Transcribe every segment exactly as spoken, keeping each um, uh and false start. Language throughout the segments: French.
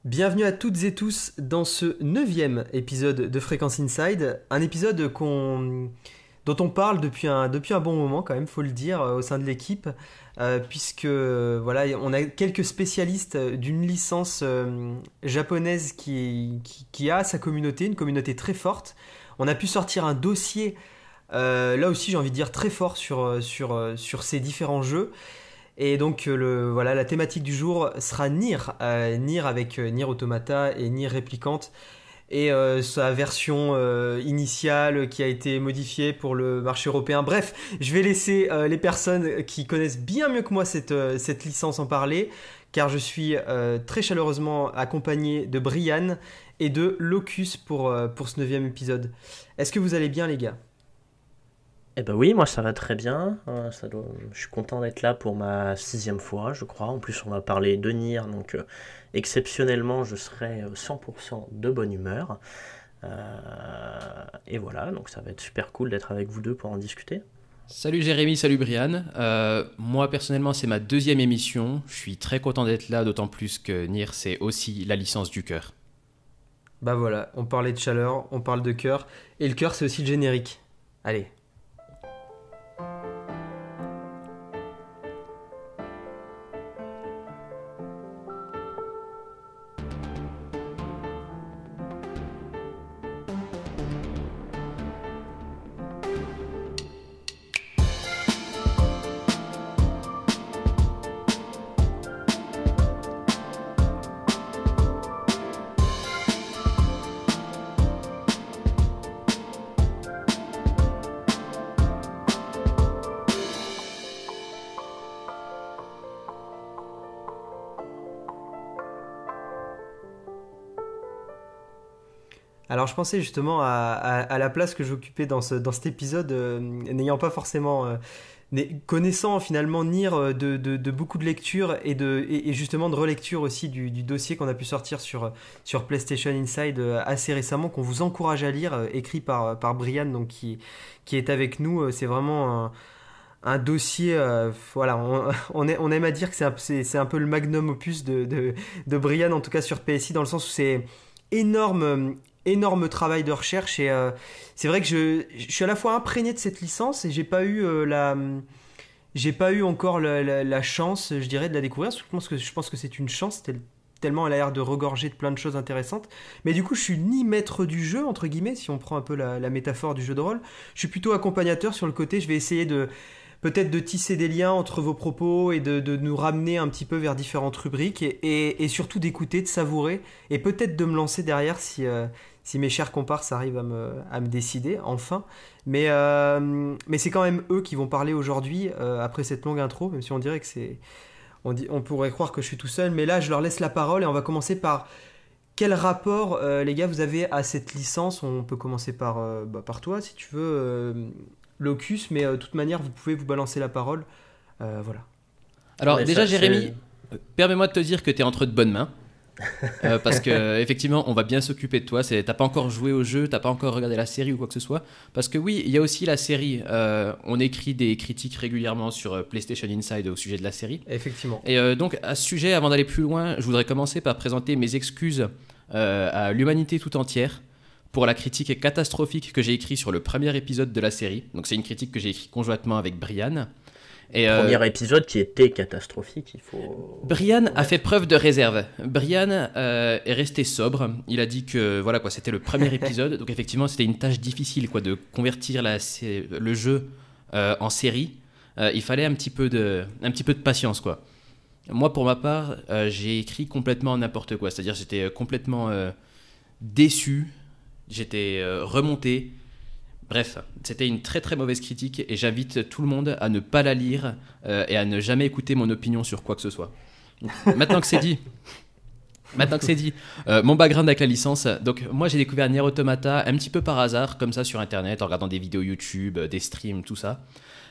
Bienvenue à toutes et tous dans ce neuvième épisode de Fréquence Inside, un épisode qu'on, dont on parle depuis un, depuis un bon moment quand même, faut le dire, au sein de l'équipe, euh, puisque voilà, on a quelques spécialistes d'une licence euh, japonaise qui, qui, qui a sa communauté, une communauté très forte. On a pu sortir un dossier, euh, là aussi j'ai envie de dire très fort sur, sur, sur ces différents jeux. Et donc le, voilà, la thématique du jour sera Nier, euh, Nier avec euh, Nier Automata et Nier Replicant, et euh, sa version euh, initiale qui a été modifiée pour le marché européen. Bref, je vais laisser euh, les personnes qui connaissent bien mieux que moi cette, euh, cette licence en parler, car je suis euh, très chaleureusement accompagné de Brian et de Locus pour, euh, pour ce neuvième épisode. Est-ce que vous allez bien les gars ? Eh ben oui, moi ça va très bien. Euh, ça doit- Je suis content d'être là pour ma sixième fois, je crois. En plus, on va parler de Nier, donc euh, exceptionnellement, je serai euh, cent pour cent de bonne humeur. Euh, Et voilà, donc ça va être super cool d'être avec vous deux pour en discuter. Salut Jérémy, salut Brian. Euh, moi personnellement c'est ma deuxième émission. Je suis très content d'être là, d'autant plus que Nier c'est aussi la licence du cœur. Bah voilà, on parlait de chaleur, on parle de cœur, et le cœur c'est aussi le générique. Allez. Alors je pensais justement à, à- à la place que j'occupais dans, ce, dans cet épisode, euh, n'ayant pas forcément, euh, n'ay- connaissant finalement Nier euh, de, de- de beaucoup de lectures et, de, et, et justement de relecture aussi du, du dossier qu'on a pu sortir sur, sur PlayStation Inside euh, assez récemment, qu'on vous encourage à lire, euh, écrit par, par Brian donc, qui, qui est avec nous. Euh, C'est vraiment un, un dossier, euh, voilà, on, on, est- on aime à dire que c'est un, c'est- c'est un peu le magnum opus de, de, de Brian, en tout cas sur P S I, dans le sens où c'est énorme, euh, énorme travail de recherche. Et euh, c'est vrai que je, je suis à la fois imprégné de cette licence et j'ai pas eu euh, la, j'ai pas eu encore la, la- la chance, je dirais, de la découvrir. Je pense que, je pense que c'est une chance, tel- tellement elle a l'air de regorger de plein de choses intéressantes. Mais du coup, je suis ni maître du jeu, entre guillemets, si on prend un peu la, la métaphore du jeu de rôle. Je suis plutôt accompagnateur sur le côté. Je vais essayer de peut-être de tisser des liens entre vos propos et de, de nous ramener un petit peu vers différentes rubriques et, et- et surtout d'écouter, de savourer et peut-être de me lancer derrière si, euh, si mes chers comparses arrivent à me, à me décider, enfin. Mais, euh, mais c'est quand même eux qui vont parler aujourd'hui, euh, après cette longue intro, même si on dirait que c'est... On, dit, on pourrait croire que je suis tout seul, mais là je leur laisse la parole et on va commencer par quel rapport, euh, les gars, vous avez à cette licence. On peut commencer par, euh, bah, par toi, si tu veux, euh, Locus, mais euh, de toute manière, vous pouvez vous balancer la parole. Euh, voilà. Alors Mais déjà ça, Jérémy, euh, permets-moi de te dire que tu es entre de bonnes mains. Euh, parce que effectivement on va bien s'occuper de toi. C'est, t'as pas encore joué au jeu, t'as pas encore regardé la série ou quoi que ce soit. Parce que oui, il y a aussi la série. Euh, on écrit des critiques régulièrement sur euh, PlayStation Inside au sujet de la série. Effectivement. Et euh, donc à ce sujet, avant d'aller plus loin, je voudrais commencer par présenter mes excuses euh, à l'humanité tout entière pour la critique catastrophique que j'ai écrite sur le premier épisode de la série. Donc c'est une critique que j'ai écrite conjointement avec Brian. Et, euh, Premier épisode qui était catastrophique, il faut... Brian faut a fait preuve de réserve. Brian euh, est resté sobre. Il a dit que voilà quoi, c'était le premier épisode, donc effectivement c'était une tâche difficile quoi de convertir la, sé- le jeu euh, en série. Euh, il fallait un petit peu de, un petit peu de patience quoi. Moi pour ma part, euh, j'ai écrit complètement n'importe quoi, c'est-à-dire j'étais euh, complètement euh, déçu, j'étais euh, remonté. Bref, c'était une très très mauvaise critique et j'invite tout le monde à ne pas la lire euh, et à ne jamais écouter mon opinion sur quoi que ce soit. Donc, maintenant que c'est dit, maintenant que c'est dit, euh, mon background avec la licence. Donc moi j'ai découvert Nier Automata un petit peu par hasard, comme ça sur internet, en regardant des vidéos YouTube, euh, des streams, tout ça.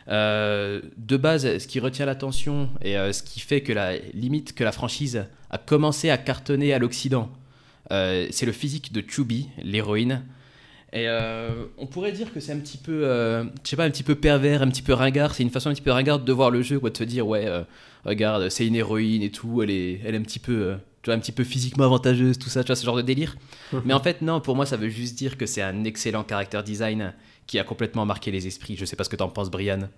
Euh, de base, ce qui retient l'attention et euh, ce qui fait que la limite que la franchise a commencé à cartonner à l'Occident, euh, c'est le physique de Chubby, l'héroïne. Et euh, on pourrait dire que c'est un petit peu, euh, je sais pas, un petit peu pervers, un petit peu ringard. C'est une façon un petit peu ringarde de voir le jeu, quoi, de se dire ouais, euh, regarde, c'est une héroïne et tout. Elle est, elle est un petit peu, euh, vois, un petit peu physiquement avantageuse, tout ça, tu vois, ce genre de délire. Mais en fait, non, pour moi, ça veut juste dire que c'est un excellent character design qui a complètement marqué les esprits. Je sais pas ce que t'en penses, Brian.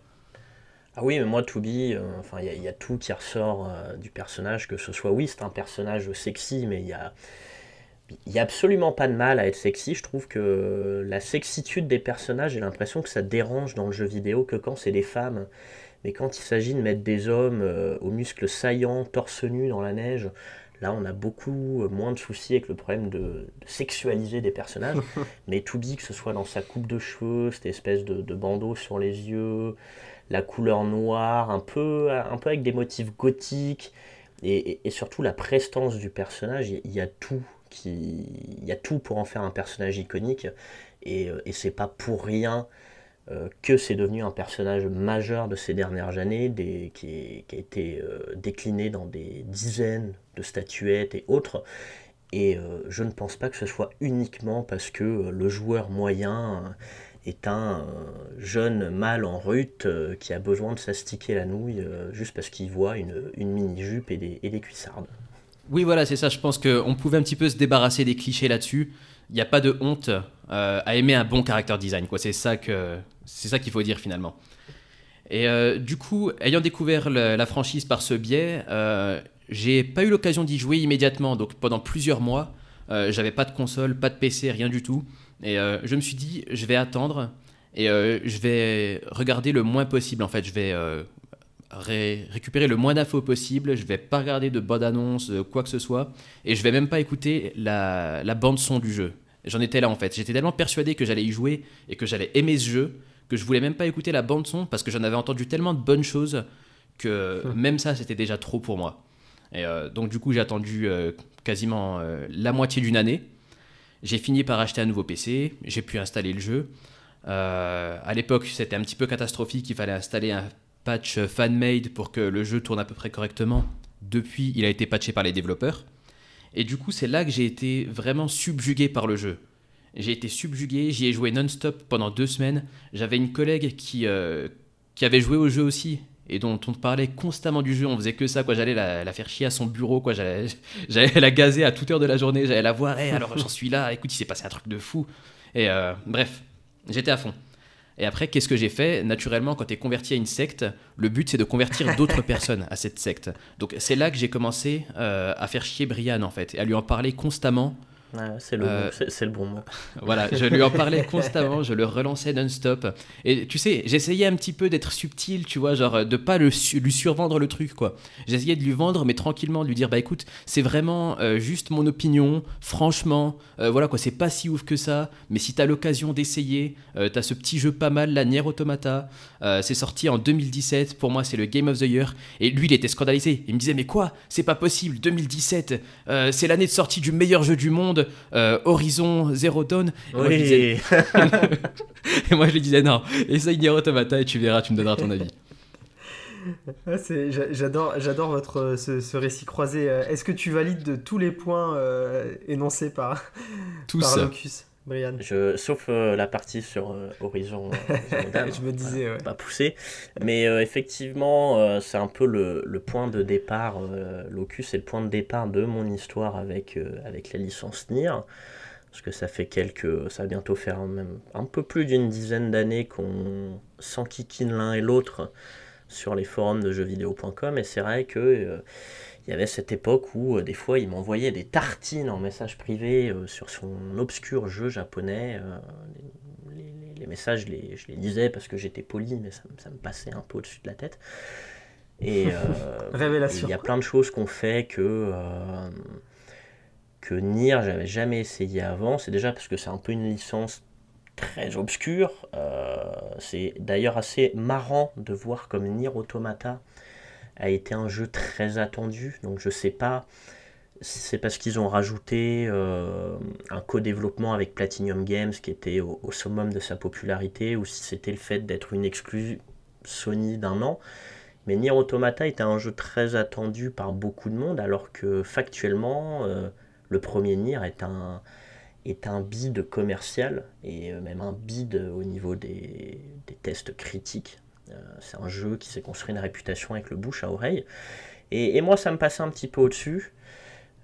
Ah oui, mais moi, To Be, euh, enfin, il y, a- il y a tout qui ressort euh, du personnage, que ce soit, oui, c'est un personnage sexy, mais il y a, il y a absolument pas de mal à être sexy. Je trouve que la sexitude des personnages, j'ai l'impression que ça dérange dans le jeu vidéo que quand c'est des femmes. Mais quand il s'agit de mettre des hommes euh, aux muscles saillants, torse nu dans la neige, là on a beaucoup euh, moins de soucis avec le problème de, de sexualiser des personnages. Mais To Be, que ce soit dans sa coupe de cheveux, cette espèce de, de bandeau sur les yeux, la couleur noire, un peu, un peu avec des motifs gothiques, et, et- et surtout la prestance du personnage, il y, il y a tout qui, il y a tout pour en faire un personnage iconique, et, euh, et c'est pas pour rien euh, que c'est devenu un personnage majeur de ces dernières années, des- qui, est- qui a été euh, décliné dans des dizaines de statuettes et autres. Et euh, je ne pense pas que ce soit uniquement parce que euh, le joueur moyen euh, est un euh, jeune mâle en rut euh, qui a besoin de s'astiquer la nouille euh, juste parce qu'il voit une, une mini-jupe et des, et des cuissardes. Oui, voilà, c'est ça. Je pense qu'on pouvait un petit peu se débarrasser des clichés là-dessus. Il n'y a pas de honte euh, à aimer un bon character design, quoi. C'est ça que c'est ça qu'il faut dire finalement. Et euh, du coup, ayant découvert le- la franchise par ce biais, euh, j'ai pas eu l'occasion d'y jouer immédiatement. Donc pendant plusieurs mois, euh, j'avais pas de console, pas de P C, rien du tout. Et euh, je me suis dit, je vais attendre et euh, je vais regarder le moins possible. En fait, je vais euh, ré- récupérer le moins d'infos possible. Je vais pas regarder de bande-annonce, euh, quoi que ce soit. Et je vais même pas écouter la, la bande-son du jeu. J'en étais là en fait. J'étais tellement persuadé que j'allais y jouer et que j'allais aimer ce jeu que je voulais même pas écouter la bande-son parce que j'en avais entendu tellement de bonnes choses que même ça c'était déjà trop pour moi. Et euh, donc du coup j'ai attendu euh, quasiment euh, la moitié d'une année. J'ai fini par acheter un nouveau P C, j'ai pu installer le jeu. Euh, à l'époque, c'était un petit peu catastrophique, il fallait installer un patch fan-made pour que le jeu tourne à peu près correctement. Depuis, il a été patché par les développeurs. Et du coup, c'est là que j'ai été vraiment subjugué par le jeu. J'ai été subjugué, j'y ai joué non-stop pendant deux semaines. J'avais une collègue qui, euh, qui avait joué au jeu aussi et dont on parlait constamment du jeu. On faisait que ça, quoi. J'allais la, la faire chier à son bureau, quoi. J'allais, j'allais la gazer à toute heure de la journée. J'allais la voir. Hey, alors j'en suis là. Écoute, il s'est passé un truc de fou. Et euh, bref, j'étais à fond. Et après, qu'est-ce que j'ai fait? Naturellement, quand tu es converti à une secte, le but c'est de convertir d'autres personnes à cette secte. Donc c'est là que j'ai commencé euh, à faire chier Brian en fait, et à lui en parler constamment. Ouais, c'est le, Euh, bon- c'est- c'est le bon mot. Voilà, je lui en parlais constamment, je le relançais non-stop. Et tu sais, j'essayais un petit peu d'être subtil, tu vois, genre de pas le su- lui survendre le truc, quoi. J'essayais de lui vendre, mais tranquillement, de lui dire, bah écoute, c'est vraiment euh, juste mon opinion, franchement, euh, voilà quoi, c'est pas si ouf que ça, mais si t'as l'occasion d'essayer, euh, t'as ce petit jeu pas mal, la Nier Automata, euh, c'est sorti en deux mille dix-sept, pour moi c'est le Game of the Year, et lui il était scandalisé, il me disait, mais quoi, c'est pas possible, deux mille dix-sept, euh, c'est l'année de sortie du meilleur jeu du monde, euh, Horizon Zero Dawn. Et moi, je lui disais, Oui, et moi je lui disais non, essaye Nier Automata et tu verras, tu me donneras ton avis. Ah, c'est- j'a- j'adore, j'adore votre euh, ce, ce récit croisé. Euh, Est-ce que tu valides de tous les points euh, énoncés par, Tous. par Locus, Brian? je, sauf euh, la partie sur euh, Horizon euh, Zero Dawn, Je me disais, voilà, ouais. pas poussé. Mais euh, effectivement, euh, c'est un peu le, le point de départ. euh, Locus est le point de départ de mon histoire avec, euh, avec la licence Nier. Parce que ça fait quelques. Ça va bientôt faire même un peu plus d'une dizaine d'années qu'on s'enquiquine l'un et l'autre sur les forums de jeux vidéo point com. Et c'est vrai que. euh, il y avait cette époque où euh, des fois il m'envoyait des tartines en message privé euh, sur son obscur jeu japonais. euh, les, les- les messages, je les, je les lisais parce que j'étais poli, mais ça, me- ça me passait un peu au-dessus de la tête. Et euh, Révélation. il y a plein de choses qu'on fait que, euh, que Nier, j'avais jamais essayé avant. C'est déjà parce que c'est un peu une licence très obscure. Euh, c'est d'ailleurs assez marrant de voir comme Nier Automata a été un jeu très attendu. Donc je sais pas si c'est parce qu'ils ont rajouté euh, un co-développement avec Platinum Games qui était au, au summum de sa popularité, ou si c'était le fait d'être une exclue Sony d'un an. Mais Nier Automata était un jeu très attendu par beaucoup de monde, alors que factuellement, euh, le premier Nier est un, est un bid commercial, et euh, même un bid au niveau des, des tests critiques. Euh, c'est un jeu qui s'est construit une réputation avec le bouche à oreille. Et, et moi, ça me passait un petit peu au-dessus.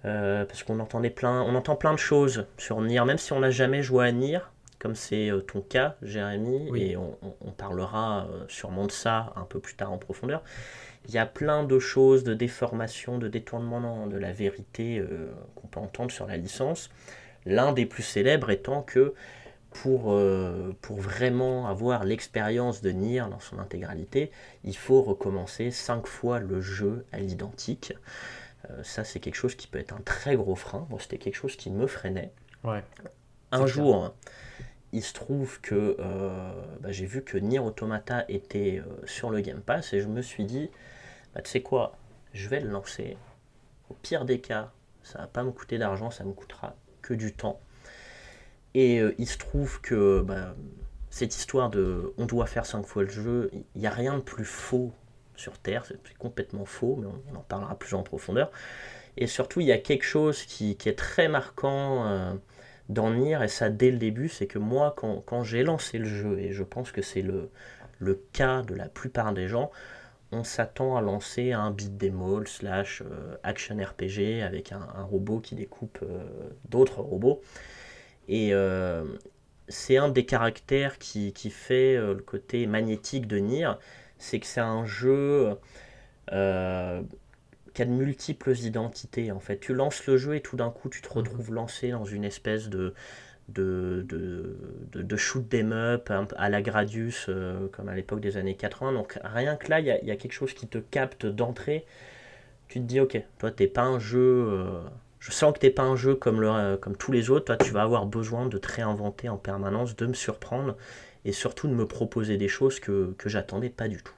Euh, parce qu'on entendait plein, on entend plein de choses sur Nier, même si on n'a jamais joué à Nier, comme c'est euh, ton cas, Jérémy, Oui. et on, on- on parlera euh, sûrement de ça un peu plus tard en profondeur. Il y a plein de choses, de déformations, de détournements de la vérité euh, qu'on peut entendre sur la licence. L'un des plus célèbres étant que pour, euh, pour vraiment avoir l'expérience de Nier dans son intégralité, il faut recommencer cinq fois le jeu à l'identique. Euh, ça, c'est quelque chose qui peut être un très gros frein. Moi, c'était quelque chose qui me freinait. Ouais. Un C'est jour, il se trouve que euh, bah, j'ai vu que Nier Automata était euh, sur le Game Pass et je me suis dit, bah, tu sais quoi, je vais le lancer. Au pire des cas, ça va pas me coûter d'argent, ça me coûtera que du temps. Et euh, il se trouve que bah, cette histoire de on doit faire cinq fois le jeu, il n'y a rien de plus faux sur Terre, c'est complètement faux, mais on, on en parlera plus en profondeur. Et surtout, il y a quelque chose qui, qui est très marquant euh, dans Nier, et ça dès le début, c'est que moi, quand, quand j'ai lancé le jeu, et je pense que c'est le, le cas de la plupart des gens, on s'attend à lancer un beat'em all slash euh, action R P G avec un, un robot qui découpe euh, d'autres robots. Et euh, c'est un des caractères qui, qui fait euh, le côté magnétique de Nier, c'est que c'est un jeu euh, qui a de multiples identités. En fait, tu lances le jeu et tout d'un coup, tu te retrouves lancé dans une espèce de de, de, de, de shoot 'em up à la Gradius, euh, comme à l'époque des années quatre-vingts. Donc rien que là, il y, y a quelque chose qui te capte d'entrée. Tu te dis, ok, toi, t'es pas un jeu. Euh, je sens que t'es pas un jeu comme, le, euh, comme tous les autres. Toi, tu vas avoir besoin de te réinventer en permanence, de me surprendre et surtout de me proposer des choses que, que j'attendais pas du tout.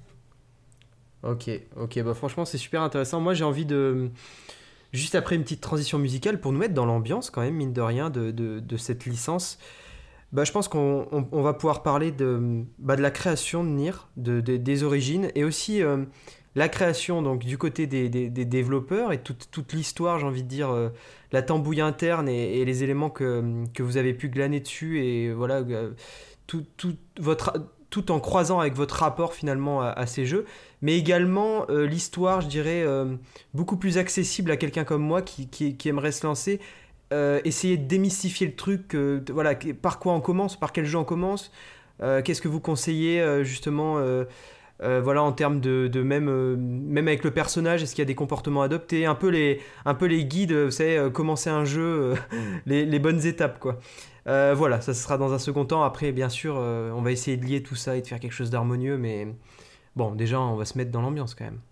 Ok, ok, bah franchement c'est super intéressant. Moi j'ai envie de, juste après une petite transition musicale pour nous mettre dans l'ambiance quand même, mine de rien, de, de, de cette licence, bah je pense qu'on on, on va pouvoir parler de, bah, de la création de Nier, de, de- des origines, et aussi euh, la création donc du côté des, des, des développeurs et toute, toute l'histoire, j'ai envie de dire, euh, la tambouille interne et, et les éléments que, que vous avez pu glaner dessus, et voilà, euh, tout, tout, votre, tout en croisant avec votre rapport finalement à, à ces jeux, mais également euh, l'histoire, je dirais, euh, beaucoup plus accessible à quelqu'un comme moi qui, qui, qui aimerait se lancer, euh, essayer de démystifier le truc, euh, t- voilà, que- par quoi on commence, par quel jeu on commence, euh, qu'est-ce que vous conseillez euh, justement, euh, euh, voilà, en termes de, de même, euh, même avec le personnage, est-ce qu'il y a des comportements adoptés, un peu les, un peu les guides, vous savez, euh, commencer un jeu, euh, les, les bonnes étapes, quoi. Euh, voilà, ça sera dans un second temps. Après, bien sûr, euh, on va essayer de lier tout ça et de faire quelque chose d'harmonieux, mais bon, déjà, on va se mettre dans l'ambiance quand même.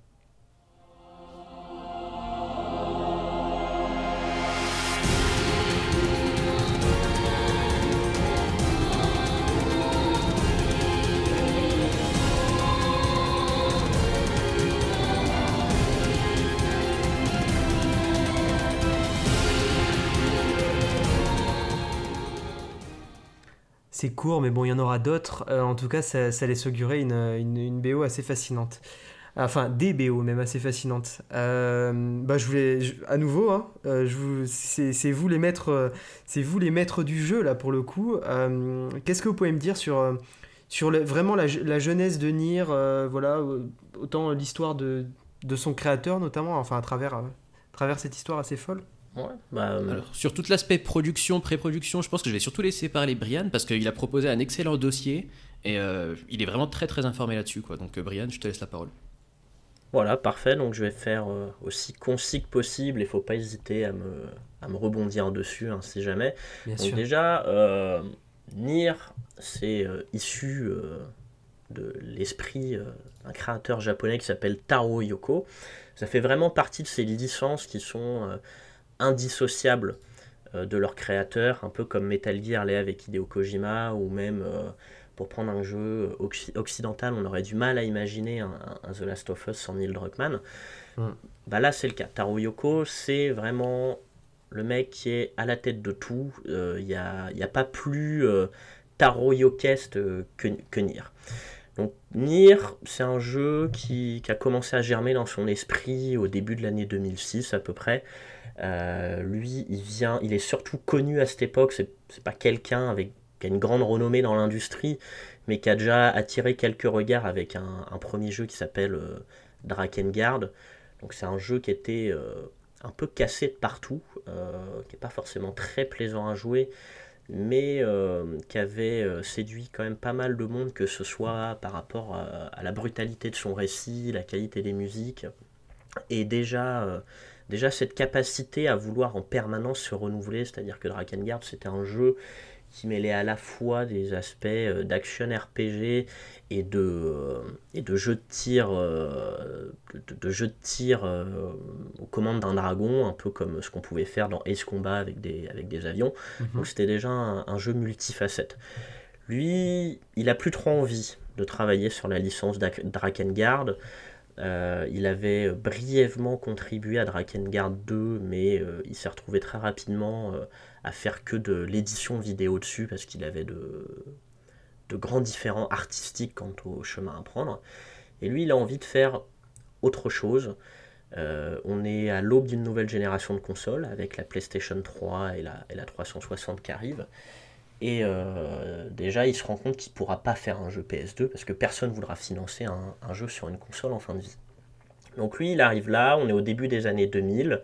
C'est court, mais bon, il y en aura d'autres. Euh, en tout cas, ça, ça laisse augurer une, une, une B O assez fascinante. Enfin, des B O même assez fascinantes. Euh, bah, je voulais, je- à nouveau, hein, euh, je vous, c'est, c'est vous les maîtres, euh, c'est vous les maîtres du jeu là pour le coup. Euh, qu'est-ce que vous pouvez me dire sur, euh, sur le- vraiment la, je- la jeunesse de Nier, euh, voilà, euh, autant l'histoire de, de son créateur notamment, enfin à travers, euh, à travers cette histoire assez folle. Ouais, bah, euh, Alors, sur tout l'aspect production, pré-production, je pense que je vais surtout laisser parler Brian parce qu'il a proposé un excellent dossier et euh, il est vraiment très très informé là-dessus, quoi. Donc, euh, Brian, je te laisse la parole. voilà, parfait. Donc je vais faire euh, aussi concis que possible. Il ne faut pas hésiter à me, à me rebondir dessus, hein, si jamais. Bien Donc sûr. déjà, euh, Nier, c'est euh, issu euh, de l'esprit euh, d'un créateur japonais qui s'appelle Taro Yoko. Ça fait vraiment partie de ces licences qui sont euh, indissociables euh, de leur créateur, un peu comme Metal Gear l'est avec Hideo Kojima, ou même, euh, pour prendre un jeu occ- occidental, on aurait du mal à imaginer un, un- un The Last of Us sans Neil Druckmann. Mm. Bah là, c'est le cas. Taro Yoko, c'est vraiment le mec qui est à la tête de tout. Il n'y a, y a pas plus euh, Taro Yokeste euh, que, que Nier. Donc Nier, c'est un jeu qui, qui a commencé à germer dans son esprit au début de l'année deux mille six à peu près. Euh, lui, il vient, il est surtout connu à cette époque. C'est, c'est pas quelqu'un avec qui a une grande renommée dans l'industrie, mais qui a déjà attiré quelques regards avec un, un premier jeu qui s'appelle euh, Drakengard. Donc c'est un jeu qui était euh, un peu cassé de partout, euh, qui n'est pas forcément très plaisant à jouer, mais euh, qui avait euh, séduit quand même pas mal de monde, que ce soit par rapport à, à la brutalité de son récit, la qualité des musiques, et déjà, euh, déjà cette capacité à vouloir en permanence se renouveler, c'est-à-dire que Drakengard c'était un jeu qui mêlait à la fois des aspects euh, d'action R P G et de, euh, et de jeux de tir, euh, de, de jeux de tir euh, aux commandes d'un dragon, un peu comme ce qu'on pouvait faire dans Ace Combat avec des, avec des avions. Mhm. Donc c'était déjà un, un jeu multifacette. Lui, il a plus trop envie de travailler sur la licence Drakengard. Euh, il avait brièvement contribué à Drakengard deux, mais euh, il s'est retrouvé très rapidement euh, à faire que de l'édition vidéo dessus, parce qu'il avait de, de grands différends artistiques quant au chemin à prendre. Et lui, il a envie de faire autre chose. Euh, on est à l'aube d'une nouvelle génération de consoles, avec la PlayStation trois et la, et la trois cent soixante qui arrivent. Et euh, déjà, il se rend compte qu'il ne pourra pas faire un jeu P S deux parce que personne ne voudra financer un, un jeu sur une console en fin de vie. Donc lui, il arrive là, on est au début des années deux mille,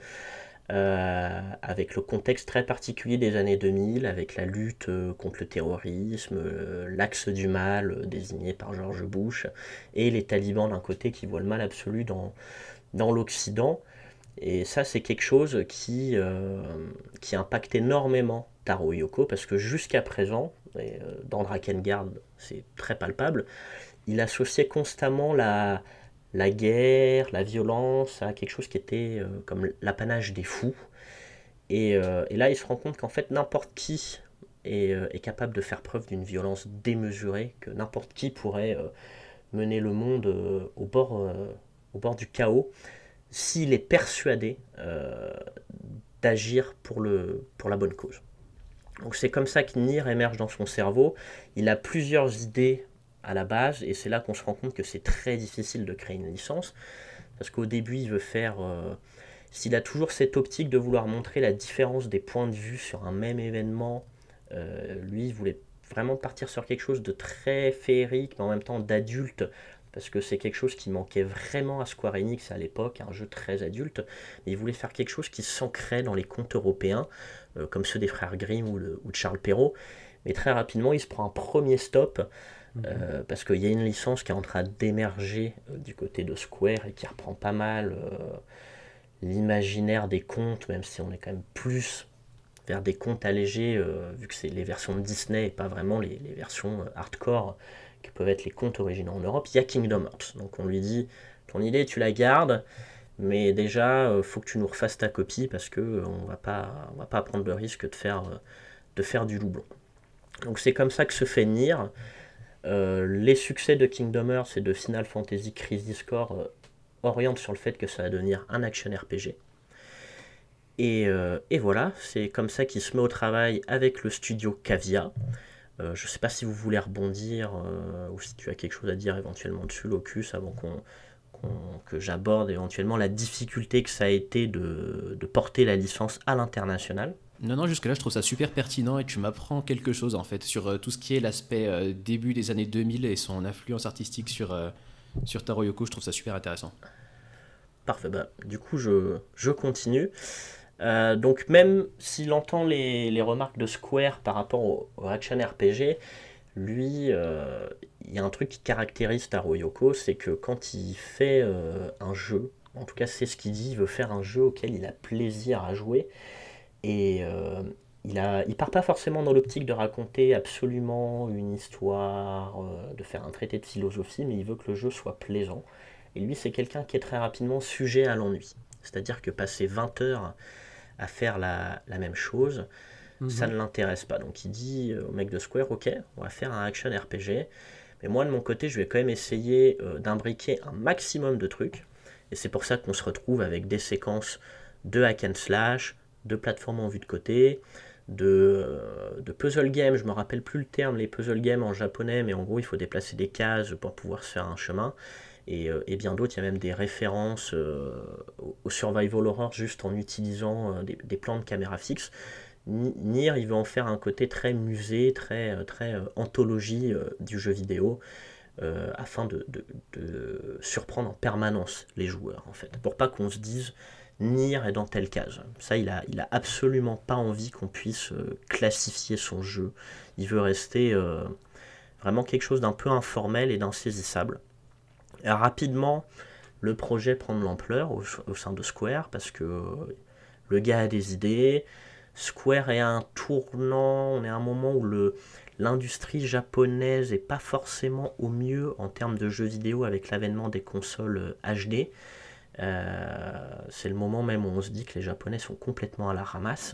euh, avec le contexte très particulier des années deux mille, avec la lutte euh, contre le terrorisme, euh, l'axe du mal euh, désigné par George Bush, et les talibans d'un côté qui voient le mal absolu dans, dans l'Occident. Et ça, c'est quelque chose qui, euh, qui impacte énormément Taro Yoko, parce que jusqu'à présent, et euh, dans Drakengard, c'est très palpable, il associait constamment la, la guerre, la violence à quelque chose qui était euh, comme l'apanage des fous. Et, euh, et là, il se rend compte qu'en fait, n'importe qui est, euh, est capable de faire preuve d'une violence démesurée, que n'importe qui pourrait euh, mener le monde euh, au, bord, euh, au bord du chaos, s'il est persuadé euh, d'agir pour, le, pour la bonne cause. Donc c'est comme ça que Nier émerge dans son cerveau. Il a plusieurs idées à la base, et c'est là qu'on se rend compte que c'est très difficile de créer une licence, parce qu'au début il veut faire... Euh, s'il a toujours cette optique de vouloir montrer la différence des points de vue sur un même événement, euh, lui il voulait vraiment partir sur quelque chose de très féerique, mais en même temps d'adulte, parce que c'est quelque chose qui manquait vraiment à Square Enix à l'époque, un jeu très adulte, mais il voulait faire quelque chose qui s'ancrait dans les contes européens, euh, comme ceux des frères Grimm ou, le, ou de Charles Perrault, mais très rapidement il se prend un premier stop, euh, parce qu'il y a une licence qui est en train d'émerger euh, du côté de Square, et qui reprend pas mal euh, l'imaginaire des contes, même si on est quand même plus vers des contes allégés, euh, vu que c'est les versions de Disney et pas vraiment les, les versions euh, hardcore qui peuvent être les contes originaux en Europe. Il y a Kingdom Hearts, donc on lui dit ton idée tu la gardes, mais déjà euh, faut que tu nous refasses ta copie, parce que euh, on va pas on va pas prendre le risque de faire euh, de faire du doublon. Donc c'est comme ça que se fait Nier. Euh, les succès de Kingdom Hearts et de Final Fantasy Crisis Core euh, orientent sur le fait que ça va devenir un action R P G. Et, euh, et voilà, c'est comme ça qu'il se met au travail avec le studio Cavia. Euh, je ne sais pas si vous voulez rebondir euh, ou si tu as quelque chose à dire éventuellement dessus, Locus, avant qu'on, qu'on, que j'aborde éventuellement la difficulté que ça a été de, de porter la licence à l'international. Non, non, jusque-là, je trouve ça super pertinent, et tu m'apprends quelque chose, en fait, sur euh, tout ce qui est l'aspect euh, début des années deux mille et son influence artistique sur, euh, sur Taro Yoko. Je trouve ça super intéressant. Parfait, bah, du coup, je, je continue. Euh, donc même s'il entend les, les remarques de Square par rapport au, au action R P G, lui, euh, il y a un truc qui caractérise Taro Yoko, c'est que quand il fait euh, un jeu, en tout cas c'est ce qu'il dit, il veut faire un jeu auquel il a plaisir à jouer, et euh, il a, il part pas forcément dans l'optique de raconter absolument une histoire, euh, de faire un traité de philosophie, mais il veut que le jeu soit plaisant. Et lui, c'est quelqu'un qui est très rapidement sujet à l'ennui. C'est-à-dire que passer vingt heures à faire la, la même chose, mmh. ça ne l'intéresse pas. Donc il dit au mec de Square, ok, on va faire un action R P G, mais moi de mon côté, je vais quand même essayer euh, d'imbriquer un maximum de trucs. Et c'est pour ça qu'on se retrouve avec des séquences de hack and slash, de plateforme en vue de côté, de, euh, de puzzle game, je me rappelle plus le terme, les puzzle games en japonais, mais en gros il faut déplacer des cases pour pouvoir se faire un chemin. Et, euh, et bien d'autres, il y a même des références euh, au survival horror juste en utilisant euh, des, des plans de caméra fixe. Nier, il veut en faire un côté très musée, très, très euh, anthologie euh, du jeu vidéo, euh, afin de, de, de surprendre en permanence les joueurs, en fait, pour pas qu'on se dise Nier est dans telle case. Ça, il a, il a absolument pas envie qu'on puisse euh, classifier son jeu. Il veut rester euh, vraiment quelque chose d'un peu informel et d'insaisissable. Et rapidement, le projet prend de l'ampleur au, au sein de Square parce que euh, le gars a des idées. Square est à un tournant, on est à un moment où le, l'industrie japonaise n'est pas forcément au mieux en termes de jeux vidéo avec l'avènement des consoles H D. Euh, c'est le moment même où on se dit que les Japonais sont complètement à la ramasse.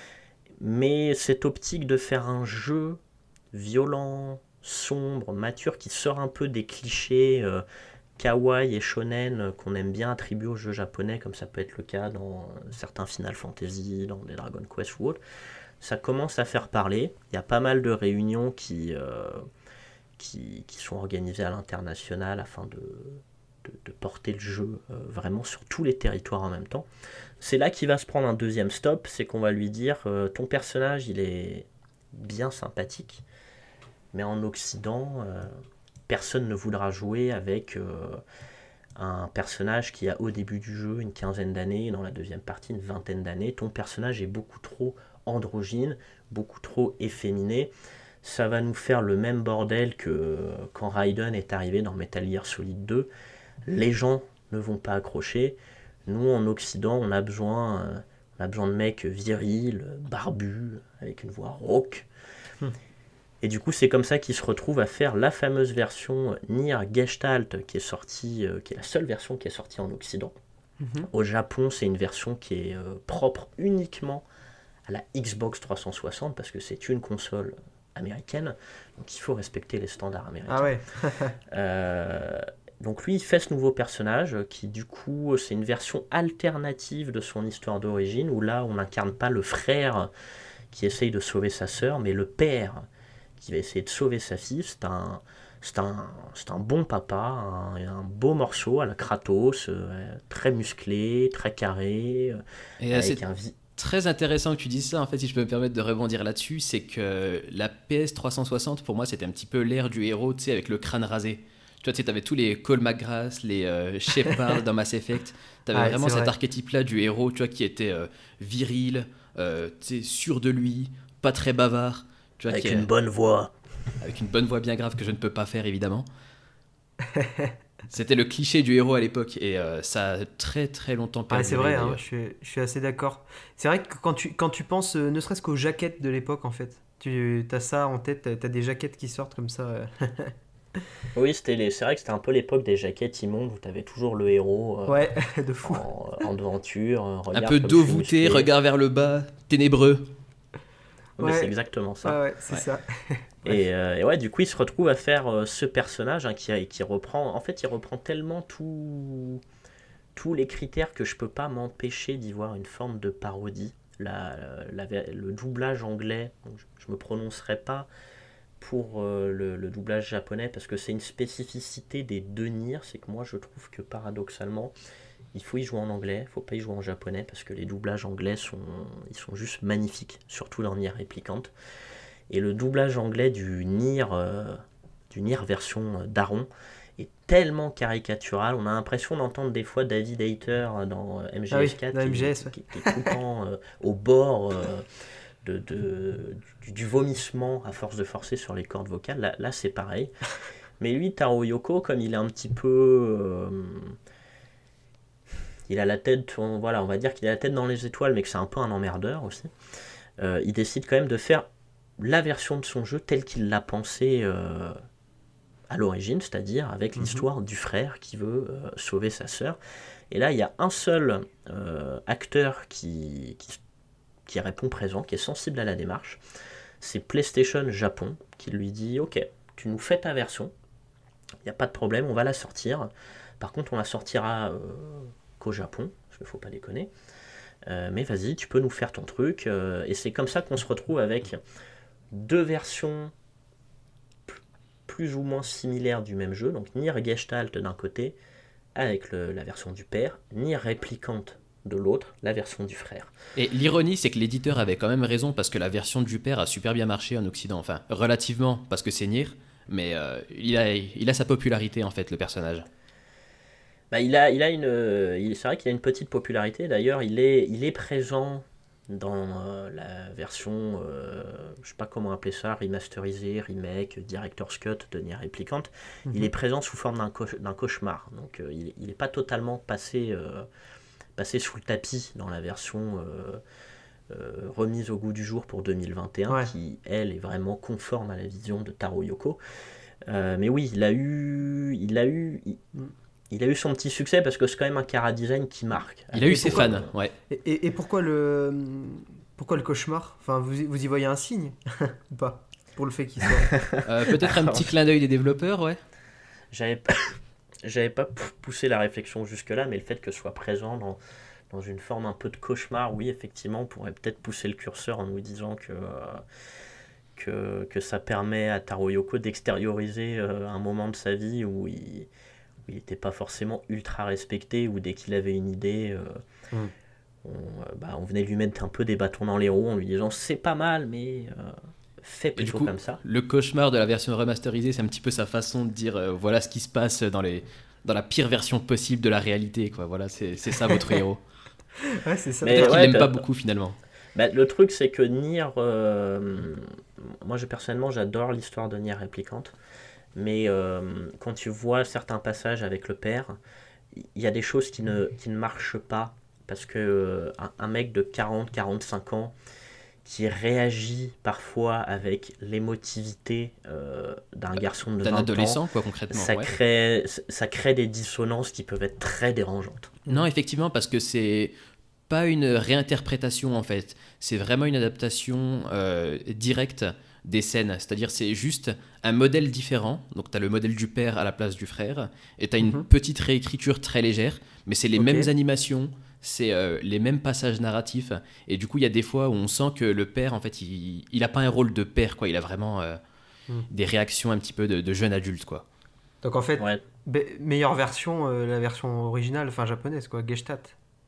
Mais cette optique de faire un jeu violent, sombre, mature, qui sort un peu des clichés euh, kawaii et shonen qu'on aime bien attribuer aux jeux japonais, comme ça peut être le cas dans certains Final Fantasy, dans des Dragon Quest ou autres, ça commence à faire parler. Il y a pas mal de réunions qui, euh, qui, qui sont organisées à l'international afin de, de, de porter le jeu euh, vraiment sur tous les territoires en même temps. C'est là qu'il va se prendre un deuxième stop, c'est qu'on va lui dire euh, ton personnage il est bien sympathique, mais en Occident, euh, personne ne voudra jouer avec euh, un personnage qui a au début du jeu une quinzaine d'années, et dans la deuxième partie une vingtaine d'années. Ton personnage est beaucoup trop androgyne, beaucoup trop efféminé. Ça va nous faire le même bordel que quand Raiden est arrivé dans Metal Gear Solid deux. Les gens ne vont pas accrocher. Nous, en Occident, on a besoin, euh, on a besoin de mecs virils, barbus, avec une voix rauque. Hmm. Et du coup, c'est comme ça qu'il se retrouve à faire la fameuse version Nier Gestalt, qui est sortie, euh, qui est la seule version qui est sortie en Occident. Mm-hmm. Au Japon, c'est une version qui est euh, propre uniquement à la Xbox trois cent soixante, parce que c'est une console américaine, donc il faut respecter les standards américains. Ah ouais. euh, donc lui, il fait ce nouveau personnage, qui du coup, c'est une version alternative de son histoire d'origine, où là, on n'incarne pas le frère qui essaye de sauver sa sœur, mais le père qui va essayer de sauver sa fille. C'est un, c'est un, c'est un bon papa, un, un beau morceau à la Kratos, euh, très musclé, très carré, euh, et avec c'est un vi- très intéressant que tu dises ça, en fait, si je peux me permettre de rebondir là-dessus, c'est que la P S trois cent soixante, pour moi, c'était un petit peu l'ère du héros, tu sais, avec le crâne rasé. Tu vois, tu sais, t'avais tous les Cole McGrath, les euh, Shepard dans Mass Effect. T'avais ah, vraiment cet vrai. archétype-là du héros, tu vois, qui était euh, viril, euh, tu sais, sûr de lui, pas très bavard. Tu vois, avec qui une est... bonne voix. Avec une bonne voix bien grave que je ne peux pas faire, évidemment. C'était le cliché du héros à l'époque, et euh, ça a très très longtemps perduré. Ah, c'est vrai, hein, je, suis, je suis assez d'accord. C'est vrai que quand tu, quand tu penses, euh, ne serait-ce qu'aux jaquettes de l'époque, en fait, tu as ça en tête, tu as des jaquettes qui sortent comme ça. Euh. Oui, c'était les... c'est vrai que c'était un peu l'époque des jaquettes immondes où tu avais toujours le héros euh, ouais, de fou. En, en devanture. Un peu dos voûté, regard vers le bas, ténébreux. Ouais. Mais c'est exactement ça. Ah ouais, c'est ouais. ça. et, euh, et ouais, du coup, il se retrouve à faire euh, ce personnage hein, qui, qui reprend. En fait, il reprend tellement tout, tous les critères que je peux pas m'empêcher d'y voir une forme de parodie. La, la, le doublage anglais, donc je, je me prononcerai pas pour euh, le, le doublage japonais parce que c'est une spécificité des deux Nier, c'est que moi je trouve que paradoxalement il faut y jouer en anglais, il ne faut pas y jouer en japonais parce que les doublages anglais sont, ils sont juste magnifiques, surtout dans Nier Replicant. Et le doublage anglais du Nier, euh, du Nier version Daron est tellement caricatural, on a l'impression d'entendre des fois David Hayter dans M G S quatre ah oui, qui, M G S, qui, ouais. qui, qui est tout le temps euh, au bord euh, de, de, du, du vomissement à force de forcer sur les cordes vocales. Là, là c'est pareil. Mais lui, Taro Yoko, comme il est un petit peu... Euh, il a la tête, on, voilà, on va dire qu'il a la tête dans les étoiles, mais que c'est un peu un emmerdeur aussi. Euh, il décide quand même de faire la version de son jeu telle qu'il l'a pensé euh, à l'origine, c'est-à-dire avec mm-hmm. l'histoire du frère qui veut euh, sauver sa sœur. Et là, il y a un seul euh, acteur qui, qui, qui répond présent, qui est sensible à la démarche. C'est PlayStation Japon qui lui dit « Ok, tu nous fais ta version, il n'y a pas de problème, on va la sortir. Par contre, on la sortira... Euh, au Japon, parce qu'il ne faut pas déconner, euh, mais vas-y, tu peux nous faire ton truc, euh, et c'est comme ça qu'on se retrouve avec deux versions p- plus ou moins similaires du même jeu, donc Nier Gestalt d'un côté, avec le, la version du père, Nier Replicant de l'autre, la version du frère. Et l'ironie, c'est que l'éditeur avait quand même raison, parce que la version du père a super bien marché en Occident, enfin, relativement, parce que c'est Nier, mais euh, il, a, il a sa popularité, en fait, le personnage. Bah, il a, il a une, il- c'est vrai qu'il a une petite popularité. D'ailleurs, il est, il est présent dans euh, la version, euh, je sais pas comment appeler ça, remasterisée, remake, director's cut de Nier Replicant. Il est Mhm. présent sous forme d'un cauch- d'un cauchemar. Donc, euh, il, il est pas totalement passé, euh, passé sous le tapis dans la version euh, euh, remise au goût du jour pour deux mille vingt et un, Ouais. qui elle est vraiment conforme à la vision de Taro Yoko. Euh, mais oui, il a eu, il a eu, il, Mm. il a eu son petit succès parce que c'est quand même un chara-design qui marque. Il a eu Et ses pourquoi, fans, ouais. et, et- et pourquoi le, pourquoi le cauchemar? Enfin, vous, y- vous y voyez un signe ou pas? Pour le fait qu'il soit. Euh, Peut-être un Alors, petit clin d'œil des développeurs, ouais. j'avais pas, j'avais pas p- poussé la réflexion jusque-là, mais le fait que ce soit présent dans, dans une forme un peu de cauchemar, oui, effectivement, on pourrait peut-être pousser le curseur en nous disant que, euh, que, que ça permet à Taro Yoko d'extérioriser euh, un moment de sa vie où il où il n'était pas forcément ultra respecté, où dès qu'il avait une idée, euh, Mm. on, euh, bah, on venait lui mettre un peu des bâtons dans les roues en lui disant c'est pas mal, mais euh, fais Et du plutôt coup, comme ça. le cauchemar de la version remasterisée, c'est un petit peu sa façon de dire euh, voilà ce qui se passe dans, les, dans la pire version possible de la réalité, quoi. Voilà, c'est c'est ça votre héros. Ouais, c'est ça. Mais Peut-être qu'il ouais, l'aime pas bah, beaucoup finalement. bah, le truc c'est que Nier, euh, moi je, personnellement j'adore l'histoire de Nier Replicant, mais euh, quand tu vois certains passages avec le père, il y a des choses qui ne, qui ne marchent pas parce que euh, un, un mec de quarante quarante-cinq ans qui réagit parfois avec l'émotivité euh, d'un garçon de D'un vingt ans, adolescent, quoi, concrètement. ça Ouais. crée, ça crée des dissonances qui peuvent être très dérangeantes. Non, effectivement, parce que c'est pas une réinterprétation en fait, c'est vraiment une adaptation euh, directe des scènes, c'est-à-dire c'est juste un modèle différent, donc tu as le modèle du père à la place du frère, et tu as une Mhm. petite réécriture très légère, mais c'est les Ok. mêmes animations, c'est euh, les mêmes passages narratifs, et du coup il y a des fois où on sent que le père en fait il, il a pas un rôle de père, quoi, il a vraiment euh, Mm. des réactions un petit peu de, de jeune adulte, quoi. Donc en fait, Ouais. be- meilleure version, euh, la version originale, enfin japonaise, quoi, Gestalt.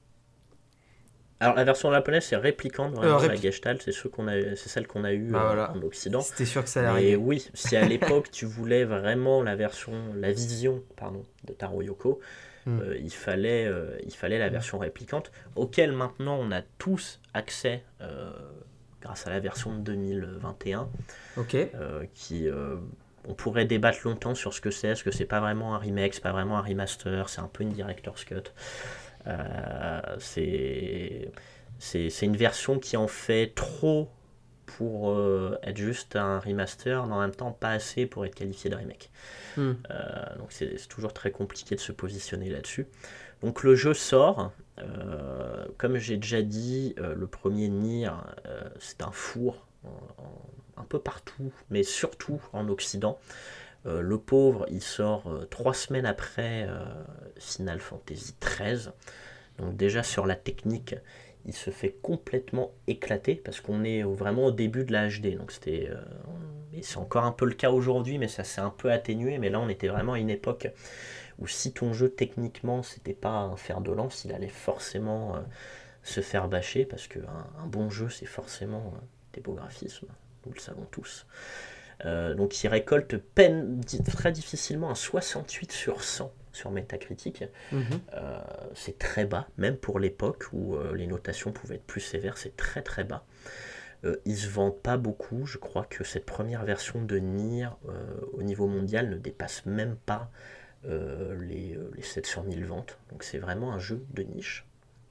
Alors la version japonaise c'est Replicant, vraiment, Euh, la Repli- Gestalt, c'est ceux qu'on a, c'est celle qu'on a eue Bah euh, voilà. en Occident. C'était sûr que ça allait Mais arriver. oui, si à l'époque tu voulais vraiment la version, la vision, pardon, de Taro Yoko, Mm. euh, il fallait, euh, il fallait la version réplicante, auquel maintenant on a tous accès euh, grâce à la version de deux mille vingt et un, Ok. euh, qui, euh, on pourrait débattre longtemps sur ce que c'est, est-ce que c'est pas vraiment un remake, c'est pas vraiment un remaster, c'est un peu une director's cut. Euh, c'est, c'est, c'est une version qui en fait trop pour euh, être juste un remaster, mais en même temps pas assez pour être qualifié de remake. Mm. Euh, donc c'est, c'est toujours très compliqué de se positionner là-dessus. Donc le jeu sort, euh, comme j'ai déjà dit, euh, le premier Nier, euh, c'est un four en- en- un peu partout, mais surtout en Occident. Euh, le pauvre, il sort euh, trois semaines après euh, Final Fantasy treize. Donc déjà sur la technique, il se fait complètement éclater parce qu'on est au- vraiment au début de la H D. Donc c'était, euh, et c'est encore un peu le cas aujourd'hui, mais ça s'est un peu atténué. Mais là, on était vraiment à une époque où si ton jeu techniquement c'était pas un fer de lance, il allait forcément euh, se faire bâcher parce qu'un un bon jeu c'est forcément euh, des beaux graphismes, nous le savons tous. Euh, donc il récolte peine, di- très difficilement un soixante-huit sur cent sur Metacritic. Mhm. Euh, c'est très bas, même pour l'époque où euh, les notations pouvaient être plus sévères, c'est très très bas. Euh, il se vend pas beaucoup, je crois que cette première version de Nier euh, au niveau mondial ne dépasse même pas euh, les, euh, les sept cent mille ventes, donc c'est vraiment un jeu de niche.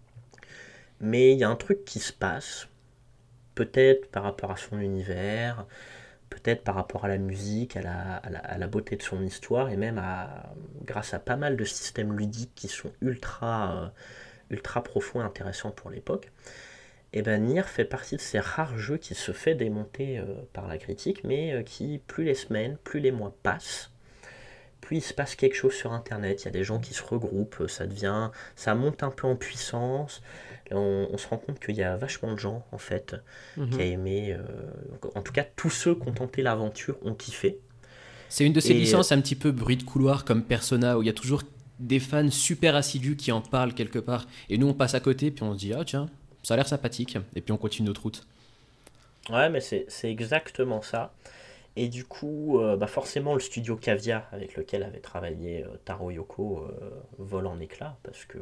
Mais il y a un truc qui se passe, peut-être par rapport à son univers, peut-être par rapport à la musique, à la, à la, à la beauté de son histoire, et même à, grâce à pas mal de systèmes ludiques qui sont ultra, euh, ultra profonds et intéressants pour l'époque. Et ben Nier fait partie de ces rares jeux qui se fait démonter euh, par la critique, mais euh, qui, plus les semaines, plus les mois passent, plus il se passe quelque chose sur internet, il y a des gens qui se regroupent, ça devient, ça monte un peu en puissance, on, on se rend compte qu'il y a vachement de gens en fait Mhm. qui a aimé, euh, en tout cas tous ceux qui ont tenté l'aventure ont kiffé. C'est une de ces Et- licences un petit peu bruit de couloir comme Persona, où il y a toujours des fans super assidus qui en parlent quelque part, et nous on passe à côté puis on se dit ah tiens ça a l'air sympathique, et puis on continue notre route. Ouais, mais c'est c'est exactement ça. Et du coup, euh, bah forcément, le studio Cavia, avec lequel avait travaillé euh, Taro Yoko, euh, vole en éclats, parce que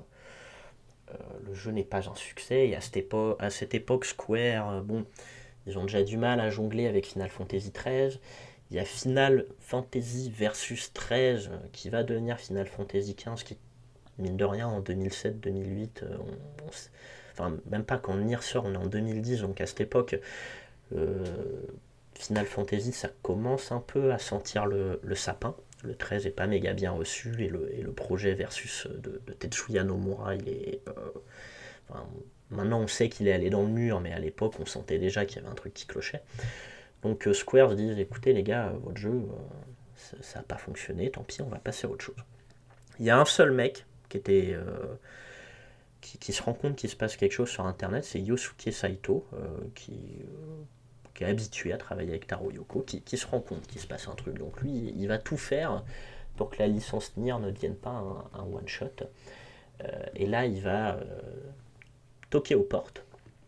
euh, le jeu n'est pas un succès. Et à cette époque, à cette époque Square, euh, bon, ils ont déjà du mal à jongler avec Final Fantasy treize. Il y a Final Fantasy Versus treize, euh, qui va devenir Final Fantasy quinze, qui, mine de rien, en deux mille sept deux mille huit, euh, on, on, enfin, même pas quand Nier sort, on est en deux mille dix, donc à cette époque... Euh, Final Fantasy, ça commence un peu à sentir le, le sapin. Le treize est pas méga bien reçu et le, et le projet Versus de, de Tetsuya Nomura, il est. Euh, enfin, maintenant, on sait qu'il est allé dans le mur, mais à l'époque, on sentait déjà qu'il y avait un truc qui clochait. Donc, euh, Square se dit écoutez, les gars, votre jeu, euh, ça n'a pas fonctionné, tant pis, on va passer à autre chose. Il y a un seul mec qui était. Euh, qui, qui se rend compte qu'il se passe quelque chose sur Internet, c'est Yosuke Saito, euh, qui. Euh, qui est habitué à travailler avec Taro Yoko, qui, qui se rend compte qu'il se passe un truc. Donc lui, il va tout faire pour que la licence Nier ne devienne pas un, un one-shot. Euh, et là, il va euh, toquer aux portes.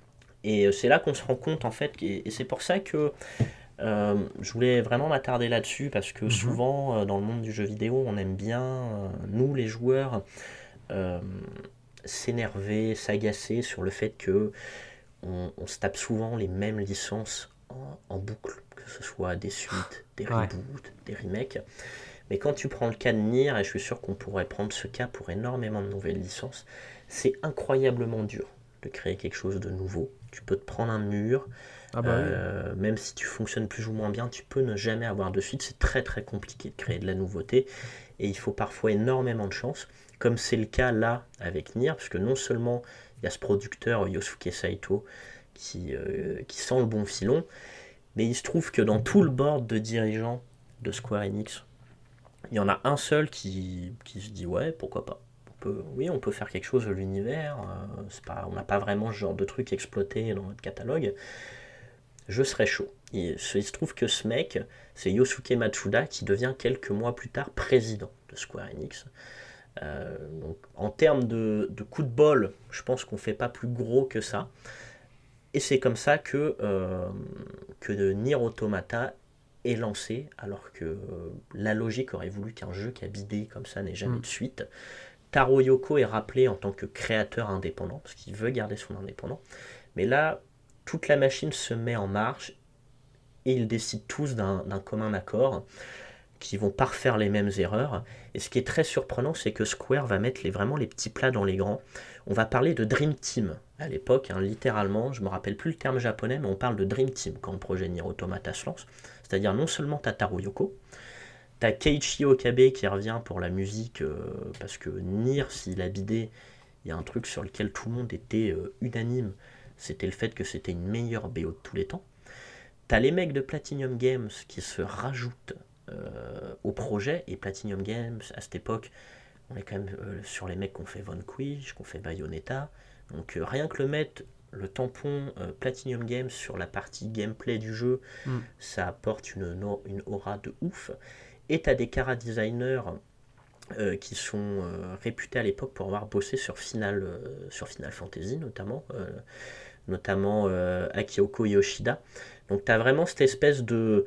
Et c'est là qu'on se rend compte, en fait, et, et c'est pour ça que euh, je voulais vraiment m'attarder là-dessus, parce que mm-hmm. souvent, euh, dans le monde du jeu vidéo, on aime bien, euh, nous, les joueurs, euh, s'énerver, s'agacer sur le fait que on, on se tape souvent les mêmes licences En, en boucle, que ce soit des suites, des ouais. reboots, des remakes. Mais quand tu prends le cas de Nier, et je suis sûr qu'on pourrait prendre ce cas pour énormément de nouvelles licences, c'est incroyablement dur de créer quelque chose de nouveau. Tu peux te prendre un mur, ah bah euh, oui. même si tu fonctionnes plus ou moins bien, tu peux ne jamais avoir de suite. C'est très très compliqué de créer de la nouveauté, et il faut parfois énormément de chance, comme c'est le cas là avec Nier, parce que non seulement il y a ce producteur Yosuke Saito, Qui, euh, qui sent le bon filon, mais il se trouve que dans tout le board de dirigeants de Square Enix, il y en a un seul qui, qui se dit ouais, pourquoi pas, on peut, oui, on peut faire quelque chose de l'univers, euh, c'est pas, on n'a pas vraiment ce genre de truc exploité dans notre catalogue, je serais chaud. Et il se trouve que ce mec, c'est Yosuke Matsuda, qui devient quelques mois plus tard président de Square Enix. Euh, donc, en termes de, de coup de bol, je pense qu'on fait pas plus gros que ça. Et c'est comme ça que, euh, que Nier Automata est lancé, alors que euh, la logique aurait voulu qu'un jeu qui a bidé comme ça n'ait jamais mm. de suite. Taro Yoko est rappelé en tant que créateur indépendant, parce qu'il veut garder son indépendant. Mais là, toute la machine se met en marche, et ils décident tous d'un, d'un commun accord, qu'ils vont pas refaire les mêmes erreurs. Et ce qui est très surprenant, c'est que Square va mettre les, vraiment les petits plats dans les grands. On va parler de Dream Team à l'époque, hein, littéralement, je me rappelle plus le terme japonais, mais on parle de Dream Team quand le projet Nier Automata se lance. C'est-à-dire non seulement t'as Taro Yoko, t'as Keiichi Okabe qui revient pour la musique, euh, parce que Nier, s'il a bidé, il y a un truc sur lequel tout le monde était euh, unanime, c'était le fait que c'était une meilleure B O de tous les temps. T'as les mecs de Platinum Games qui se rajoutent euh, au projet, et Platinum Games, à cette époque, on est quand même euh, sur les mecs qu'on fait Von Quiche, qu'on fait Bayonetta. Donc euh, rien que le mettre, le tampon euh, Platinum Games sur la partie gameplay du jeu, mm. ça apporte une, une aura de ouf. Et tu as des chara designers euh, qui sont euh, réputés à l'époque pour avoir bossé sur Final, euh, sur Final Fantasy notamment, euh, notamment euh, Akihiko Yoshida. Donc tu as vraiment cette espèce de...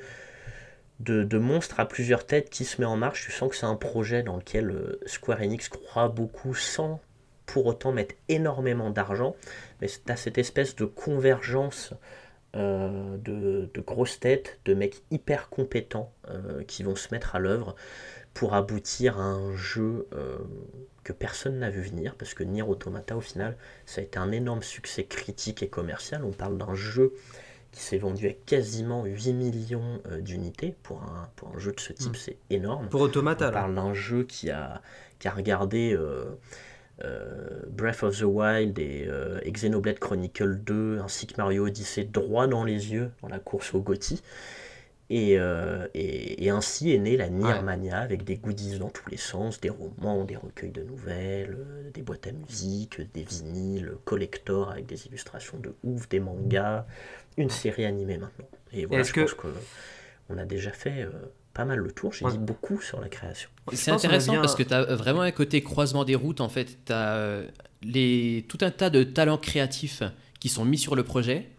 De, de monstre à plusieurs têtes qui se met en marche. Tu sens que c'est un projet dans lequel euh, Square Enix croit beaucoup sans pour autant mettre énormément d'argent, mais tu as cette espèce de convergence euh, de, de grosses têtes, de mecs hyper compétents euh, qui vont se mettre à l'œuvre pour aboutir à un jeu euh, que personne n'a vu venir, parce que Nier Automata au final ça a été un énorme succès critique et commercial. On parle d'un jeu qui s'est vendu à quasiment huit millions euh, d'unités. Pour un, pour un jeu de ce type, mmh. c'est énorme. Pour Automata, on parle là. d'un jeu qui a, qui a regardé euh, euh, Breath of the Wild et, euh, et Xenoblade Chronicle deux, ainsi que Mario Odyssey, droit dans les yeux dans la course au G O T Y. Et, euh, et, et ainsi est née la Nier ouais. Mania, avec des goodies dans tous les sens, des romans, des recueils de nouvelles, euh, des boîtes à musique, des vinyles, collector avec des illustrations de ouf, des mangas, une série animée maintenant. Et voilà, je que... pense qu'on a déjà fait euh, pas mal le tour. J'ai ouais. dit beaucoup sur la création. C'est intéressant bien... parce que tu as vraiment un côté croisement des routes. En fait, tu as les... tout un tas de talents créatifs qui sont mis sur le projet,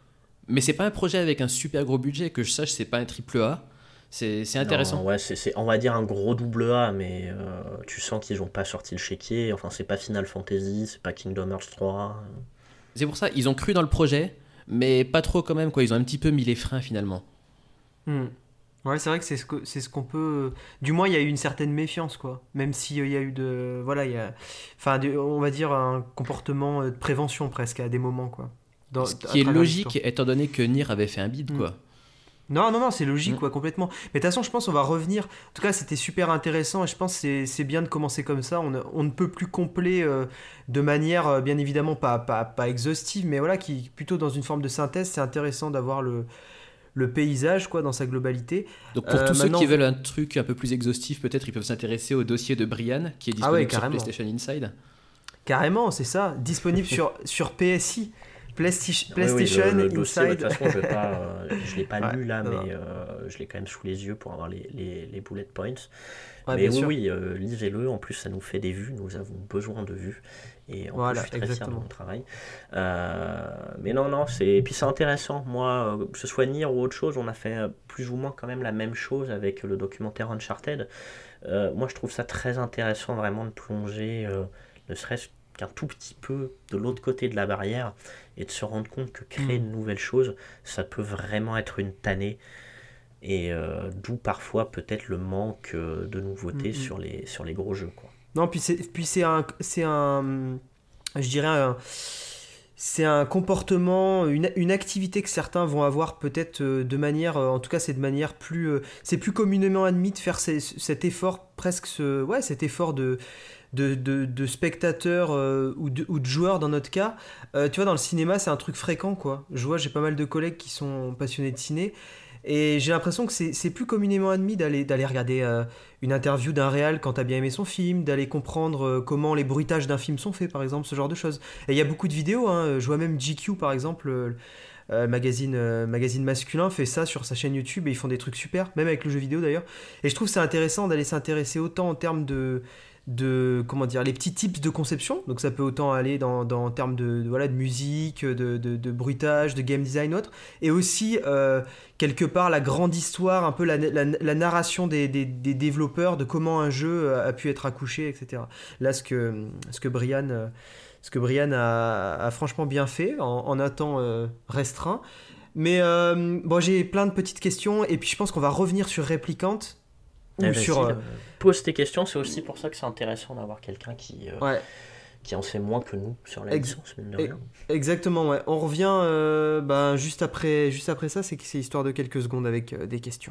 Mais c'est pas un projet avec un super gros budget, que je sache, c'est pas un triple A. C'est, c'est intéressant. Non, ouais, c'est, c'est, on va dire un gros double A, mais euh, tu sens qu'ils n'ont pas sorti le chéquier. Enfin, c'est pas Final Fantasy, c'est pas Kingdom Hearts trois. C'est pour ça, ils ont cru dans le projet, mais pas trop quand même, quoi. Ils ont un petit peu mis les freins finalement. Hmm. Ouais, c'est vrai que c'est ce, que, c'est ce qu'on peut. Du moins, il y a eu une certaine méfiance, quoi. Même s'il y a eu de. Voilà, il y a. Enfin, de- on va dire un comportement de prévention presque à des moments, quoi. Dans- Ce à qui est travers logique, l'histoire. étant donné que Nier avait fait un bid, Hmm. quoi. Non, non, non, c'est logique, Mm. quoi, complètement. Mais de toute façon, je pense qu'on va revenir. En tout cas, c'était super intéressant et je pense que c'est, c'est bien de commencer comme ça. On, ne- on ne peut plus complet euh, de manière, euh, bien évidemment, pas, pas, pas exhaustive, mais voilà, qui plutôt dans une forme de synthèse. C'est intéressant d'avoir le, le paysage, quoi, dans sa globalité. Donc pour Euh, tous ceux maintenant, qui veulent un truc un peu plus exhaustif, peut-être ils peuvent s'intéresser au dossier de Brian, qui est ah ouais, disponible sur carrément. PlayStation Inside. Carrément, c'est ça. Disponible sur, sur P S I, PlayStation, Oui, oui, PlayStation le, le dossier, de Inside. toute façon, je ne euh, je l'ai pas Ouais, lu là, non, non. mais euh, je l'ai quand même sous les yeux pour avoir les, les, les bullet points. Ouais, Mais bien oui, sûr. oui, euh, lisez-le. En plus, ça nous fait des vues. Nous avons besoin de vues. Et en plus, je Voilà, suis très fier de exactement. mon travail. Euh, mais non, non, c'est. Et puis c'est intéressant. Moi, euh, que ce soit Nier ou autre chose, on a fait euh, plus ou moins quand même la même chose avec le documentaire Uncharted. Euh, moi, je trouve ça très intéressant vraiment de plonger, euh, ne serait-ce qu'un tout petit peu de l'autre côté de la barrière et de se rendre compte que créer Hmm. de nouvelles choses, ça peut vraiment être une tannée. Et euh, d'où parfois peut-être le manque euh, de Hmm, nouveautés hmm. sur les, sur les gros jeux, quoi. Non, puis c'est, puis c'est un, c'est un, je dirais un, c'est un comportement, une, une activité que certains vont avoir peut-être euh, de manière, euh, en tout cas c'est de manière plus, euh, c'est plus communément admis de faire ces- cet effort, presque ce, ouais, cet effort de, de, de, de spectateurs euh, ou, de, ou de joueurs dans notre cas. Euh, tu vois, dans le cinéma c'est un truc fréquent, quoi. Je vois, j'ai pas mal de collègues qui sont passionnés de ciné. Et j'ai l'impression que c'est c'est plus communément admis d'aller d'aller regarder euh, une interview d'un réal quand t'as bien aimé son film, d'aller comprendre euh, comment les bruitages d'un film sont faits, par exemple, ce genre de choses. Et il y a beaucoup de vidéos, hein. Je vois même G Q, par exemple, euh, euh, magazine, euh, magazine masculin, fait ça sur sa chaîne YouTube et ils font des trucs super, même avec le jeu vidéo d'ailleurs. Et je trouve c'est intéressant d'aller s'intéresser autant en termes de, de comment dire, les petits tips de conception. Donc ça peut autant aller dans, dans en termes de, de, voilà, de musique, de, de, de bruitage, de game design autre, et aussi euh, quelque part la grande histoire, un peu la, la, la narration des, des, des développeurs de comment un jeu a pu être accouché, et cetera. Là, ce que, ce que Brian, euh, ce que Brian a, a franchement bien fait en, en un temps euh, restreint. Mais euh, bon, j'ai plein de petites questions et puis je pense qu'on va revenir sur Replicant Eh, ou vas-y, sur euh, euh, pose tes questions. C'est aussi pour ça que c'est intéressant d'avoir quelqu'un qui, euh, ouais. qui en sait moins que nous sur la Ex- licence, mine de ex- rien. Exactement, ouais. On revient euh, ben, juste après, juste après ça, c'est que c'est histoire de quelques secondes avec euh, des questions.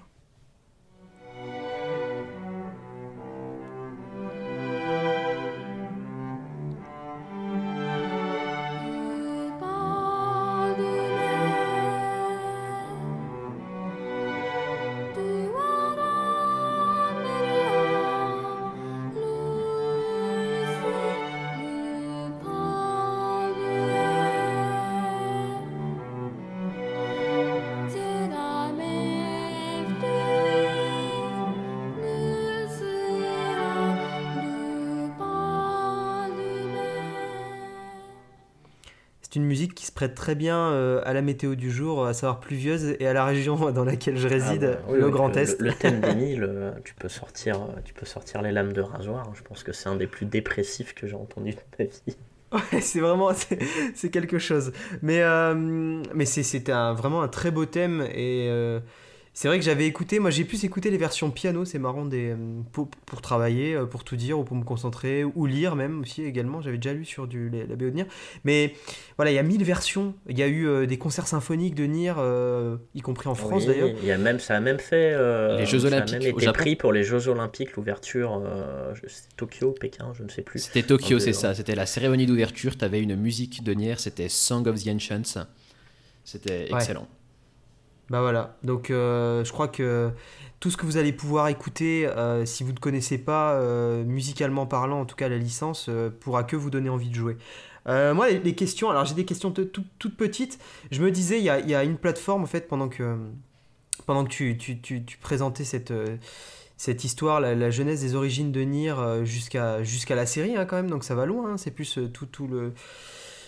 C'est une musique qui se prête très bien euh, à la météo du jour, à savoir pluvieuse, et à la région dans laquelle je Ah réside, bah, oui, le oui, Grand le, Est. le- le thème d'Émile, euh, tu peux sortir, euh, tu peux sortir les lames de rasoir. Je pense que c'est un des plus dépressifs que j'ai entendu de ma vie. Ouais, c'est vraiment c'est, c'est quelque chose. Mais, euh, mais c'est, c'était un, vraiment un très beau thème. Et euh, c'est vrai que j'avais écouté, moi j'ai pu écouter les versions piano, c'est marrant, des, euh, pour, pour travailler, euh, pour tout dire, ou pour me concentrer, ou lire même aussi également. J'avais déjà lu sur du, la, la B O de Nier. Mais voilà, il y a mille versions. Il y a eu euh, des concerts symphoniques de Nier, euh, y compris en France Oui, d'ailleurs. il y a même, ça a même fait, euh, Les Jeux ça a Olympiques même au été Japon. pris pour les Jeux Olympiques, l'ouverture, euh, je- c'était Tokyo, Pékin, je ne sais plus. C'était Tokyo, Un de- c'est ça. C'était la cérémonie d'ouverture. T'avais une musique de Nier, c'était Song of the Ancients. C'était Ouais. excellent. Bah voilà, donc euh, je crois que tout ce que vous allez pouvoir écouter, euh, si vous ne connaissez pas, euh, musicalement parlant, en tout cas la licence, euh, pourra que vous donner envie de jouer. Euh, moi, les, les questions, alors j'ai des questions te- tout- toutes petites. Je me disais, il y a, il y a une plateforme, en fait, pendant que, pendant que tu, tu, tu, tu présentais cette, euh, cette histoire, la, la genèse des origines de Nier euh, jusqu'à jusqu'à la série, hein, quand même, donc ça va loin, hein, c'est plus euh, tout, tout le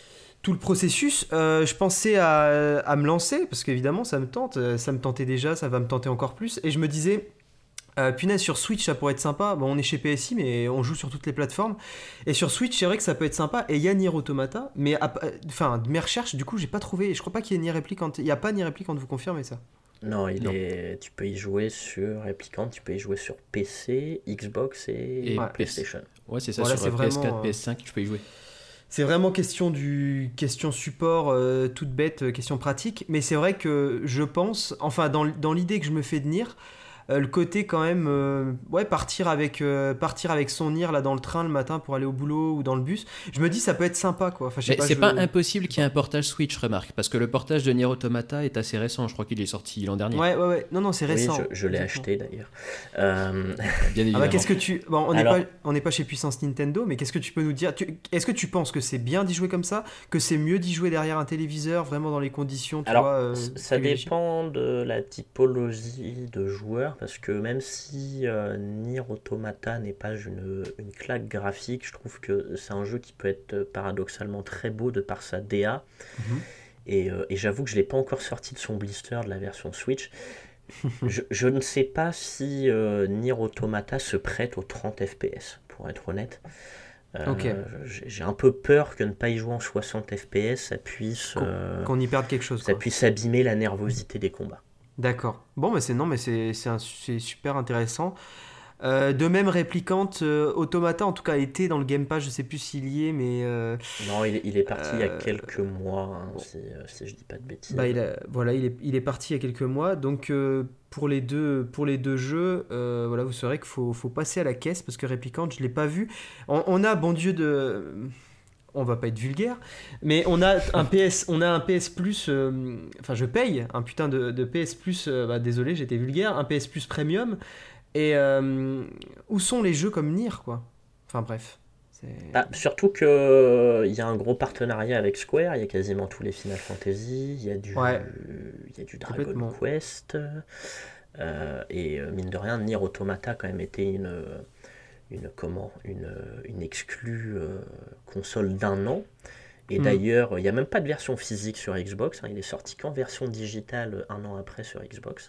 tout le processus, euh, je pensais à, à me lancer, parce qu'évidemment ça me tente, euh, ça me tentait déjà, ça va me tenter encore plus, et je me disais, euh, punaise, sur Switch ça pourrait être sympa, bon on est chez P S I mais on joue sur toutes les plateformes, et sur Switch c'est vrai que ça peut être sympa, et il y a Nier Automata, mais à- enfin de mes recherches du coup j'ai pas trouvé, je crois pas qu'il y ait Nier Replicant, il y a pas Nier Replicant, vous confirmez ça? Non, il Non. est... tu peux y jouer sur Replicant, tu peux y jouer sur P C, Xbox et, Et Ouais. PlayStation. Ouais, c'est ça, Voilà, sur c'est euh, P S quatre, vraiment, euh, P S cinq, tu peux y jouer. C'est vraiment question du question support, euh, toute bête, euh, question pratique. Mais c'est vrai que je pense, enfin dans, dans l'idée que je me fais de Nier, euh, le côté quand même, euh, ouais, partir avec euh, partir avec son Nier là dans le train le matin pour aller au boulot ou dans le bus. Je me dis ça peut être sympa quoi. Enfin je sais Mais pas. c'est je- pas impossible qu'il y ait un portage Switch, remarque, parce que le portage de Nier Automata est assez récent, je crois qu'il est sorti l'an dernier. Ouais ouais ouais. Non non c'est Oui, récent. je, je l'ai Exactement. acheté d'ailleurs. Euh, Bien Ah évidemment. bah qu'est-ce que tu bon on n'est Alors- pas on n'est pas chez Puissance Nintendo mais qu'est-ce que tu peux nous dire tu... Est-ce que tu penses que c'est bien d'y jouer comme ça, que c'est mieux d'y jouer derrière un téléviseur vraiment dans les conditions tu Alors, vois euh, c- ça privilégiées dépend de la typologie de joueur, parce que même si euh, Nier Automata n'est pas une, une claque graphique, je trouve que c'est un jeu qui peut être euh, paradoxalement très beau de par sa D A. Mhm. Et, euh, et j'avoue que je ne l'ai pas encore sorti de son blister de la version Switch. je, je ne sais pas si euh, Nier Automata se prête aux trente F P S, pour être honnête. Euh, Ok. j'ai j'ai un peu peur que ne pas y jouer en soixante F P S, ça puisse, Qu'on- euh, qu'on y perde quelque chose ça quoi. puisse abîmer la nervosité des combats. D'accord. Bon, mais c'est non, mais c'est c'est un- c'est super intéressant. Euh, de même, Réplicante, euh, Automata, en tout cas, était dans le Game Pass. Je sais plus s'il y est, mais euh, Non, il est, il est parti il y a Euh, quelques mois, hein, bon. si, euh, si je dis pas de bêtises. bah, il a- voilà, il est, il est parti il y a quelques mois. Donc, euh, pour les deux, pour les deux jeux, euh, voilà, vous saurez qu'il faut, faut passer à la caisse parce que Réplicante, je l'ai pas vu. On, on a, bon Dieu de, on va pas être vulgaire, mais on a un P S, on a un P S Plus. euh, Enfin, je paye un putain de, de P S Plus. euh, bah, désolé, j'étais vulgaire. Un P S Plus Premium. Et euh, où sont les jeux comme Nier, quoi? Enfin bref. C'est... Ah, surtout que euh, il y a un gros partenariat avec Square, il y a quasiment tous les Final Fantasy, il y a du, Ouais. il y a du Dragon Complètement. Quest, euh, et euh, mine de rien, Nier Automata a quand même été une, une, comment, une, une exclue euh, console d'un an. Et Mm. d'ailleurs, il n'y a même pas de version physique sur Xbox, hein, il est sorti qu'en version digitale un an après sur Xbox.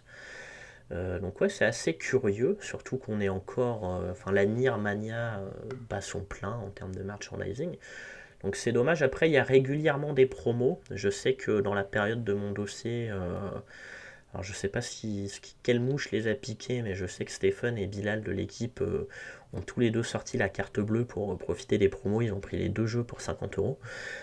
Euh, donc ouais, c'est assez curieux, surtout qu'on est encore, euh, enfin la Nier Mania euh, bat son plein en termes de merchandising. Donc c'est dommage. Après, il y a régulièrement des promos. Je sais que dans la période de mon dossier, euh, alors je sais pas si, ce qui- quelle mouche les a piqués, mais je sais que Stephen et Bilal de l'équipe euh, ont tous les deux sorti la carte bleue pour euh, profiter des promos. Ils ont pris les deux jeux pour cinquante euros.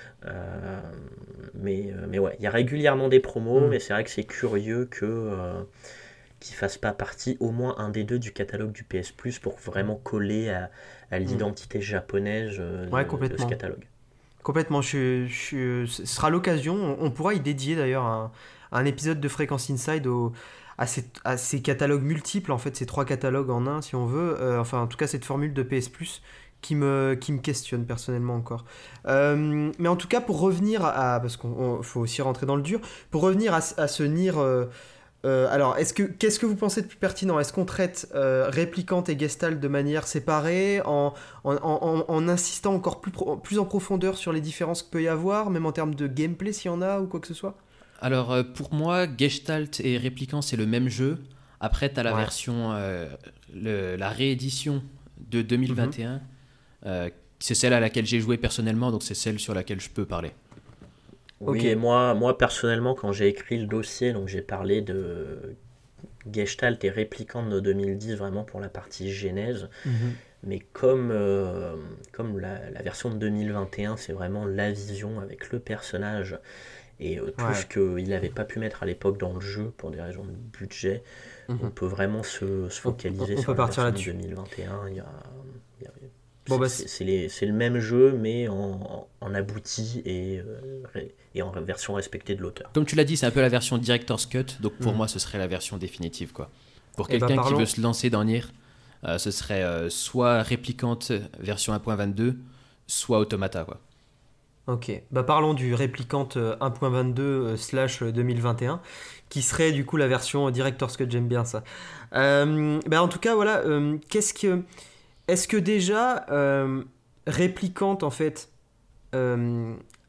Euh, mais, euh, mais ouais, il y a régulièrement des promos, Mm. mais c'est vrai que c'est curieux que euh, qui fasse pas partie au moins un des deux du catalogue du P S Plus pour vraiment coller à, à l'identité japonaise euh, Ouais, de, de complètement. ce catalogue. Complètement. Je, je- ce sera l'occasion. On, on pourra y dédier d'ailleurs un, un épisode de Fréquence Inside au, à, ces, à ces catalogues multiples, en fait, ces trois catalogues en un, si on veut. Euh, enfin, en tout cas, cette formule de P S Plus qui me, qui me questionne personnellement encore. Euh, mais en tout cas, pour revenir à... Parce qu'il faut aussi rentrer dans le dur. Pour revenir à, ce- à ce Nier... euh, euh, alors, est-ce que, qu'est-ce que vous pensez de plus pertinent? Est-ce qu'on traite euh, Réplicante et Gestalt de manière séparée, en, en, en- en insistant encore plus, pro- plus en profondeur sur les différences qu'il peut y avoir, même en termes de gameplay s'il y en a ou quoi que ce soit? Alors, euh, pour moi, Gestalt et Réplicant, c'est le même jeu. Après, tu as la Ouais. version, euh, le- la réédition de deux mille vingt et un. Euh, c'est celle à laquelle j'ai joué personnellement, donc c'est celle sur laquelle je peux parler. Oui, Ok. et moi, moi personnellement, quand j'ai écrit le dossier, donc j'ai parlé de Gestalt et Réplicant de deux mille dix vraiment pour la partie genèse. Mais comme, euh, comme la, la version de deux mille vingt et un, c'est vraiment la vision avec le personnage et euh, tout Ouais. ce qu'il n'avait pas pu mettre à l'époque dans le jeu pour des raisons de budget, Mhm. on peut vraiment se, se focaliser on- on sur peut la partir version de là-dessus. deux mille vingt et un. Il y a, il y a- Bon, c'est- bah, c'est c'est les- c'est le même jeu, mais en, en abouti et, euh, ré- et en version respectée de l'auteur. Comme tu l'as dit, c'est un peu la version Director's Cut, donc pour Mhm. moi, ce serait la version définitive, quoi. Pour Eh ben, quelqu'un qui parlons- veut se lancer dans Nier, euh, ce serait euh, soit Réplicante version un point vingt-deux, soit Automata, quoi. Ok, bah parlons du Réplicante euh, un point vingt-deux euh, slash deux mille vingt et un, qui serait du coup la version Director's Cut, j'aime bien ça. Euh, bah en tout cas, voilà, euh, qu'est-ce que... Est-ce que déjà, euh, Réplicante, en fait, euh,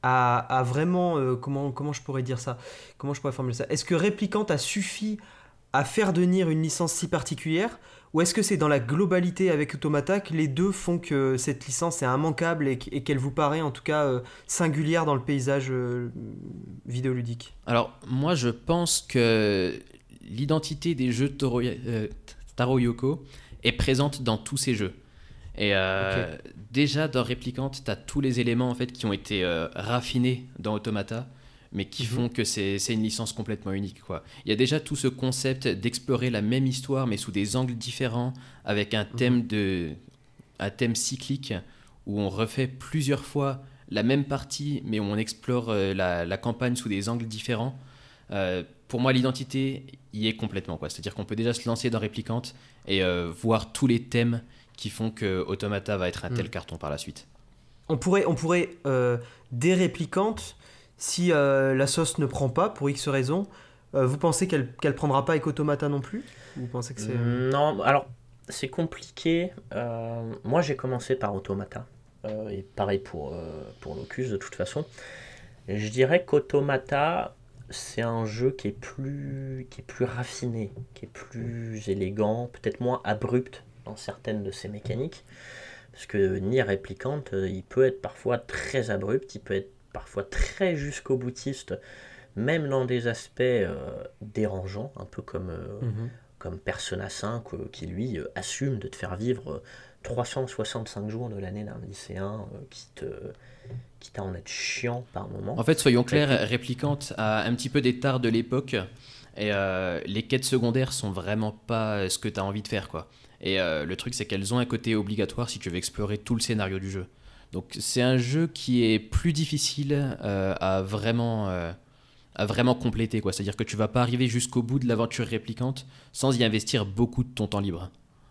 a, a vraiment... euh, comment, comment je pourrais dire ça? Comment je pourrais formuler ça? Est-ce que Replicant a suffi à faire de Nier une licence si particulière? Ou est-ce que c'est dans la globalité avec Automata que les deux font que cette licence est immanquable et, et qu'elle vous paraît en tout cas euh, singulière dans le paysage euh, vidéoludique? Alors, moi, je pense que l'identité des jeux Toro, euh, Taro Yoko est présente dans tous ces jeux. Et euh, Ok. déjà, dans Replicant, tu as tous les éléments en fait, qui ont été euh, raffinés dans Automata, mais qui Mhm. font que c'est c'est une licence complètement unique, quoi. Il y a déjà tout ce concept d'explorer la même histoire, mais sous des angles différents, avec un Mhm. thème, de, un thème cyclique, où on refait plusieurs fois la même partie, mais où on explore euh, la, la campagne sous des angles différents. Euh, pour moi, l'identité y est complètement, quoi. C'est-à-dire qu'on peut déjà se lancer dans Replicant et euh, voir tous les thèmes qui font que Automata va être un tel Mhm. carton par la suite. On pourrait, on pourrait euh, des réplicantes, si euh, la sauce ne prend pas, pour X raisons, euh, vous pensez qu'elle qu'elle prendra pas avec Automata non plus? Vous pensez que c'est... euh, Non, alors c'est compliqué. Euh, moi j'ai commencé par Automata. Euh, et pareil pour, euh, pour Locus de toute façon. Et je dirais qu'Automata, c'est un jeu qui est, plus, qui est plus raffiné, qui est plus élégant, peut-être moins abrupt dans certaines de ses mécaniques. Parce que Nier Replicant, euh, il peut être parfois très abrupt, il peut être parfois très jusqu'au boutiste, même dans des aspects euh, dérangeants, un peu comme, euh, mhm. comme Persona cinq, euh, qui lui euh, assume de te faire vivre euh, trois cent soixante-cinq jours de l'année d'un lycéen, euh, qui te quitte à en être chiant par moment. En fait, soyons Avec une- clairs, Replicant a un petit peu des tares de l'époque et euh, les quêtes secondaires sont vraiment pas ce que tu as envie de faire, quoi. Et euh, le truc, c'est qu'elles ont un côté obligatoire si tu veux explorer tout le scénario du jeu. Donc c'est un jeu qui est plus difficile euh, à vraiment euh, à vraiment compléter, quoi. C'est-à-dire que tu vas pas arriver jusqu'au bout de l'aventure Replicante sans y investir beaucoup de ton temps libre.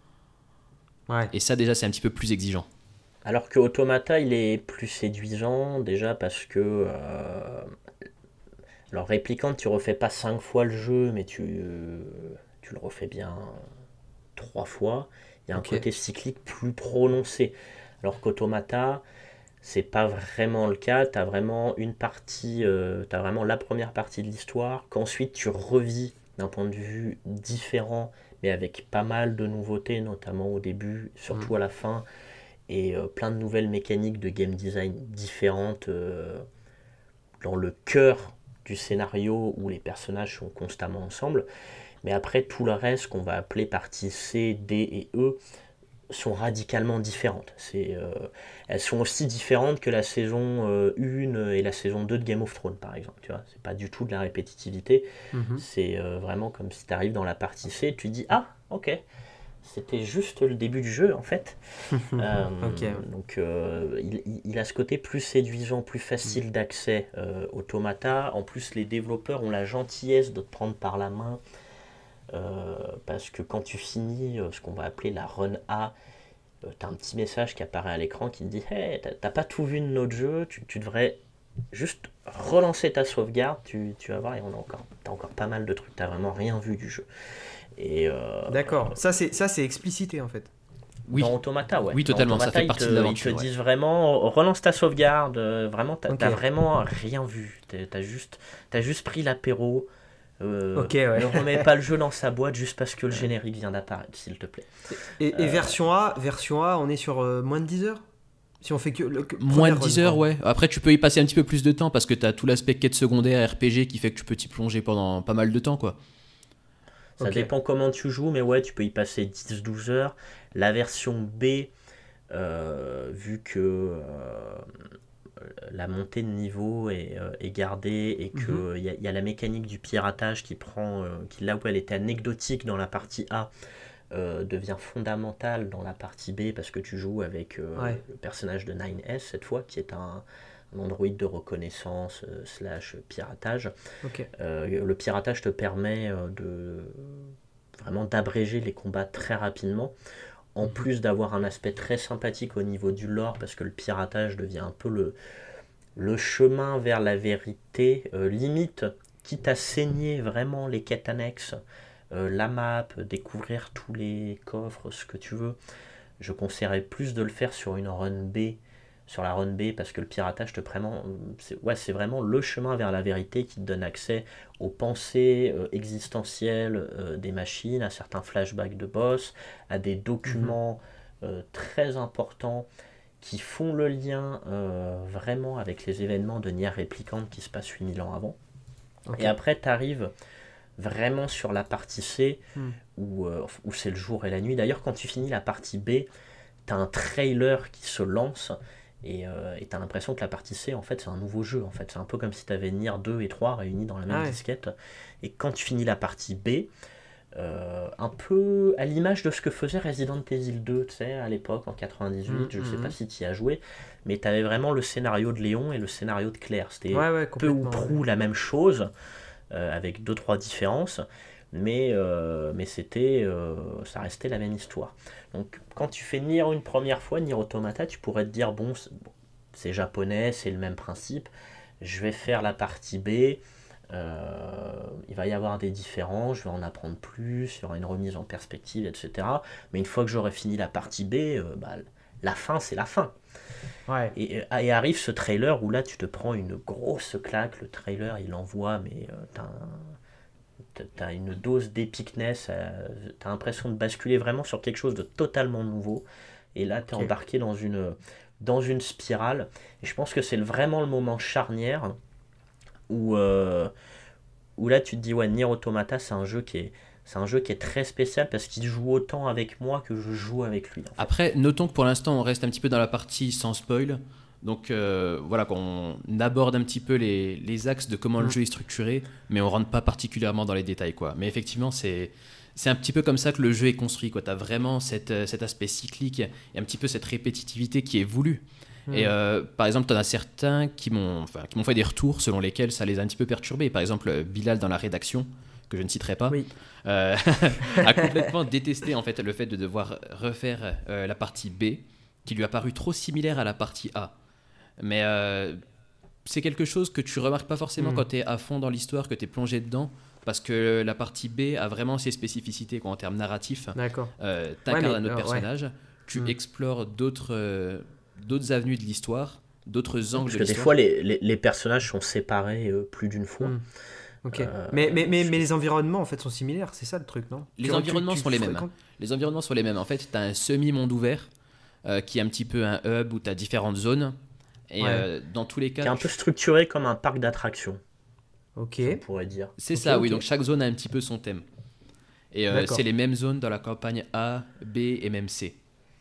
Ouais. Et ça déjà c'est un petit peu plus exigeant. Alors que Automata, il est plus séduisant, déjà parce que... euh, Alors, Replicant, tu refais pas cinq fois le jeu, mais tu, euh, tu le refais bien trois fois. Il y a un Ok. côté cyclique plus prononcé. Alors qu'Automata, c'est pas vraiment le cas. Tu as vraiment une partie, euh, tu as vraiment la première partie de l'histoire, qu'ensuite tu revis d'un point de vue différent, mais avec pas mal de nouveautés, notamment au début, surtout Mhm. à la fin, et euh, plein de nouvelles mécaniques de game design différentes euh, dans le cœur du scénario où les personnages sont constamment ensemble. Mais après, tout le reste qu'on va appeler partie C, D et E sont radicalement différentes. C'est, euh, elles sont aussi différentes que la saison euh, un et la saison deux de Game of Thrones, par exemple. Tu vois, c'est pas du tout de la répétitivité. Mhm. C'est euh, vraiment comme si tu arrives dans la partie C et tu dis ah, ok, c'était juste le début du jeu en fait. Euh, Ok. Ouais. donc euh, il, il- il a ce côté plus séduisant, plus facile d'accès, euh, Automata. En plus, les développeurs ont la gentillesse de te prendre par la main, euh, parce que quand tu finis euh, ce qu'on va appeler la run A, euh, tu as un petit message qui apparaît à l'écran qui te dit hey, t'as t'as pas tout vu de notre jeu, tu, tu devrais juste relancer ta sauvegarde, tu, tu vas voir, et on a encore, t'as encore pas mal de trucs, t'as vraiment rien vu du jeu. Et euh, D'accord. Ça c'est ça c'est explicité en fait. dans Oui, Automata, ouais. oui Dans totalement, ça Automata, fait ils partie de te, ils te l'aventure, ouais. disent vraiment relance ta sauvegarde. euh, vraiment, t'as Ok. t'as vraiment rien vu. T'as t'as juste, t'as juste pris l'apéro. euh, Ok. Ouais. ne remets pas le jeu dans sa boîte juste parce que le générique vient d'apparaître, s'il te plaît. Et, et version A, version A, on est sur euh, moins de dix heures? Si on fait que le que- Moins de première dix run, heures, pardon. ouais. Après, tu peux y passer un petit peu plus de temps parce que tu as tout l'aspect quête secondaire R P G qui fait que tu peux t'y plonger pendant pas mal de temps, quoi. Ça Ok. dépend comment tu joues, mais ouais, tu peux y passer dix douze heures. La version B, euh, vu que euh, la montée de niveau est, euh, est gardée et qu'il Mhm. y, a- y a la mécanique du piratage qui prend, euh, qui là où elle était anecdotique dans la partie A, euh, devient fondamentale dans la partie B parce que tu joues avec euh, Ouais. le personnage de nine S cette fois, qui est un, un androïde de reconnaissance euh, slash piratage. Ok. Euh, le piratage te permet euh, de vraiment d'abréger les combats très rapidement, en Mhm. plus d'avoir un aspect très sympathique au niveau du lore, parce que le piratage devient un peu le, le chemin vers la vérité, euh, limite, quitte à saigner vraiment les quêtes annexes, euh, la map, découvrir tous les coffres, ce que tu veux. Je conseillerais plus de le faire sur une run B, sur la run B, parce que le piratage te vraiment, c'est, ouais, c'est vraiment le chemin vers la vérité qui te donne accès aux pensées euh, existentielles euh, des machines, à certains flashbacks de boss, à des documents mm-hmm. euh, très importants qui font le lien euh, vraiment avec les événements de Nier Replicant qui se passent huit mille ans avant. Okay. Et après, tu arrives vraiment sur la partie C, mm. où, euh, où c'est le jour et la nuit. D'ailleurs, quand tu finis la partie B, tu as un trailer qui se lance, et euh, tu as l'impression que la partie C, en fait, c'est un nouveau jeu. En fait. C'est un peu comme si tu avais Nier deux et trois réunis dans la même ah ouais. disquette. Et quand tu finis la partie B, Euh, un peu à l'image de ce que faisait Resident Evil deux, tu sais, à l'époque, en quatre-vingt-dix-huit, mmh, je sais mmh. pas si tu y as joué, mais tu avais vraiment le scénario de Léon et le scénario de Claire. C'était ouais, ouais, peu ou prou ouais. la même chose, euh, avec deux trois différences, mais, euh, mais c'était, euh, ça restait la même histoire. Donc quand tu fais Nier une première fois, Nier Automata, tu pourrais te dire, bon, c'est, bon, c'est japonais, c'est le même principe, je vais faire la partie B. Euh, il va y avoir des différences, je vais en apprendre plus, il y aura une remise en perspective, et cetera. Mais une fois que j'aurai fini la partie B, euh, bah, la fin, c'est la fin. Ouais. Et, et arrive ce trailer où là, tu te prends une grosse claque. Le trailer, il envoie, mais euh, t'as, un, t'as une dose d'épicness, euh, t'as l'impression de basculer vraiment sur quelque chose de totalement nouveau. Et là, t'es okay. embarqué dans une, dans une spirale. Et je pense que c'est vraiment le moment charnière Où, euh, où là tu te dis ouais, Nier Automata c'est un jeu qui est c'est un jeu qui est très spécial parce qu'il joue autant avec moi que je joue avec lui. En fait. Après, notons que pour l'instant on reste un petit peu dans la partie sans spoil, donc euh, voilà, qu'on aborde un petit peu les, les axes de comment mmh. le jeu est structuré, mais on rentre pas particulièrement dans les détails quoi. Mais effectivement c'est c'est un petit peu comme ça que le jeu est construit quoi. T'as vraiment cette, cet aspect cyclique et un petit peu cette répétitivité qui est voulue. Et euh, par exemple, tu en as certains qui m'ont, enfin, qui m'ont fait des retours selon lesquels ça les a un petit peu perturbés. Par exemple, Bilal dans la rédaction, que je ne citerai pas, oui. euh, a complètement détesté en fait, le fait de devoir refaire euh, la partie B, qui lui a paru trop similaire à la partie A. Mais euh, c'est quelque chose que tu remarques pas forcément mmh. quand tu es à fond dans l'histoire, que tu es plongé dedans. Parce que la partie B a vraiment ses spécificités quoi, en termes narratifs. D'accord. Euh, tu incarnes ouais, un autre euh, personnage, ouais. tu mmh. explores d'autres... Euh, d'autres avenues de l'histoire, d'autres angles Parce de que l'histoire. Des fois, les, les, les personnages sont séparés euh, plus d'une fois. Mmh. Ok. Euh, mais, mais, mais, mais les environnements, en fait, sont similaires, c'est ça le truc, non? Les tu, environnements tu, tu, sont tu les mêmes. Quand... Les environnements sont les mêmes. En fait, tu as un semi-monde ouvert, euh, qui est un petit peu un hub où tu as différentes zones. Et ouais. euh, dans tous les cas... Qui est un peu structuré comme un parc d'attractions. Ok. On pourrait dire. C'est okay, ça, okay. oui. Donc chaque zone a un petit peu son thème. Et euh, c'est les mêmes zones dans la campagne A, B et même C.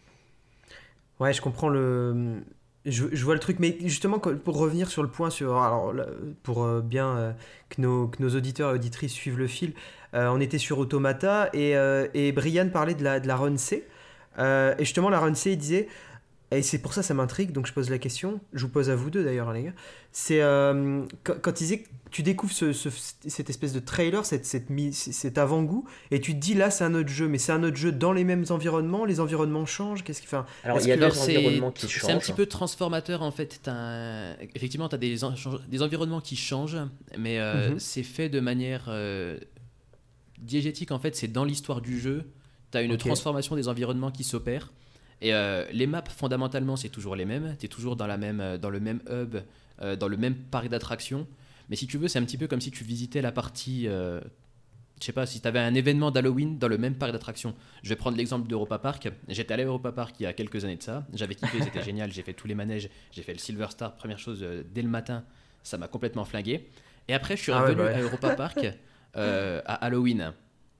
Ouais, je comprends le... Je, je vois le truc, mais justement, pour revenir sur le point, sur, alors, pour euh, bien euh, que, nos, que nos auditeurs et auditrices suivent le fil, euh, on était sur Automata et, euh, et Brian parlait de la, de la run C. Euh, et justement, la run C, il disait, et c'est pour ça que ça m'intrigue, donc je pose la question, je vous pose à vous deux d'ailleurs, les gars, c'est euh, quand, quand il disait que tu découvres ce, ce, cette espèce de trailer, cette, cette, cet avant-goût, et tu te dis là c'est un autre jeu, mais c'est un autre jeu dans les mêmes environnements, les environnements changent, qu'est-ce qu'il fait? Alors il y a des environnements qui changent. C'est un petit peu transformateur en fait, t'as un... effectivement tu as des, en... des environnements qui changent, mais euh, mm-hmm. c'est fait de manière euh, diégétique en fait, c'est dans l'histoire du jeu, tu as une okay. transformation des environnements qui s'opère. Et euh, les maps, fondamentalement, c'est toujours les mêmes. Tu es toujours dans, la même, dans le même hub, euh, dans le même parc d'attractions. Mais si tu veux, c'est un petit peu comme si tu visitais la partie... Euh, je sais pas, si tu avais un événement d'Halloween dans le même parc d'attractions. Je vais prendre l'exemple d'Europa Park. J'étais allé à Europa Park il y a quelques années de ça. J'avais kiffé, c'était génial. J'ai fait tous les manèges. J'ai fait le Silver Star, première chose, euh, dès le matin. Ça m'a complètement flingué. Et après, je suis revenu ah ouais, bah ouais. à Europa Park euh, à Halloween.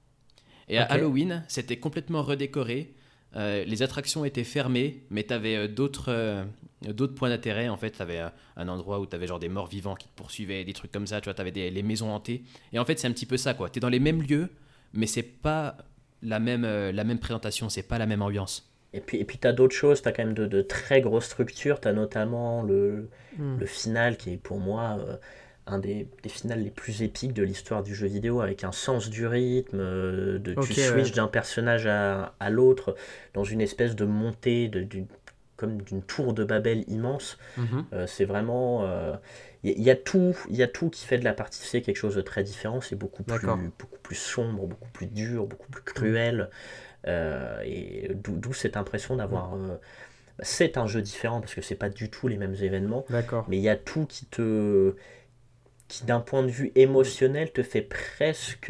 Et à okay. Halloween, c'était complètement redécoré. Euh, les attractions étaient fermées, mais tu avais euh, d'autres, euh, d'autres points d'intérêt. En fait, tu avais euh, un endroit où tu avais genre des morts vivants qui te poursuivaient, des trucs comme ça. Tu vois, tu avais des, les maisons hantées. Et en fait, c'est un petit peu ça, quoi. Tu es dans les mêmes lieux, mais c'est pas la même, euh, la même présentation, c'est pas la même ambiance. Et puis, et puis tu as d'autres choses, tu as quand même de, de très grosses structures. Tu as notamment le, mm. le final qui est pour moi... Euh, un des, des finales les plus épiques de l'histoire du jeu vidéo, avec un sens du rythme, de, okay, tu switches ouais. d'un personnage à, à l'autre dans une espèce de montée, de, d'une, comme d'une tour de Babel immense. Mm-hmm. Euh, c'est vraiment... Il euh, y, y, a tout, y a tout qui fait de la partie C quelque chose de très différent. C'est beaucoup plus, beaucoup plus sombre, beaucoup plus dur, beaucoup plus cruel. Mm. Euh, et d'où, d'où cette impression d'avoir... Mm. Euh, bah, c'est un jeu différent parce que c'est pas du tout les mêmes événements, D'accord. mais il y a tout qui te, qui d'un point de vue émotionnel te fait presque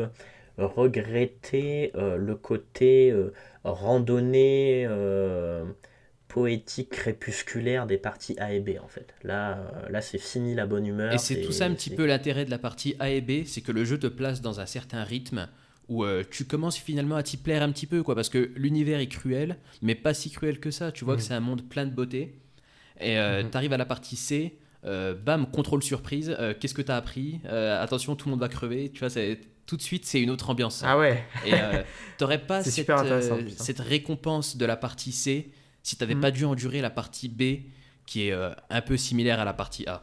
regretter euh, le côté euh, randonnée euh, poétique crépusculaire des parties A et B en fait. Là, euh, là c'est fini la bonne Et humeur, c'est tout ça un c'est, petit c'est... peu l'intérêt de la partie A et B, c'est que le jeu te place dans un certain rythme où euh, tu commences finalement à t'y plaire un petit peu, quoi, parce que l'univers est cruel, mais pas si cruel que ça. Tu vois que Mhm. c'est un monde plein de beauté. Et euh, Mhm. t'arrives à la partie C, euh, bam, contrôle surprise, euh, qu'est-ce que t'as appris? Euh, attention, tout le monde va crever, tu vois, c'est, tout de suite, c'est une autre ambiance. Ah ouais, Et euh, t'aurais pas c'est super cette, intéressant, euh, putain. cette récompense de la partie C si t'avais Mhm. pas dû endurer la partie B, qui est euh, un peu similaire à la partie A.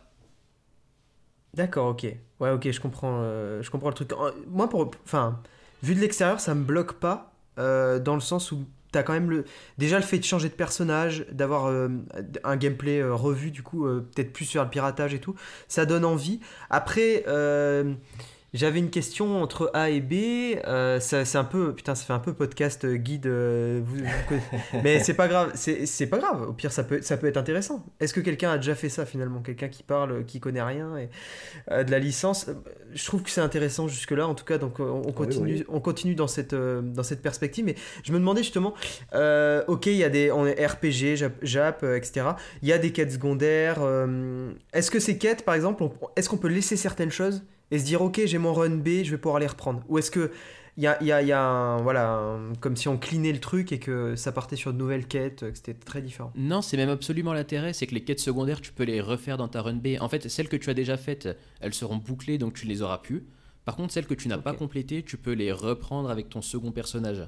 D'accord, ok. Ouais, ok, je comprends, euh, je comprends le truc. En- Moi, pour, enfin, vu de l'extérieur, ça me bloque pas, euh, dans le sens où t'as quand même le, déjà le fait de changer de personnage, d'avoir euh, un gameplay euh, revu, du coup, euh, peut-être plus sur le piratage et tout, ça donne envie. Après, euh, j'avais une question entre A et B. Euh, ça- c'est un peu, putain, ça fait un peu podcast euh, guide. Euh, vous, vous conna- mais c'est pas grave. C'est c'est pas grave. Au pire, ça peut, ça peut être intéressant. Est-ce que quelqu'un a déjà fait ça finalement? Quelqu'un qui parle, qui connaît rien et euh, de la licence. Euh, Je trouve que c'est intéressant jusque-là, en tout cas. Donc, euh, on Oui, oui. continue, on continue dans cette, euh, dans cette perspective. Mais je me demandais justement, euh, ok, il y a des, on est R P G, Jap, Jap, euh, et cetera. Il y a des quêtes secondaires. euh, est-ce que ces quêtes, par exemple, on- est-ce qu'on peut laisser certaines choses et se dire, ok, j'ai mon run B, je vais pouvoir les reprendre? Ou est-ce que il y a, il y a, il y a un, voilà, un- comme si on cleanait le truc et que ça partait sur de nouvelles quêtes, euh, que c'était très différent. Non, c'est même absolument l'intérêt, c'est que les quêtes secondaires, tu peux les refaire dans ta run B. En fait, celles que tu as déjà faites, elles seront bouclées, donc tu les auras plus. Par contre, celles que tu n'as pas Ok. complétées, tu peux les reprendre avec ton second personnage.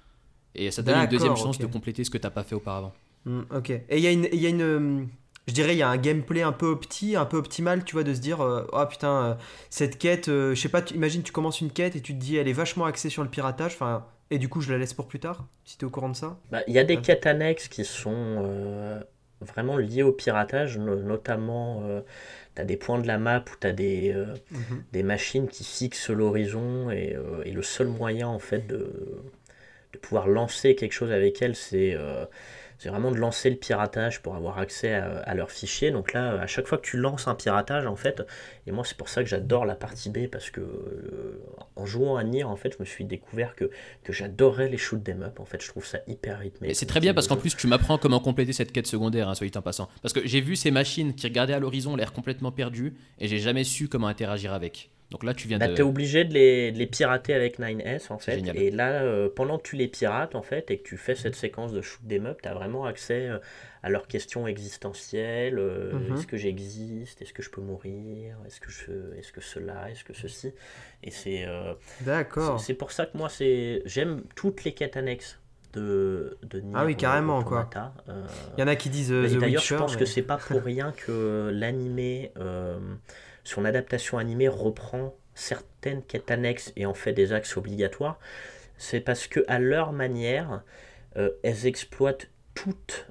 Et ça te donne une deuxième D'accord, chance ok. de compléter ce que tu n'as pas fait auparavant. Hmm, ok. Et il y a une, il y a une, euh, je dirais, il y a un gameplay un peu opti, un peu optimal, tu vois, de se dire, euh, oh putain, euh, cette quête, euh, je sais pas, tu, imagine, tu commences une quête et tu te dis, elle est vachement axée sur le piratage, enfin, et du coup, je la laisse pour plus tard, si t'es au courant de ça. Bah, il y a des Ouais. quêtes annexes qui sont euh, vraiment liées au piratage, no- notamment tu as des points de la map où tu as des, euh, Mhm. des machines qui fixent l'horizon et, euh, et le seul moyen en fait de, de pouvoir lancer quelque chose avec elles, c'est euh, c'est vraiment de lancer le piratage pour avoir accès à, à leurs fichiers. Donc là, à chaque fois que tu lances un piratage, en fait, et moi c'est pour ça que j'adore la partie B, parce que euh, en jouant à Nier, en fait, je me suis découvert que, que j'adorais les shoot 'em up. En fait, je trouve ça hyper rythmé Et c'est comme très bien style parce de qu'en jeu. plus, tu m'apprends comment compléter cette quête secondaire, hein, soit dit en passant. Parce que j'ai vu ces machines qui regardaient à l'horizon, l'air complètement perdues, et j'ai jamais su comment interagir avec. Donc là, tu viens Bah, t'es de. obligé de les, de les pirater avec nine S en C'est fait. génial. Et là, euh, pendant que tu les pirates en fait et que tu fais cette séquence de shoot 'em up, t'as vraiment accès euh, à leurs questions existentielles. Euh, est-ce Mhm. que j'existe? Est-ce que je peux mourir? Est-ce que je, est-ce que cela? Est-ce que ceci? Et c'est, euh, c'est, D'accord. c'est pour ça que moi, c'est, j'aime toutes les quêtes annexes de, de Ah Nier oui, euh, carrément, quoi. Automata. Euh, Il y en a qui disent euh, et The d'ailleurs, je Witcher, pense que mais... c'est pas pour rien que l'animé, euh, son adaptation animée reprend certaines quêtes annexes et en fait des axes obligatoires. C'est parce que à leur manière, euh, elles exploitent toutes.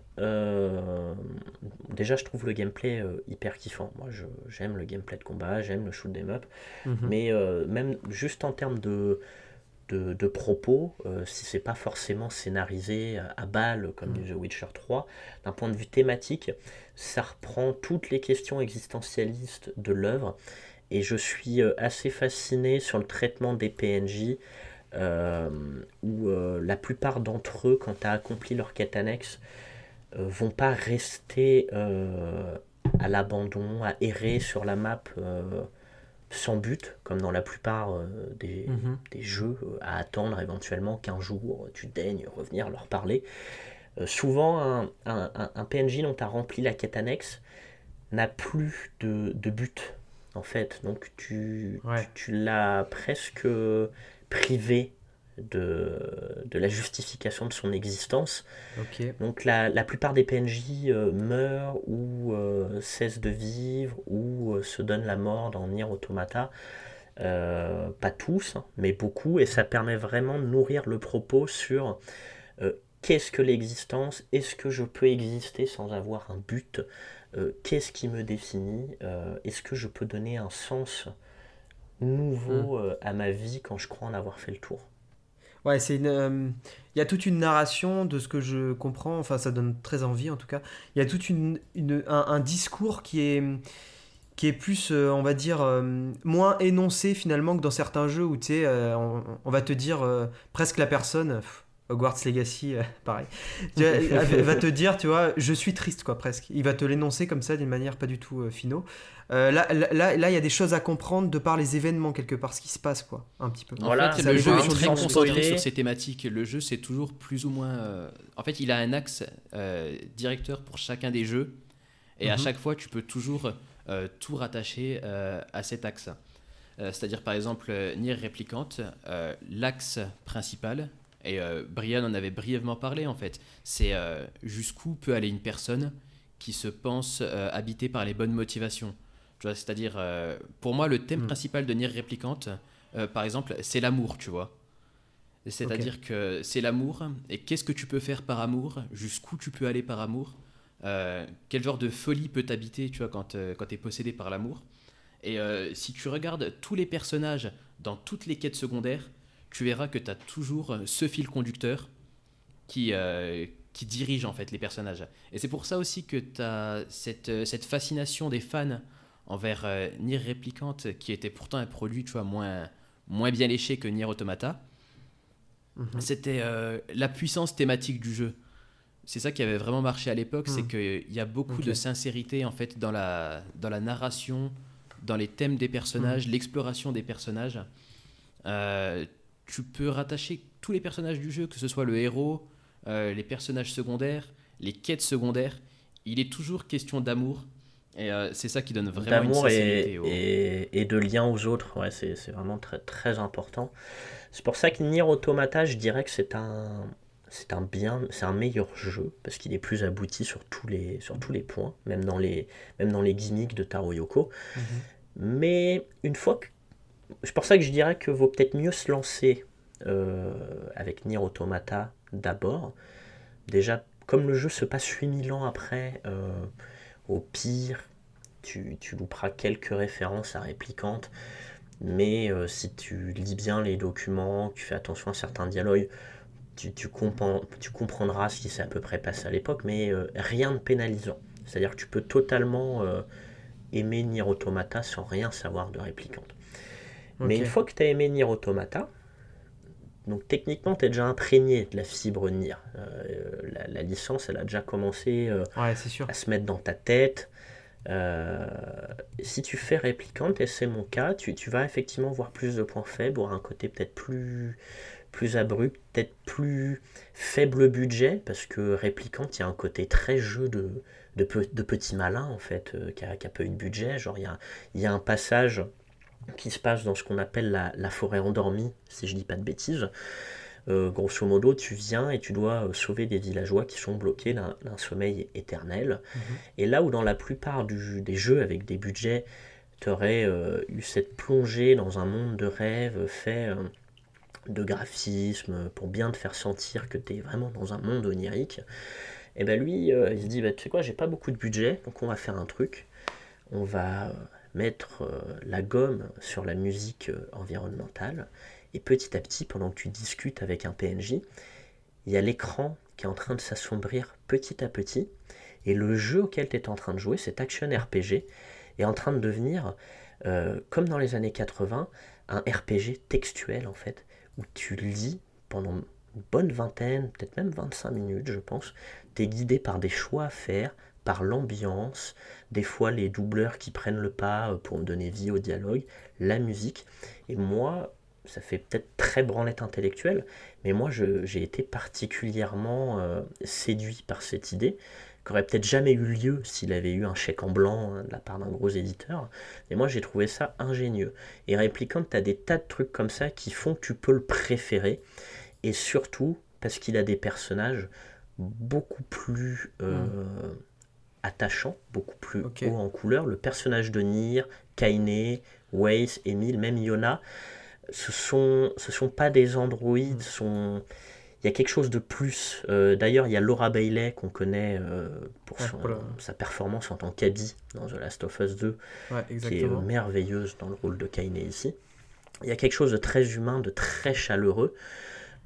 euh, Déjà, je trouve le gameplay euh, hyper kiffant. Moi, je- j'aime le gameplay de combat, j'aime le shoot 'em up, Mhm. mais euh, même juste en termes de de, de propos, euh, si c'est pas forcément scénarisé à balle comme du Mhm. The Witcher trois, d'un point de vue thématique, ça reprend toutes les questions existentialistes de l'œuvre et je suis euh, assez fasciné sur le traitement des P N J euh, où euh, la plupart d'entre eux, quand tu as accompli leur quête annexe, euh, vont pas rester euh, à l'abandon, à errer sur la map euh, sans but, comme dans la plupart euh, des, Mhm. des jeux, euh, à attendre éventuellement qu'un jour tu daignes revenir leur parler. Euh, souvent, un, un, un- un P N J dont tu as rempli la quête annexe n'a plus de, de but, en fait. Donc tu, tu, Ouais, tu l'as presque privé de, de la justification de son existence. ok. Donc la, la plupart des P N J euh, meurent ou euh, cessent de vivre ou euh, se donnent la mort dans Nier Automata. Euh, pas tous, hein, mais beaucoup, et ça permet vraiment de nourrir le propos sur euh, qu'est-ce que l'existence, est-ce que je peux exister sans avoir un but, euh, qu'est-ce qui me définit, euh, est-ce que je peux donner un sens Hmm. nouveau euh, à ma vie quand je crois en avoir fait le tour. Ouais, c'est une. euh, Il y a toute une narration de ce que je comprends. Enfin, ça donne très envie en tout cas. Il y a toute une, une- un, un discours qui est qui est plus, euh, on va dire, euh, moins énoncé finalement que dans certains jeux où tu sais, euh, on, on va te dire euh, presque la personne. pff, Hogwarts Legacy, euh, pareil. Tu vois, elle va te dire, tu vois, je suis triste, quoi, presque. Il va te l'énoncer comme ça, d'une manière pas du tout euh, finaux. Euh, là, là, là, là, il y a des choses à comprendre de par les événements, quelque part, ce qui se passe, quoi, un petit peu. En Voilà, fait, Ça le dépend jeu est sur le très jeu. sans concentré spoiler. sur ces thématiques. Le jeu, c'est toujours plus ou moins. euh, En fait, il a un axe euh, directeur pour chacun des jeux. Et à Mhm. chaque fois, tu peux toujours euh, tout rattacher euh, à cet axe. Euh, C'est-à-dire, par exemple, euh, Nier Replicant, euh, l'axe principal, et euh, Brian en avait brièvement parlé en fait, c'est euh, jusqu'où peut aller une personne qui se pense euh, habitée par les bonnes motivations. Tu vois, c'est-à-dire, euh, pour moi, le thème Mm. principal de Nier Replicant, euh, par exemple, c'est l'amour, tu vois. Ok. C'est-à-dire que c'est l'amour, et qu'est-ce que tu peux faire par amour, jusqu'où tu peux aller par amour, euh, quel genre de folie peut t'habiter, tu vois, quand, euh, quand tu es possédé par l'amour. Et euh, si tu regardes tous les personnages dans toutes les quêtes secondaires, tu verras que tu as toujours euh, ce fil conducteur qui, euh, qui dirige en fait les personnages. Et c'est pour ça aussi que tu as cette, euh, cette fascination des fans envers euh, Nier Replicant, qui était pourtant un produit, tu vois, moins, moins bien léché que Nier Automata. Mhm. C'était euh, la puissance thématique du jeu. C'est ça qui avait vraiment marché à l'époque, c'est Mm. qu'il y a beaucoup de Ok. sincérité en fait dans la, dans la narration, dans les thèmes des personnages, Mm. l'exploration des personnages. Euh, Tu peux rattacher tous les personnages du jeu, que ce soit le héros, euh, les personnages secondaires, les quêtes secondaires. Il est toujours question d'amour. Et euh, c'est ça qui donne vraiment une D'amour et, sincérité au... et, et de lien aux autres. Ouais, c'est c'est vraiment très, très important. C'est pour ça que Nier Automata, je dirais que c'est un, c'est un bien, c'est un meilleur jeu parce qu'il est plus abouti sur tous les, sur tous les points, même dans les, même dans les gimmicks de Taro Yoko. Mhm. Mais une fois que, c'est pour ça que je dirais que vaut peut-être mieux se lancer euh, avec Nier Automata d'abord. Déjà, comme le jeu se passe huit mille ans après, euh, au pire, tu, tu louperas quelques références à réplicantes. Mais euh, si tu lis bien les documents, tu fais attention à certains dialogues, tu, tu, comprends- tu comprendras ce qui s'est à peu près passé à l'époque, mais euh, rien de pénalisant. C'est-à-dire que tu peux totalement euh, aimer Nier Automata sans rien savoir de Réplicante. Mais Ok. une fois que tu as aimé Nier Automata, donc techniquement tu es déjà imprégné de la fibre Nier. Euh, la, la licence, elle a déjà commencé euh, Ouais, c'est sûr. à se mettre dans ta tête. Euh, si tu fais Réplicante, et c'est mon cas, tu, tu vas effectivement voir plus de points faibles, voir un côté peut-être plus, plus abrupt, peut-être plus faible budget, parce que Réplicante, il y a un côté très jeu de, de, pe- de petit malin, en fait, euh, qui, a, qui a peu eu de budget. Genre, il y a, il y a un passage qui se passe dans ce qu'on appelle la, la forêt endormie, si je dis pas de bêtises. Euh, grosso modo, tu viens et tu dois euh, sauver des villageois qui sont bloqués d'un d'un sommeil éternel. Mhm. Et là où dans la plupart du- des jeux avec des budgets, tu aurais euh, eu cette plongée dans un monde de rêve fait euh, de graphisme pour bien te faire sentir que tu es vraiment dans un monde onirique, et ben lui, euh, il se dit, bah, tu sais quoi, j'ai pas beaucoup de budget, donc on va faire un truc. On va euh, mettre euh, la gomme sur la musique euh, environnementale, et petit à petit, pendant que tu discutes avec un P N J, il y a l'écran qui est en train de s'assombrir petit à petit, et le jeu auquel tu es en train de jouer, cet action R P G, est en train de devenir, euh, comme dans les années quatre-vingts, un R P G textuel en fait, où tu lis pendant une bonne vingtaine, peut-être même vingt-cinq minutes je pense, tu es guidé par des choix à faire, par l'ambiance, des fois les doubleurs qui prennent le pas euh, pour me donner vie au dialogue, la musique, et moi, ça fait peut-être très branlette intellectuelle, mais moi je- j'ai été particulièrement euh, séduit par cette idée, qui aurait peut-être jamais eu lieu s'il avait eu un chèque en blanc hein, de la part d'un gros éditeur. Mais moi j'ai trouvé ça ingénieux. Et Replicant, tu as des tas de trucs comme ça qui font que tu peux le préférer. Et surtout parce qu'il a des personnages beaucoup plus euh, Mm. attachants, beaucoup plus Ok. haut en couleur. Le personnage de Nier, Kaine, Weiss, Emile, même Yona, ce sont, ce sont pas des androïdes, Mm. sont il y a quelque chose de plus. Euh, D'ailleurs, il y a Laura Bailey qu'on connaît euh, pour Ouais, son, pour le- sa performance en tant qu'Abby dans The Last of Us deux, ouais, qui est euh, exactement. merveilleuse dans le rôle de Kaine ici. Il y a quelque chose de très humain, de très chaleureux.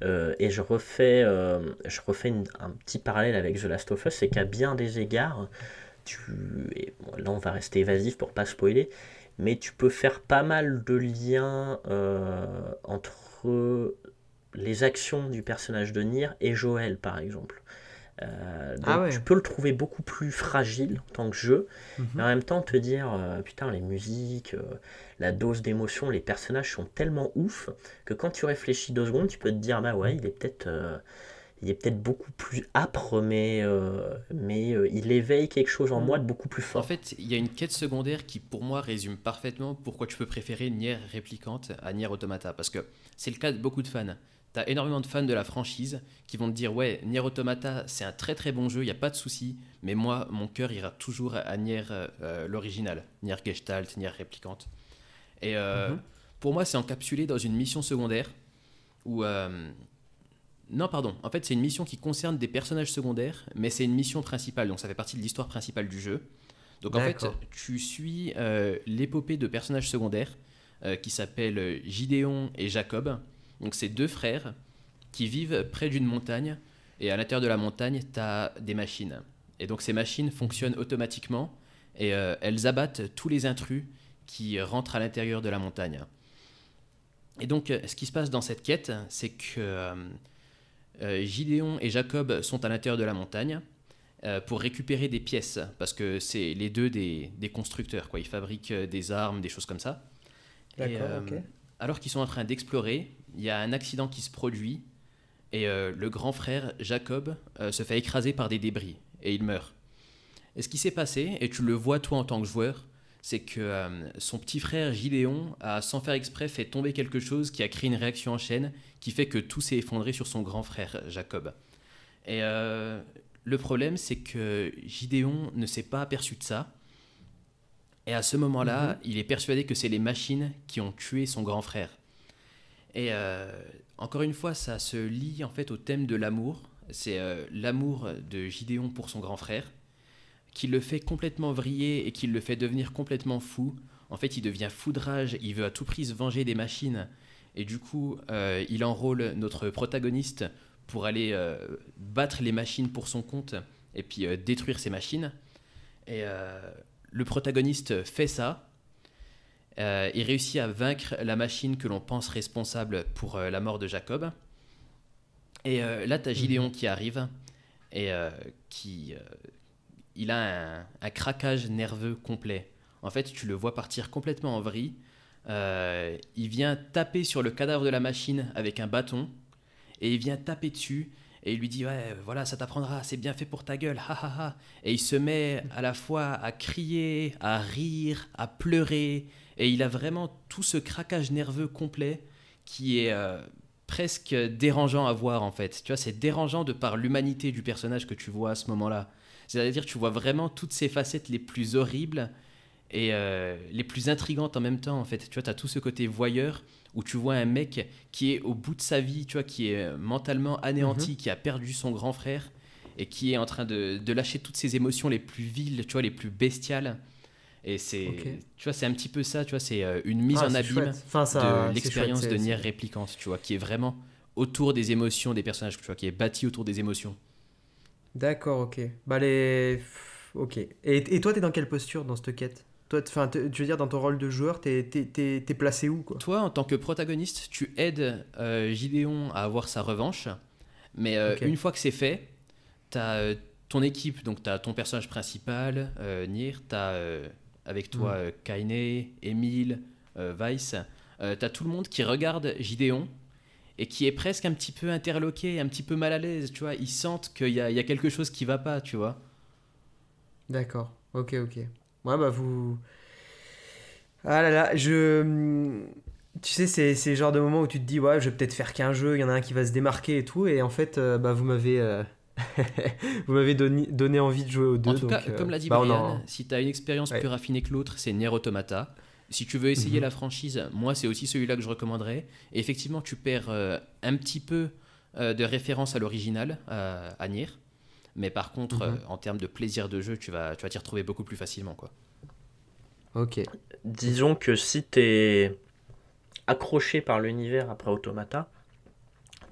Euh, et je refais, euh, je refais une- un petit parallèle avec The Last of Us, c'est qu'à bien des égards, tu, et bon, là on va rester évasif pour pas spoiler, mais tu peux faire pas mal de liens euh, entre les actions du personnage de Nier et Joël par exemple. Euh, Ah donc tu ouais. peux le trouver beaucoup plus fragile en tant que jeu, mais en Mhm. même temps te dire, euh, putain, les musiques, euh, la dose d'émotion, les personnages sont tellement ouf que quand tu réfléchis deux secondes, tu peux te dire, bah ouais, il est peut-être euh, il est peut-être beaucoup plus âpre, mais, euh, mais euh, il éveille quelque chose en moi Hmm. de beaucoup plus En fort. fait, il y a une quête secondaire qui, pour moi, résume parfaitement pourquoi tu peux préférer Nier Replicante à Nier Automata. Parce que c'est le cas de beaucoup de fans. T'as énormément de fans de la franchise qui vont te dire ouais, Nier Automata, c'est un très très bon jeu, il n'y a pas de souci, mais moi, mon cœur ira toujours à Nier euh, l'original, Nier Gestalt, Nier Replicante. Et euh, Mhm. pour moi, c'est encapsulé dans une mission secondaire où... euh, non, pardon, en fait, c'est une mission qui concerne des personnages secondaires, mais c'est une mission principale, donc ça fait partie de l'histoire principale du jeu. Donc en fait, D'accord. tu suis euh, l'épopée de personnages secondaires euh, qui s'appellent Gideon et Jacob. Donc c'est deux frères qui vivent près d'une montagne et à l'intérieur de la montagne, tu as des machines. Et donc ces machines fonctionnent automatiquement et euh, elles abattent tous les intrus qui rentrent à l'intérieur de la montagne. Et donc euh, ce qui se passe dans cette quête, c'est que euh, euh, Gideon et Jacob sont à l'intérieur de la montagne euh, pour récupérer des pièces, parce que c'est les deux des, des constructeurs, quoi. Ils fabriquent euh, des armes, des choses comme ça. Et D'accord, euh, ok. alors qu'ils sont en train d'explorer, il y a un accident qui se produit, et euh, le grand frère, Jacob, euh, se fait écraser par des débris, et il meurt. Et ce qui s'est passé, et tu le vois toi en tant que joueur, c'est que euh, son petit frère Gideon a, sans faire exprès, fait tomber quelque chose qui a créé une réaction en chaîne, qui fait que tout s'est effondré sur son grand frère, Jacob. Et euh, le problème, c'est que Gideon ne s'est pas aperçu de ça. Et à ce moment-là, Mhm. il est persuadé que c'est les machines qui ont tué son grand frère. Et euh, encore une fois, ça se lie en fait au thème de l'amour. C'est euh, l'amour de Gideon pour son grand frère, qui le fait complètement vriller et qui le fait devenir complètement fou. En fait, il devient fou de rage, il veut à tout prix se venger des machines. Et du coup, euh, il enrôle notre protagoniste pour aller euh, battre les machines pour son compte et puis euh, détruire ces machines. Et euh, le protagoniste fait ça. Euh, il réussit à vaincre la machine que l'on pense responsable pour euh, la mort de Jacob. Et euh, là, tu as Mhm. Gideon qui arrive et euh, qui, euh, il a un, un craquage nerveux complet. En fait, tu le vois partir complètement en vrille. Euh, il vient taper sur le cadavre de la machine avec un bâton et il vient taper dessus et il lui dit ouais voilà ça t'apprendra, c'est bien fait pour ta gueule, ha ha ha. Et il se met à la fois à crier, à rire, à pleurer et il a vraiment tout ce craquage nerveux complet qui est euh, presque dérangeant à voir en fait. Tu vois, c'est dérangeant de par l'humanité du personnage que tu vois à ce moment-là. C'est-à-dire tu vois vraiment toutes ces facettes les plus horribles et euh, les plus intrigantes en même temps en fait. Tu vois, tu as tout ce côté voyeur où tu vois un mec qui est au bout de sa vie, tu vois, qui est euh, mentalement Mhm. anéanti, qui a perdu son grand frère et qui est en train de, de lâcher toutes ses émotions les plus viles, tu vois, les plus bestiales. Et Ok. c'est, tu vois, c'est un petit peu ça, tu vois, c'est euh, une mise Ah, en c'est abîme chouette. Enfin, de ça, c'est chouette. l'expérience de C'est, Nier c'est... Replicante, tu vois, qui est vraiment autour des émotions des personnages, tu vois, qui est bâti autour des émotions. D'accord, ok. Bah les... Ok. Et, et toi, t'es dans quelle posture dans cette quête? Toi, t- enfin, t- je veux dire, dans ton rôle de joueur, t'es, t'es, t'es, t'es placé où, quoi? Toi, en tant que protagoniste, tu aides euh, Gideon à avoir sa revanche, mais euh, Ok. une fois que c'est fait, t'as euh, ton équipe, donc t'as ton personnage principal, euh, Nier, t'as euh, avec toi Hmm. euh, Kaine, Emile, euh, Weiss, euh, t'as tout le monde qui regarde Gideon et qui est presque un petit peu interloqué, un petit peu mal à l'aise, tu vois. Ils sentent qu'il y a, il y a quelque chose qui va pas, tu vois. D'accord. Ok, ok. Ouais, bah vous... Ah là là, je... Tu sais, c'est, c'est le genre de moment où tu te dis, ouais, je vais peut-être faire qu'un jeu, il y en a un qui va se démarquer et tout, et en fait, euh, bah vous m'avez... euh, vous m'avez donné, donné envie de jouer aux En deux, tout cas, donc... euh, comme l'a dit bah on Brian, en... si tu as une expérience plus Ouais. raffinée que l'autre, c'est Nier Automata. Si tu veux essayer Mhm. la franchise, moi c'est aussi celui-là que je recommanderais. Et effectivement, tu perds euh, un petit peu euh, de référence à l'original, euh, à Nier. Mais par contre, euh, Mhm. en termes de plaisir de jeu, tu vas tu vas t'y retrouver beaucoup plus facilement, quoi. Ok. Ok. Disons que si t'es accroché par l'univers après Automata,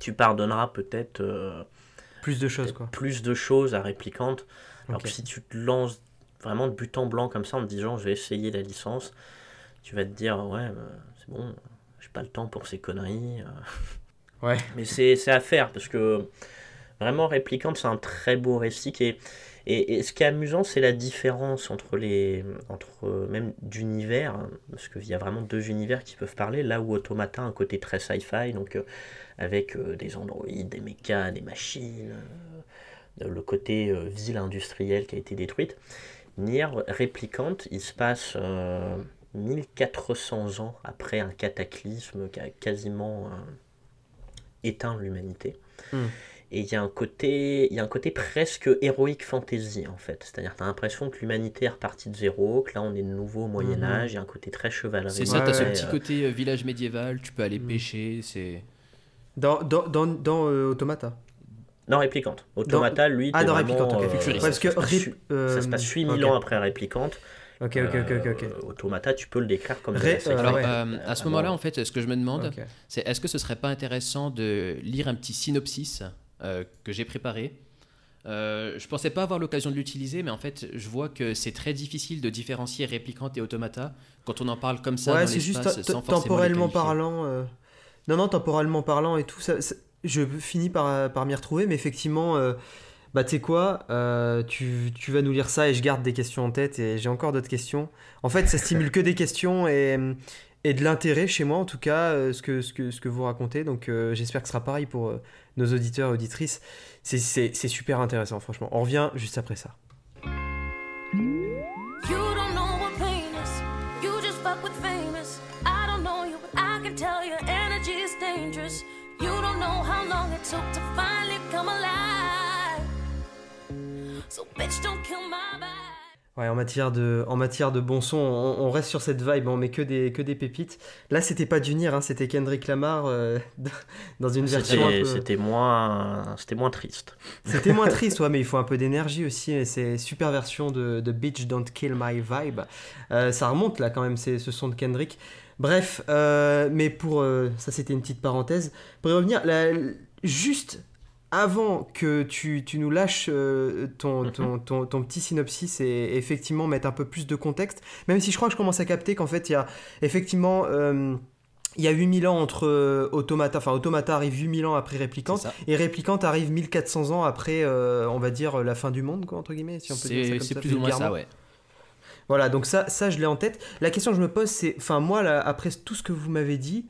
tu pardonneras peut-être euh, Plus de choses, peut-être quoi. plus de choses à Réplicante. Alors Ok. que si tu te lances vraiment de but en blanc comme ça en te disant je vais essayer la licence, tu vas te dire ouais, euh, c'est bon, j'ai pas le temps pour ces conneries. euh. Ouais. Mais c'est, c'est à faire parce que vraiment Réplicante, c'est un très beau récit qui est- et, et ce qui est amusant, c'est la différence entre les entre euh, même d'univers, hein, parce qu'il y a vraiment deux univers qui peuvent parler. Là où Automata a un côté très sci-fi, donc euh, avec euh, des androïdes, des mechas, des machines, euh, le côté euh, ville industrielle qui a été détruite. Nier Réplicante, il se passe euh, mille quatre cents ans après un cataclysme qui a quasiment euh, éteint l'humanité. Hmm. Et il y a un côté, il y a un côté presque héroïque fantasy en fait. C'est-à-dire que tu as l'impression que l'humanité est repartie de zéro, que là on est de nouveau au Moyen-Âge, il y a un côté très chevaleresque. C'est ça, t'as ce Ouais, petit euh, côté euh, village médiéval, tu peux aller Mm. pêcher, c'est... Dans, dans, dans, dans euh, Automata. Non, Réplicante. Automata, lui, Ah, t'es dans vraiment, Réplicante, ok. euh, Futuriste. Parce que ça, se passe, Rép- su- euh, ça se passe huit mille ok. ans après Réplicante. Ok, ok, ok, ok, ok. Euh, Automata, tu peux le décrire comme de Ré- la sci-fi. euh, Alors, ouais. euh, à ce Vraiment. moment-là, en fait, ce que je me demande, Ok. c'est est-ce que ce serait pas intéressant de lire un petit synopsis euh, que j'ai préparé. Euh, je pensais pas avoir l'occasion de l'utiliser, mais en fait, je vois que c'est très difficile de différencier Réplicante et Automata quand on en parle comme ça Ouais, dans c'est juste l'espace te- sans forcément les temporellement qualifier. parlant. euh, Non, non, temporellement parlant et tout, ça, ça- je finis par, par m'y retrouver, mais effectivement, euh, bah tu sais quoi, euh, tu, tu vas nous lire ça et je garde des questions en tête et j'ai encore d'autres questions. En fait, ça stimule que des questions et, et de l'intérêt chez moi, en tout cas, euh, ce que, ce que, ce que vous racontez. Donc euh, j'espère que ce sera pareil pour euh, nos auditeurs et auditrices. C'est, c'est, c'est super intéressant, franchement. On revient juste après ça. You don't know what pain is. You just fuck with famous. I don't know you, but I can tell your energy is dangerous. You don't know how long it took to finally come alive. So bitch, don't kill my vibe. Ouais, en matière de, en matière de bon son, on, on reste sur cette vibe, on met que des, que des pépites. Là, c'était pas du Nier, hein, c'était Kendrick Lamar euh, dans une version un C'était, peu... c'était, moins, c'était moins triste. C'était moins triste, ouais, mais il faut un peu d'énergie aussi. Et c'est super version de, de Bitch Don't Kill My Vibe. Euh, ça remonte là quand même, c'est ce son de Kendrick. Bref, euh, mais pour euh, ça, c'était une petite parenthèse. Pour y revenir, là, juste avant que tu, tu nous lâches euh, ton, ton, ton, ton petit synopsis et effectivement mettre un peu plus de contexte, même si je crois que je commence à capter qu'en fait, il y a effectivement. Euh, il y a huit mille ans entre euh, Automata, enfin Automata arrive huit mille ans après Réplicante, C'est ça. et Réplicante arrive mille quatre cents ans après, euh, on va dire, la fin du monde, quoi, entre guillemets, si on peut dire ça C'est comme c'est ça, plus ou moins ça, vulgairement. ouais. Voilà, donc ça, ça je l'ai en tête. La question que je me pose, c'est, enfin moi, là, après tout ce que vous m'avez dit,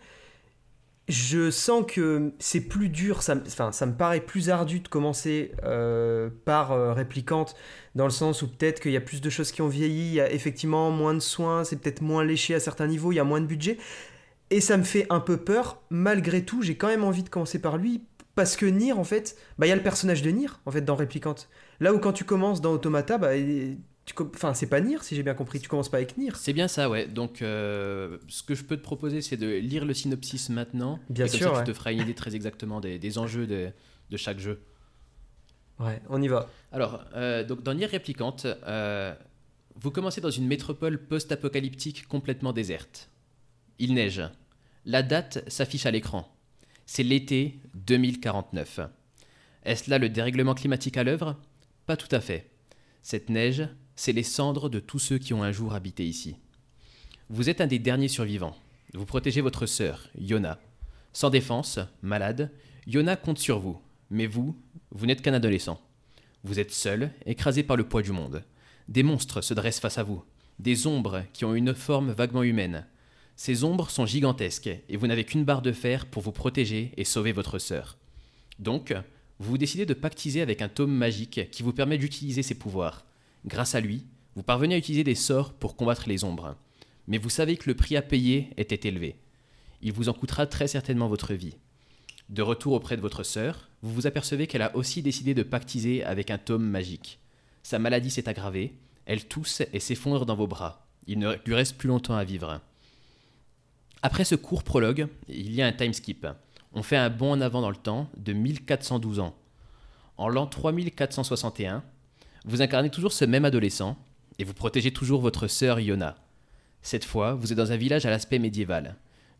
je sens que c'est plus dur, ça, me- enfin, ça me paraît plus ardu de commencer euh, par euh, Réplicante, dans le sens où peut-être qu'il y a plus de choses qui ont vieilli, il y a effectivement moins de soins, c'est peut-être moins léché à certains niveaux, il y a moins de budget. Et ça me fait un peu peur. Malgré tout, j'ai quand même envie de commencer par lui. Parce que Nier, en fait, bah, il y a le personnage de Nier, en fait, dans Réplicante. Là où quand tu commences dans Automata, bah, il- tu com- enfin, c'est pas Nier, si j'ai bien compris. Tu commences pas avec Nier. C'est bien ça, ouais. Donc, euh, ce que je peux te proposer, c'est de lire le synopsis maintenant. Bien et comme sûr, ça, ouais. tu te feras une idée très exactement des, des enjeux de, de chaque jeu. Ouais, on y va. Alors, euh, donc dans Nier Réplicante, euh, vous commencez dans une métropole post-apocalyptique complètement déserte. Il neige. La date s'affiche à l'écran. C'est l'été deux mille quarante-neuf. Est-ce là le dérèglement climatique à l'œuvre? Pas tout à fait. Cette neige, c'est les cendres de tous ceux qui ont un jour habité ici. Vous êtes un des derniers survivants. Vous protégez votre sœur, Yona. Sans défense, malade, Yona compte sur vous. Mais vous, vous n'êtes qu'un adolescent. Vous êtes seul, écrasé par le poids du monde. Des monstres se dressent face à vous. Des ombres qui ont une forme vaguement humaine. Ces ombres sont gigantesques et vous n'avez qu'une barre de fer pour vous protéger et sauver votre sœur. Donc, vous décidez de pactiser avec un tome magique qui vous permet d'utiliser ses pouvoirs. Grâce à lui, vous parvenez à utiliser des sorts pour combattre les ombres. Mais vous savez que le prix à payer était élevé. Il vous en coûtera très certainement votre vie. De retour auprès de votre sœur, vous vous apercevez qu'elle a aussi décidé de pactiser avec un tome magique. Sa maladie s'est aggravée, elle tousse et s'effondre dans vos bras. Il ne lui reste plus longtemps à vivre. Après ce court prologue, il y a un time skip. On fait un bond en avant dans le temps de mille quatre cent douze ans. En l'an trois mille quatre cent soixante et un, vous incarnez toujours ce même adolescent et vous protégez toujours votre sœur Yona. Cette fois, vous êtes dans un village à l'aspect médiéval.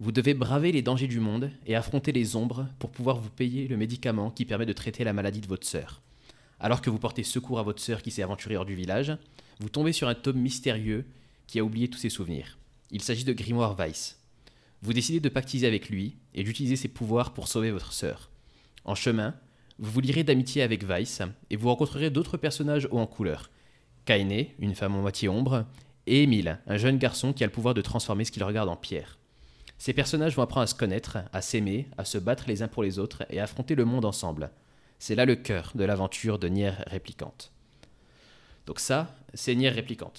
Vous devez braver les dangers du monde et affronter les ombres pour pouvoir vous payer le médicament qui permet de traiter la maladie de votre sœur. Alors que vous portez secours à votre sœur qui s'est aventurée hors du village, vous tombez sur un tome mystérieux qui a oublié tous ses souvenirs. Il s'agit de Grimoire Weiss. Vous décidez de pactiser avec lui et d'utiliser ses pouvoirs pour sauver votre sœur. En chemin, vous vous lierez d'amitié avec Weiss et vous rencontrerez d'autres personnages hauts en couleur. Kaine, une femme en moitié ombre, et Émile, un jeune garçon qui a le pouvoir de transformer ce qu'il regarde en pierre. Ces personnages vont apprendre à se connaître, à s'aimer, à se battre les uns pour les autres et à affronter le monde ensemble. C'est là le cœur de l'aventure de Nier Replicant. Donc ça, c'est Nier Replicant.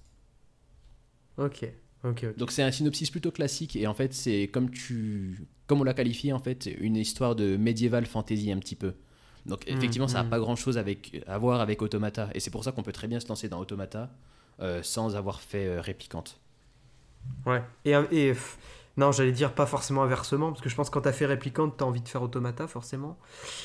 Ok, ok, ok. Donc c'est un synopsis plutôt classique et en fait c'est comme tu, comme on l'a qualifié en fait, une histoire de médiéval fantasy un petit peu. Donc effectivement, mmh, ça n'a mmh. pas grand-chose avec, à voir avec Automata et c'est pour ça qu'on peut très bien se lancer dans Automata euh, sans avoir fait euh, Replicant. Ouais. Et, et pff, non, j'allais dire pas forcément inversement, parce que je pense que quand t'as fait Replicant, t'as envie de faire Automata, forcément.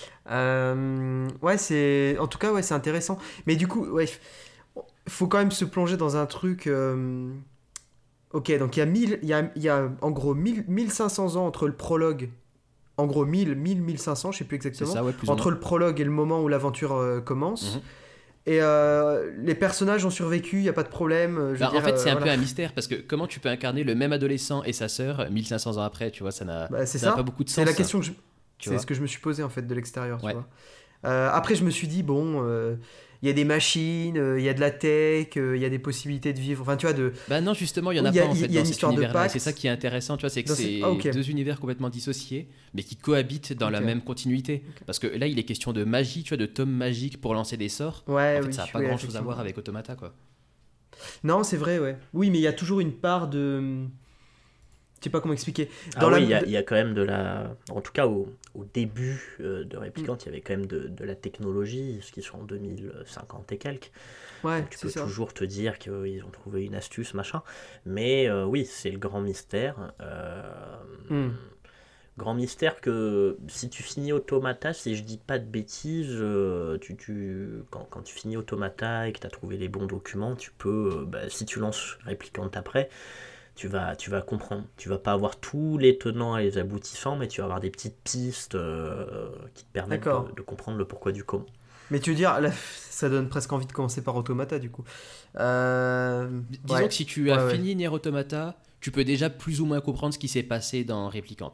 Euh, ouais, c'est... En tout cas, ouais, c'est intéressant. Mais du coup, ouais, faut quand même se plonger dans un truc... Euh... Ok, donc il y a, mille, il y a, il y a en gros mille, mille cinq cents ans entre le prologue... En gros, mille, mille, mille cinq cents, je sais plus exactement. C'est ça, ouais, plus entre ou moins. le prologue et le moment où l'aventure euh, commence. Mmh. Et euh, les personnages ont survécu, il n'y a pas de problème. Je Bah, veux dire, en fait, c'est euh, un voilà. peu un mystère parce que comment tu peux incarner le même adolescent et sa sœur mille cinq cents ans après, tu vois, ça n'a, Bah, c'est ça n'a ça. pas beaucoup de sens. C'est la ça, question que je... tu c'est vois. ce que je me suis posé en fait de l'extérieur. Tu Ouais. vois. Euh, après, je me suis dit bon, euh, il y a des machines, euh, il y a de la tech, euh, il y a des possibilités de vivre. Enfin, tu vois, de. Bah non, justement, il y en a Il y a- pas en il y a fait une dans cet histoire de univers-là. pacte. C'est ça qui est intéressant, tu vois, c'est que Dans ce- c'est Ah, ok. deux univers complètement dissociés, mais qui cohabitent dans la Ok. même continuité. Parce que là, il est question de magie, tu vois, de tomes magiques pour lancer des sorts. Ouais, en fait, oui, ça n'a pas oui, grand-chose à effectivement. voir avec Automata, quoi. Non, c'est vrai, ouais. Oui, mais il y a toujours une part de. Je sais pas comment expliquer. Ah Dans oui, la- il y, a- il y a quand même de la... En tout cas, au, au début euh, de Replicant, Mm. il y avait quand même de, de la technologie, ce qui sont en deux mille cinquante et quelques. Ouais, Donc tu c'est peux ça. toujours te dire qu'ils ont trouvé une astuce, machin. Mais euh, oui, c'est le grand mystère. Euh, Mm. Grand mystère que si tu finis Automata, si je dis pas de bêtises, euh, tu, tu, quand, quand tu finis Automata et que tu as trouvé les bons documents, tu peux, euh, bah, si tu lances Replicant après, tu vas, tu vas comprendre. Tu vas pas avoir tous les tenants et les aboutissants, mais tu vas avoir des petites pistes euh, qui te permettent D'accord. de, de comprendre le pourquoi du comment. Mais tu veux dire, là, ça donne presque envie de commencer par Automata, du coup. Euh... Disons ouais. que si tu as Ouais, ouais. fini Nier Automata, tu peux déjà plus ou moins comprendre ce qui s'est passé dans Replicant.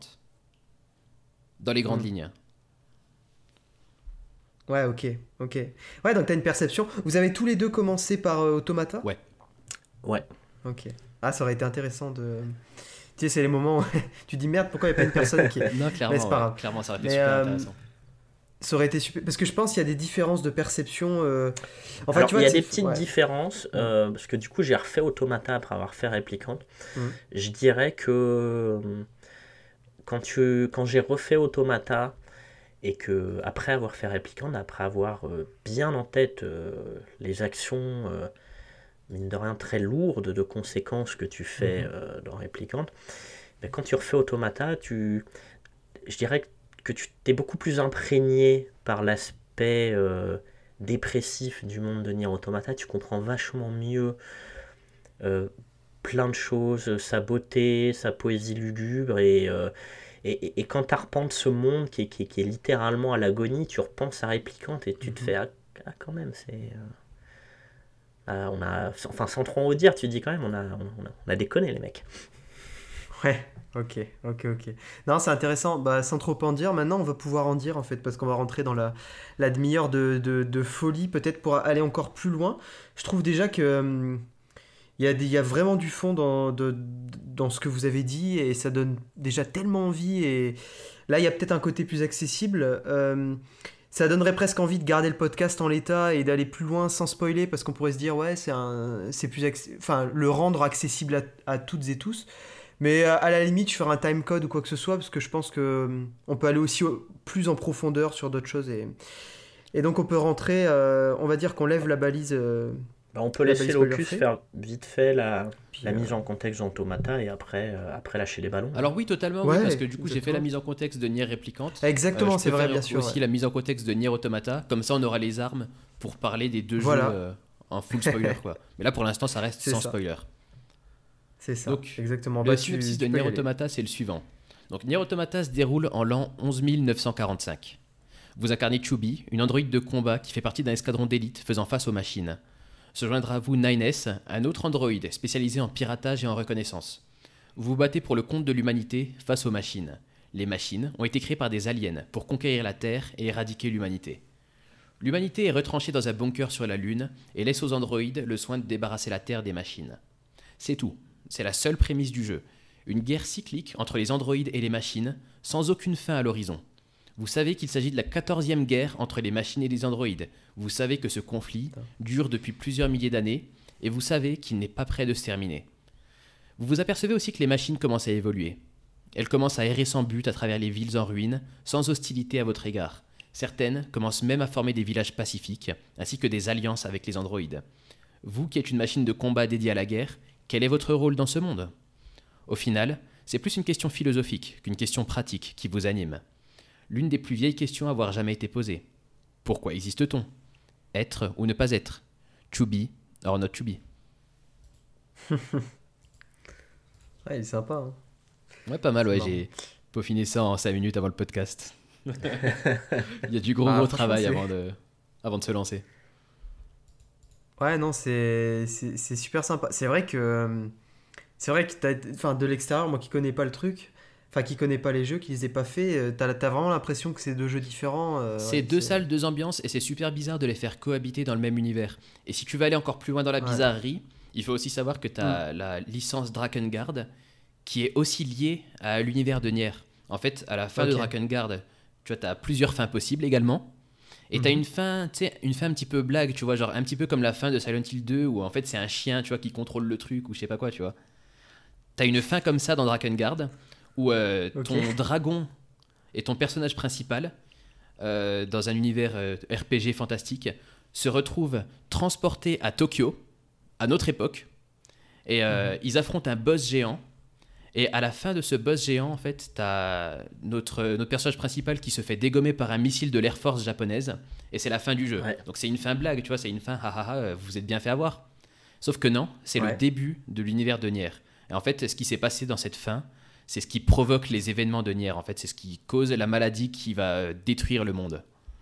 Dans les grandes Mm. lignes. Ouais, ok, ok. Ouais, donc t'as une perception. Vous avez tous les deux commencé par euh, Automata ? Ouais. Ouais. Ok. Ah, ça aurait été intéressant de... Tu sais, c'est les moments où tu dis merde, pourquoi il n'y a pas une personne qui... Non, clairement, Mais c'est pas ouais. grave. Clairement, ça aurait été Mais, super euh, intéressant. Ça aurait été super... Parce que je pense qu'il y a des différences de perception. euh, Enfin, Alors, tu vois, il y a c'est- des petites ouais. différences, euh, parce que du coup, j'ai refait Automata après avoir fait Replicant. Mhm. Je dirais que euh, quand, tu, quand j'ai refait Automata, et que après avoir fait Replicant, après avoir euh, bien en tête euh, les actions, euh, mine de rien, très lourdes de conséquences que tu fais Mhm. euh, dans Replicant, ben, quand tu refais Automata, tu, je dirais que tu t'es beaucoup plus imprégné par l'aspect euh, dépressif du monde de Nier Automata. Tu comprends vachement mieux euh, plein de choses, sa beauté, sa poésie lugubre, et, euh, et, et, et quand tu repenses ce monde qui est, qui, est, qui est littéralement à l'agonie, tu repenses à Replicant et tu te Mhm. fais ah, ah, quand même, c'est... euh, ah, on a, enfin, sans trop en dire, tu te dis quand même, on a, on a, on a déconné les mecs. Ouais, ok, ok, ok. Non, c'est intéressant. Bah, sans trop en dire, maintenant on va pouvoir en dire en fait, parce qu'on va rentrer dans la, la demi-heure de, de, de folie, peut-être pour aller encore plus loin. Je trouve déjà que hum, il y a des- il y a vraiment du fond dans, de- dans ce que vous avez dit, et ça donne déjà tellement envie. Et là, il y a peut-être un côté plus accessible. Euh, ça donnerait presque envie de garder le podcast en l'état et d'aller plus loin sans spoiler, parce qu'on pourrait se dire ouais, c'est un, c'est plus, acc- enfin, le rendre accessible à, à toutes et tous. Mais euh, à la limite, je ferai un timecode ou quoi que ce soit, parce que je pense que hum, on peut aller aussi au- plus en profondeur sur d'autres choses. Et, et donc, on peut rentrer, euh, on va dire qu'on lève la balise. euh, Bah, on peut La laisser balise spoiler Locus free. faire vite fait la, puis, la euh, mise en contexte d'Automata et après, euh, après lâcher les ballons. Alors oui, totalement, Ouais, oui, parce que du coup, j'ai fait exactement. la mise en contexte de Nier Replicant. Exactement, Euh, je c'est peux vrai, faire bien sûr. aussi ouais. la mise en contexte de Nier Automata. Comme ça, on aura les armes pour parler des deux Voilà. jeux euh, en full spoiler, quoi. Mais là, pour l'instant, ça reste C'est sans ça. spoiler. C'est ça, Donc, exactement. Le Bah, synopsis tu, de tu peux y Nier aller. Automata, c'est le suivant. Donc, Nier Automata se déroule en l'an onze mille neuf cent quarante-cinq. Vous incarnez Chubby, une androïde de combat qui fait partie d'un escadron d'élite faisant face aux machines. Se joindra à vous Nine S, un autre androïde spécialisé en piratage et en reconnaissance. Vous vous battez pour le compte de l'humanité face aux machines. Les machines ont été créées par des aliens pour conquérir la Terre et éradiquer l'humanité. L'humanité est retranchée dans un bunker sur la Lune et laisse aux androïdes le soin de débarrasser la Terre des machines. C'est tout. C'est la seule prémisse du jeu. Une guerre cyclique entre les androïdes et les machines, sans aucune fin à l'horizon. Vous savez qu'il s'agit de la quatorzième guerre entre les machines et les androïdes. Vous savez que ce conflit dure depuis plusieurs milliers d'années, et vous savez qu'il n'est pas près de se terminer. Vous vous apercevez aussi que les machines commencent à évoluer. Elles commencent à errer sans but à travers les villes en ruine, sans hostilité à votre égard. Certaines commencent même à former des villages pacifiques, ainsi que des alliances avec les androïdes. Vous qui êtes une machine de combat dédiée à la guerre, quel est votre rôle dans ce monde ? Au final, c'est plus une question philosophique qu'une question pratique qui vous anime. L'une des plus vieilles questions à avoir jamais été posée. Pourquoi existe-t-on ? Être ou ne pas être ? To be or not to be ? Ouais, il est sympa. Hein. Ouais, pas mal, ouais, C'est j'ai peaufiné ça en cinq minutes avant le podcast. Il y a du gros Ah, gros franchement, travail c'est- avant de, avant de se lancer. Ouais, non, c'est c'est c'est super sympa. C'est vrai que euh, c'est vrai que t'as, enfin, de l'extérieur, moi qui connais pas le truc, enfin qui connais pas les jeux, qui les ai pas fait, euh, t'as t'as vraiment l'impression que c'est deux jeux différents. euh, C'est ouais, deux salles, deux ambiances, et c'est super bizarre de les faire cohabiter dans le même univers. Et si tu veux aller encore plus loin dans la Ouais. bizarrerie, il faut aussi savoir que tu as la licence Drakengard, qui est aussi liée à l'univers de Nier. En fait, à la fin de Ok. Drakengard, tu vois, as plusieurs fins possibles également. Et tu as Mhm. une fin, tu sais, une fin un petit peu blague, tu vois, genre un petit peu comme la fin de Silent Hill deux, où en fait c'est un chien, tu vois, qui contrôle le truc, ou je sais pas quoi, tu vois. T'as une fin comme ça dans Drakengard, où euh, Ok. ton dragon et ton personnage principal, euh, dans un univers euh, R P G fantastique, se retrouvent transportés à Tokyo, à notre époque, et euh, ils affrontent un boss géant. Et à la fin de ce boss géant, en fait, t'as notre, notre personnage principal qui se fait dégommer par un missile de l'Air Force japonaise, et c'est la fin du jeu. Ouais. Donc c'est une fin blague, tu vois, c'est une fin, ha ha ha, vous êtes bien fait avoir. Sauf que non, c'est Ouais. le début de l'univers de Nier. Et en fait, ce qui s'est passé dans cette fin, c'est ce qui provoque les événements de Nier. En fait, c'est ce qui cause la maladie qui va euh, détruire le monde.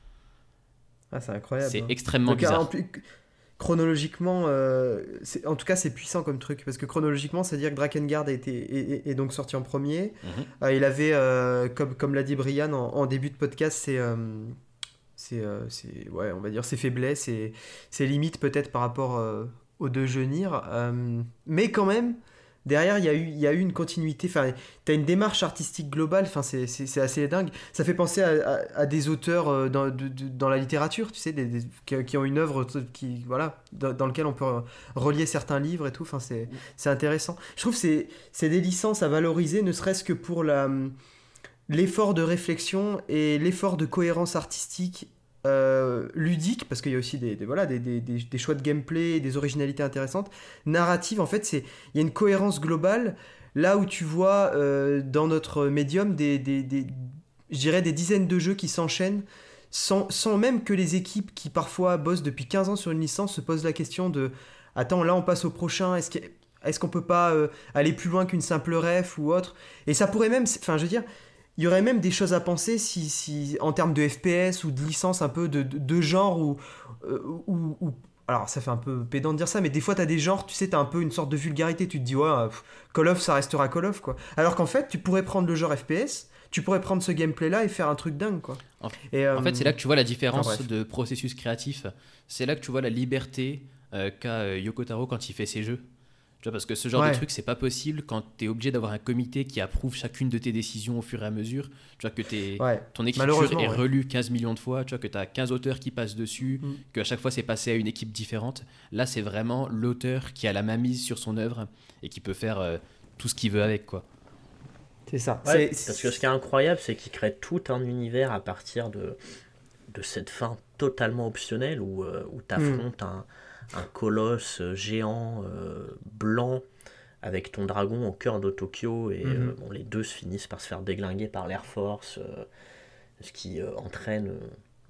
Ah, c'est incroyable. C'est hein. extrêmement Donc, en bizarre. plus, chronologiquement, euh, c'est- en tout cas, c'est puissant comme truc. Parce que chronologiquement, c'est-à-dire que Drakengard a été, est, est- est donc sorti en premier. Mhm. Euh, il avait, euh, comme, comme l'a dit Brian en, en début de podcast, c'est. euh, c'est, euh, c'est- ouais, on va dire ses faiblesses et ses limites peut-être par rapport euh, aux deux jeux Nier. Euh, mais quand même, derrière, il y a eu, il y a eu une continuité. Enfin, tu as une démarche artistique globale. Enfin, c'est, c'est, c'est assez dingue. Ça fait penser à, à- à des auteurs euh, dans, de- de- dans la littérature, tu sais, des, des- qui, qui ont une œuvre qui, voilà, dans, dans lequel on peut relier certains livres et tout. Enfin, c'est, c'est intéressant. Je trouve que c'est, c'est des licences à valoriser, ne serait-ce que pour la, l'effort de réflexion et l'effort de cohérence artistique euh, ludique, parce qu'il y a aussi des, des- voilà, des, des, des- des choix de gameplay, des originalités intéressantes. Narrative, en fait, c'est, il y a une cohérence globale, là où tu vois euh, dans notre médium des, des, des- je dirais des dizaines de jeux qui s'enchaînent, sans, sans même que les équipes qui parfois bossent depuis quinze ans sur une licence se posent la question de « Attends, là on passe au prochain, est-ce que... Est-ce qu'on peut pas euh, aller plus loin qu'une simple ref ou autre ?» Et ça pourrait même, enfin je veux dire, il y aurait même des choses à penser si, si en termes de F P S ou de licence un peu de, de, de genre ou, euh, ou, ou- alors ça fait un peu pédant de dire ça, mais des fois t'as des genres, tu sais, t'as un peu une sorte de vulgarité, tu te dis ouais, pff, Call of ça restera Call of quoi. Alors qu'en fait tu pourrais prendre le genre F P S, tu pourrais prendre ce gameplay là et faire un truc dingue quoi. En- Et, euh, En fait, c'est là que tu vois la différence enfin, bref. de processus créatif. C'est là que tu vois la liberté euh, qu'a euh, Yoko Taro quand il fait ses jeux. Tu vois, parce que ce genre Ouais. de truc, c'est pas possible quand tu es obligé d'avoir un comité qui approuve chacune de tes décisions au fur et à mesure. Tu vois, que t'es- Ouais. ton écriture Malheureusement, est ouais. relue quinze millions de fois, tu vois, que tu as quinze auteurs qui passent dessus, Mm. qu'à chaque fois c'est passé à une équipe différente. Là, c'est vraiment l'auteur qui a la mainmise sur son œuvre et qui peut faire euh, tout ce qu'il veut avec, quoi. C'est ça. Ouais, C'est- parce que ce qui est incroyable, c'est qu'il crée tout un univers à partir de, de cette fin totalement optionnelle où, euh, où tu affrontes un, un colosse géant euh, blanc avec ton dragon au cœur de Tokyo et Mhm. euh, bon, les deux se finissent par se faire déglinguer par l'Air Force, euh, ce qui euh, entraîne euh,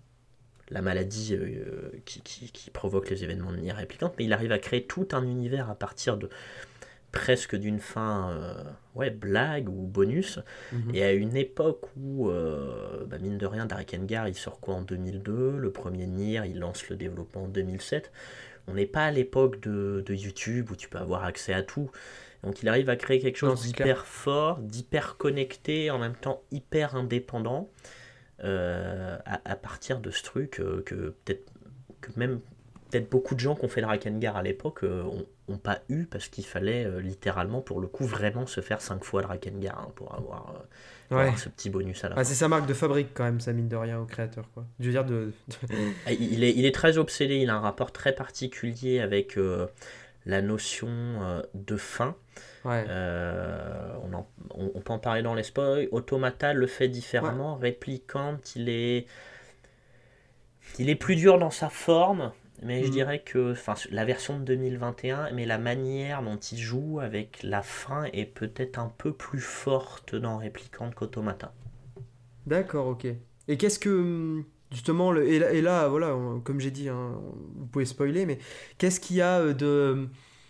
la maladie euh, qui, qui, qui provoque les événements de Nier Replicant, mais il arrive à créer tout un univers à partir de presque d'une fin euh, ouais, blague ou bonus. Mhm. Et à une époque où, euh, bah, mine de rien, Drakengard, il sort quoi en deux mille deux, le premier Nier, il lance le développement en deux mille sept. On n'est pas à l'époque de, de YouTube où tu peux avoir accès à tout. Donc il arrive à créer quelque chose Non, c'est d'hyper clair. fort, d'hyper connecté, en même temps hyper indépendant, euh, à, à partir de ce truc euh, que peut-être que même peut-être beaucoup de gens qui ont fait Drakengard à l'époque euh, ont, ont pas eu parce qu'il fallait euh, littéralement pour le coup vraiment se faire cinq fois Drakengard hein, pour avoir, euh, pour Ouais. avoir ce petit bonus à la Ah, fin. c'est sa marque de fabrique quand même, ça mine de rien au créateur, quoi. Je veux dire de. de- Ah, Il est, il est très obsédé, il a un rapport très particulier avec euh, la notion euh, de fin. Ouais. Euh, on, en- on- on peut en parler dans les spoils. Automata le fait différemment. Replicant, il est, il est plus dur dans sa forme, mais je Mhm. dirais que enfin, la version de deux mille vingt et un, mais la manière dont il joue avec la fin est peut-être un peu plus forte dans Replicant qu'Automata. D'accord, ok. Et qu'est-ce que. hum, Justement, le... et, là, et là, voilà, on- comme j'ai dit, hein, vous pouvez spoiler, mais qu'est-ce qu'il y a euh, de.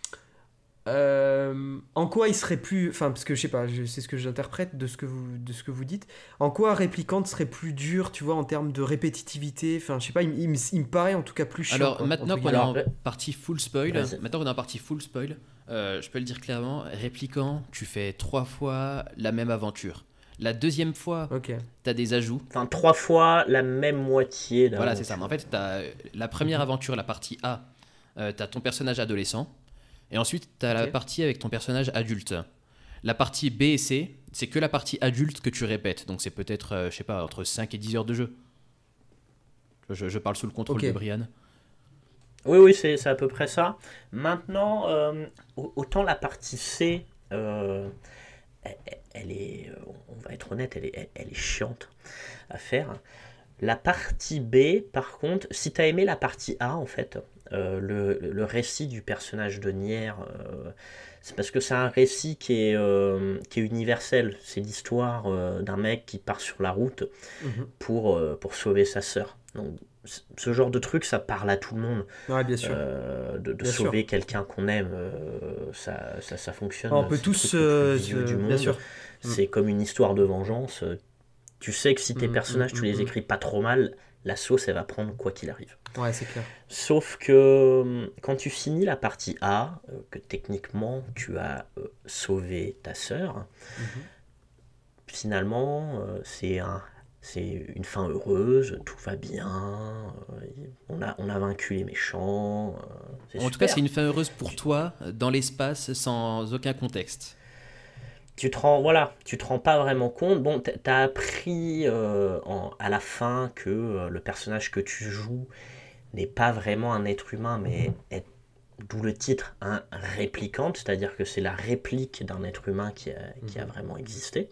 Euh, en quoi il serait plus. Enfin, parce que je sais pas, je- c'est ce que j'interprète de ce que vous, de ce que vous dites. En quoi Réplicante serait plus dur, tu vois, en termes de répétitivité. Enfin, je sais pas, il, il me il me paraît en tout cas plus chiant. Alors quoi, maintenant entre qu'on est guillemets. en Alors, partie full spoil, vas-y. maintenant qu'on est en partie full spoil, euh, je peux le dire clairement, répliquant, tu fais trois fois la même aventure. La deuxième fois, Ok. t'as des ajouts. Enfin, trois fois la même moitié d'aventure. Voilà, c'est ça. Mais en fait, t'as la première aventure, la partie A, euh, t'as ton personnage adolescent. Et ensuite, t'as la Ok. partie avec ton personnage adulte. La partie B et C, c'est que la partie adulte que tu répètes. Donc c'est peut-être, euh, je sais pas, entre cinq et dix heures de jeu. Je, je parle sous le contrôle Ok. de Brian. Oui, oui, c'est c'est à peu près ça. Maintenant, euh, au- autant la partie C, euh, elle, elle est, euh, on va être honnête, elle est, elle, elle est chiante à faire. La partie B, par contre, si tu as aimé la partie A, en fait, euh, le, le récit du personnage de Nier, euh, c'est parce que c'est un récit qui est, euh, qui est universel. C'est l'histoire euh, d'un mec qui part sur la route Mhm. pour, euh, pour sauver sa sœur. Donc, c- ce genre de truc, ça parle à tout le monde. Ouais, bien sûr. Euh, de, de Bien sauver sûr. quelqu'un qu'on aime, euh, ça, ça, ça fonctionne. On peut c'est le tous. truc le plus euh, vieux se- du Bien monde. sûr. C'est comme une histoire de vengeance. Tu sais que si tes Mm, personnages, mm, tu mm, les mm. écris pas trop mal, la sauce, elle va prendre quoi qu'il arrive. Ouais, c'est clair. Sauf que euh, quand tu finis la partie A, euh, que techniquement tu as euh, sauvé ta sœur, Mhm. finalement, euh, c'est un, c'est une fin heureuse, tout va bien, euh, on, a, on a vaincu les méchants. euh, c'est En tout super. cas, c'est une fin heureuse pour toi, dans l'espace, sans aucun contexte. Tu te rends, voilà, tu te rends pas vraiment compte. Bon, t- t'as appris euh, en- à la fin que euh, le personnage que tu joues n'est pas vraiment un être humain, mais est, d'où le titre, un réplicante, c'est-à-dire que c'est la réplique d'un être humain qui a, qui a vraiment existé.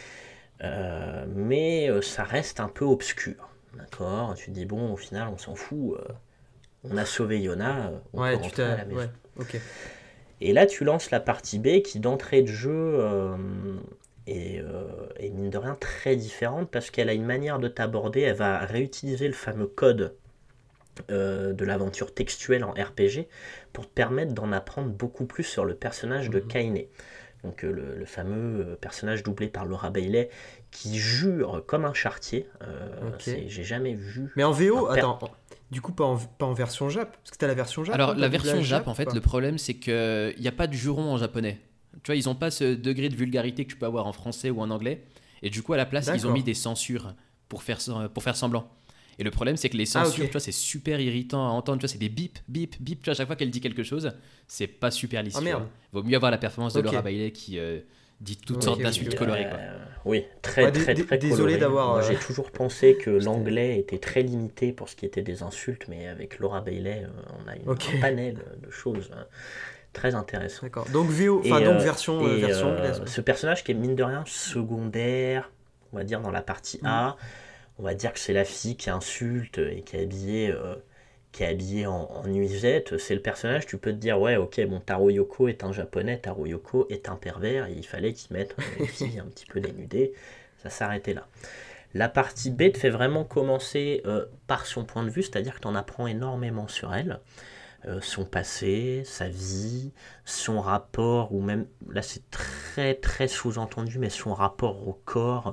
Euh, mais euh, ça reste un peu obscur, d'accord? Tu te dis, bon, au final, on s'en fout, euh, on a sauvé Yona, euh, on Ouais, peut tu rentrer à t'as. la maison. Ouais, ok. Et là, tu lances la partie B qui, d'entrée de jeu, euh, est, euh, est mine de rien très différente parce qu'elle a une manière de t'aborder. Elle va réutiliser le fameux code euh, de l'aventure textuelle en R P G pour te permettre d'en apprendre beaucoup plus sur le personnage de Mhm. Kaine. Donc euh, le, le fameux euh, personnage doublé par Laura Bailey qui jure comme un charretier. Euh, Ok. c'est- J'ai jamais vu. Mais en V O, un per- attends, du coup, pas en, pas en version Jap, parce que t'as la version Jap. Alors, toi, la t'as version doublage Jap, en fait, ou pas le problème, c'est qu'il n'y a pas de juron en japonais. Tu vois, ils n'ont pas ce degré de vulgarité que tu peux avoir en français ou en anglais. Et du coup, à la place, ils ont D'accord. mis des censures pour faire, sem- pour faire semblant. Et le problème, c'est que les Ah, censures, ok. tu vois, c'est super irritant à entendre. Tu vois, c'est des bip, bip, bip. Tu vois, à chaque fois qu'elle dit quelque chose, c'est pas super lisse. Ah, tu merde. vois. Vaut mieux avoir la performance de Ok. Laura Bailey qui euh, dit toutes Ok, sortes ok, d'insultes ok. colorées. Quoi. Euh, oui, très Ouais, dé- très dé- très désolé coloré. d'avoir, Moi, euh, j'ai toujours pensé que C'était- l'anglais était très limité pour ce qui était des insultes, mais avec Laura Bailey, euh, on a une- Ok. un panel de choses euh, très intéressantes. D'accord. Donc V O, enfin Et, donc euh, version, euh, et, version euh, anglaise. quoi. ce personnage qui est mine de rien secondaire, on va dire dans la partie A, Mm. on va dire que c'est la fille qui insulte et qui est habillée, euh, qui est habillée en, en nuisette. C'est le personnage, tu peux te dire, ouais, ok, bon, Taro Yoko est un japonais, Taro Yoko est un pervers, et il fallait qu'il mette une fille un petit peu dénudée. Ça s'arrêtait là. La partie B te fait vraiment commencer euh, par son point de vue, c'est-à-dire que tu en apprends énormément sur elle. euh, son passé, sa vie, son rapport, ou même, là c'est très très sous-entendu, mais son rapport au corps,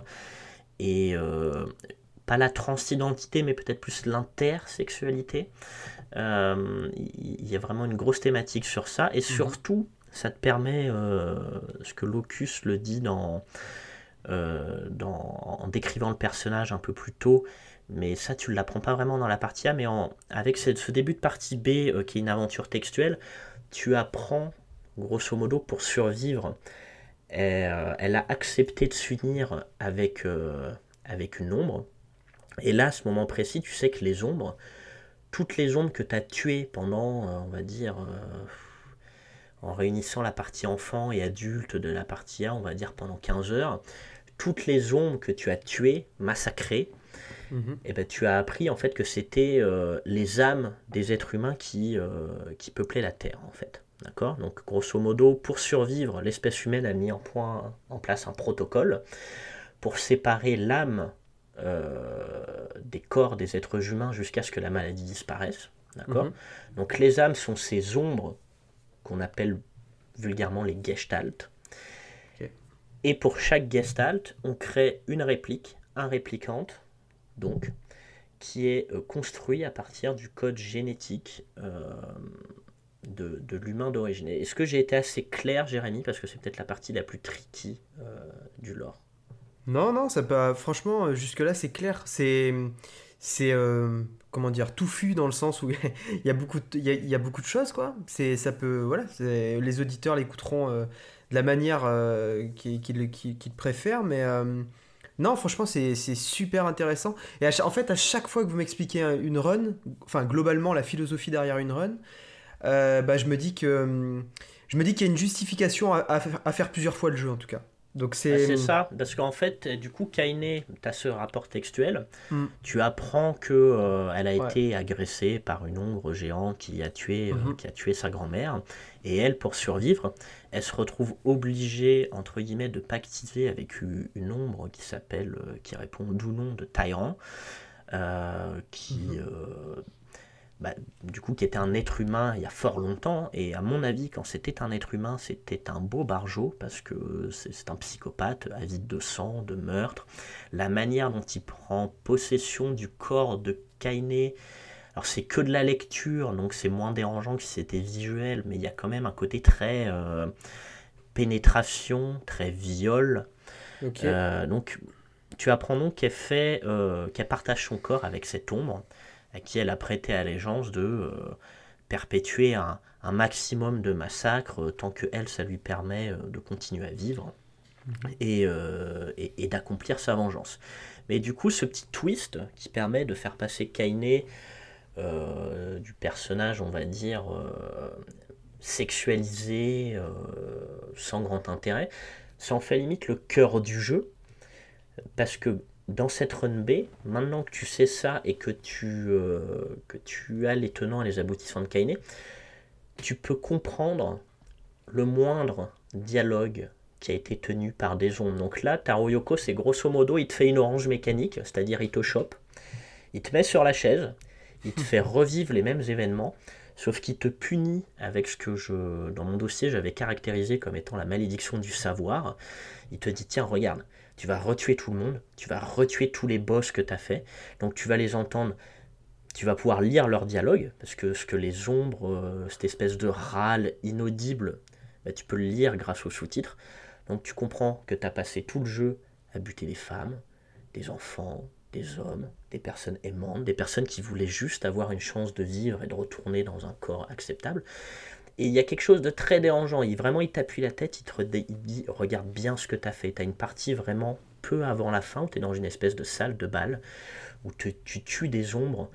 et euh, pas la transidentité, mais peut-être plus l'intersexualité. Euh, Il y a vraiment une grosse thématique sur ça, et surtout, ça te permet, euh, ce que Locus le dit dans, euh, dans, en décrivant le personnage un peu plus tôt, mais ça tu ne l'apprends pas vraiment dans la partie A, mais en, avec ce, ce début de partie B, euh, qui est une aventure textuelle, tu apprends, grosso modo, pour survivre. Elle, euh, elle a accepté de s'unir avec, euh, avec une ombre, et là, à ce moment précis, tu sais que les ombres, toutes les ombres que tu as tuées pendant, euh, on va dire, euh, en réunissant la partie enfant et adulte de la partie A, on va dire pendant quinze heures, toutes les ombres que tu as tuées, massacrées, Mhm. et ben, tu as appris en fait que c'était euh, les âmes des êtres humains qui, euh, qui peuplaient la Terre, en fait. D'accord ? Donc, grosso modo, pour survivre, l'espèce humaine a mis en, point, en place un protocole pour séparer l'âme euh, des corps des êtres humains jusqu'à ce que la maladie disparaisse. D'accord ? Mhm. Donc, les âmes sont ces ombres qu'on appelle vulgairement les Gestalt. Ok. Et pour chaque Gestalt, on crée une réplique, un réplicante, donc, qui est euh, construit à partir du code génétique euh, de, de l'humain d'origine. Est-ce que j'ai été assez clair, Jérémy? Parce que c'est peut-être la partie la plus tricky euh, du lore. Non, non, ça peut, franchement, euh, jusque-là, c'est clair. C'est, c'est, euh, comment dire, touffu dans le sens où il y a beaucoup, de, il y a, il y a beaucoup de choses, quoi. C'est, ça peut, voilà, c'est- les auditeurs l'écouteront euh, de la manière euh, qu'ils qu'ils- qu'ils- qu'ils préfèrent, mais euh, non, franchement, c'est, c'est super intéressant. Et à cha- en fait, à chaque fois que vous m'expliquez un- une run, enfin, globalement, la philosophie derrière une run, euh, bah, je me dis que, hum, je me dis qu'il y a une justification à, à faire à faire plusieurs fois le jeu, en tout cas. Donc Bah, c'est, c'est ça, parce qu'en fait, du coup, Kaine, tu as ce rapport textuel, hum, tu apprends que euh, elle a ouais. été agressée par une ombre géante qui a tué, euh, Mhm. qui a tué sa grand-mère, et elle, pour survivre, elle se retrouve obligée, entre guillemets, de pactiser avec u- une ombre qui s'appelle, euh, qui répond d'où nom de Tyrant, euh, qui, Mhm. euh, bah, du coup, qui était un être humain il y a fort longtemps, et à mon avis, quand c'était un être humain, c'était un beau barjot, parce que c'est c'est un psychopathe, avide de sang, de meurtre. La manière dont il prend possession du corps de Kaine, alors c'est que de la lecture, donc c'est moins dérangeant que si c'était visuel, mais il y a quand même un côté très euh, pénétration, très viol. Ok. Euh, donc, tu apprends donc qu'elle fait, euh, qu'elle partage son corps avec cette ombre à qui elle a prêté allégeance de euh, perpétuer un, un maximum de massacres euh, tant que elle, ça lui permet euh, de continuer à vivre et, euh, et, et d'accomplir sa vengeance. Mais du coup, ce petit twist qui permet de faire passer Kaine euh, du personnage, on va dire, euh, sexualisé, euh, sans grand intérêt, ça en fait limite le cœur du jeu, parce que dans cette run B, maintenant que tu sais ça et que tu, euh, que tu as les tenants et les aboutissants de Kaine, tu peux comprendre le moindre dialogue qui a été tenu par des ombres. Donc là, Taro Yoko, c'est grosso modo, il te fait une orange mécanique, c'est-à-dire il te chope, il te met sur la chaise, il te fait revivre les mêmes événements, sauf qu'il te punit avec ce que je, dans mon dossier, j'avais caractérisé comme étant la malédiction du savoir. Il te dit, tiens, regarde, tu vas retuer tout le monde, tu vas retuer tous les boss que tu as fait, donc tu vas les entendre, tu vas pouvoir lire leurs dialogues, parce que ce que les ombres, euh, cette espèce de râle inaudible, bah, tu peux le lire grâce aux sous-titres. Donc tu comprends que tu as passé tout le jeu à buter des femmes, des enfants, des hommes, des personnes aimantes, des personnes qui voulaient juste avoir une chance de vivre et de retourner dans un corps acceptable. Et il y a quelque chose de très dérangeant. Il, vraiment, il t'appuie la tête, il te redé- il dit regarde bien ce que tu as fait. Tu as une partie vraiment peu avant la fin où tu es dans une espèce de salle de bal où te- tu tues des ombres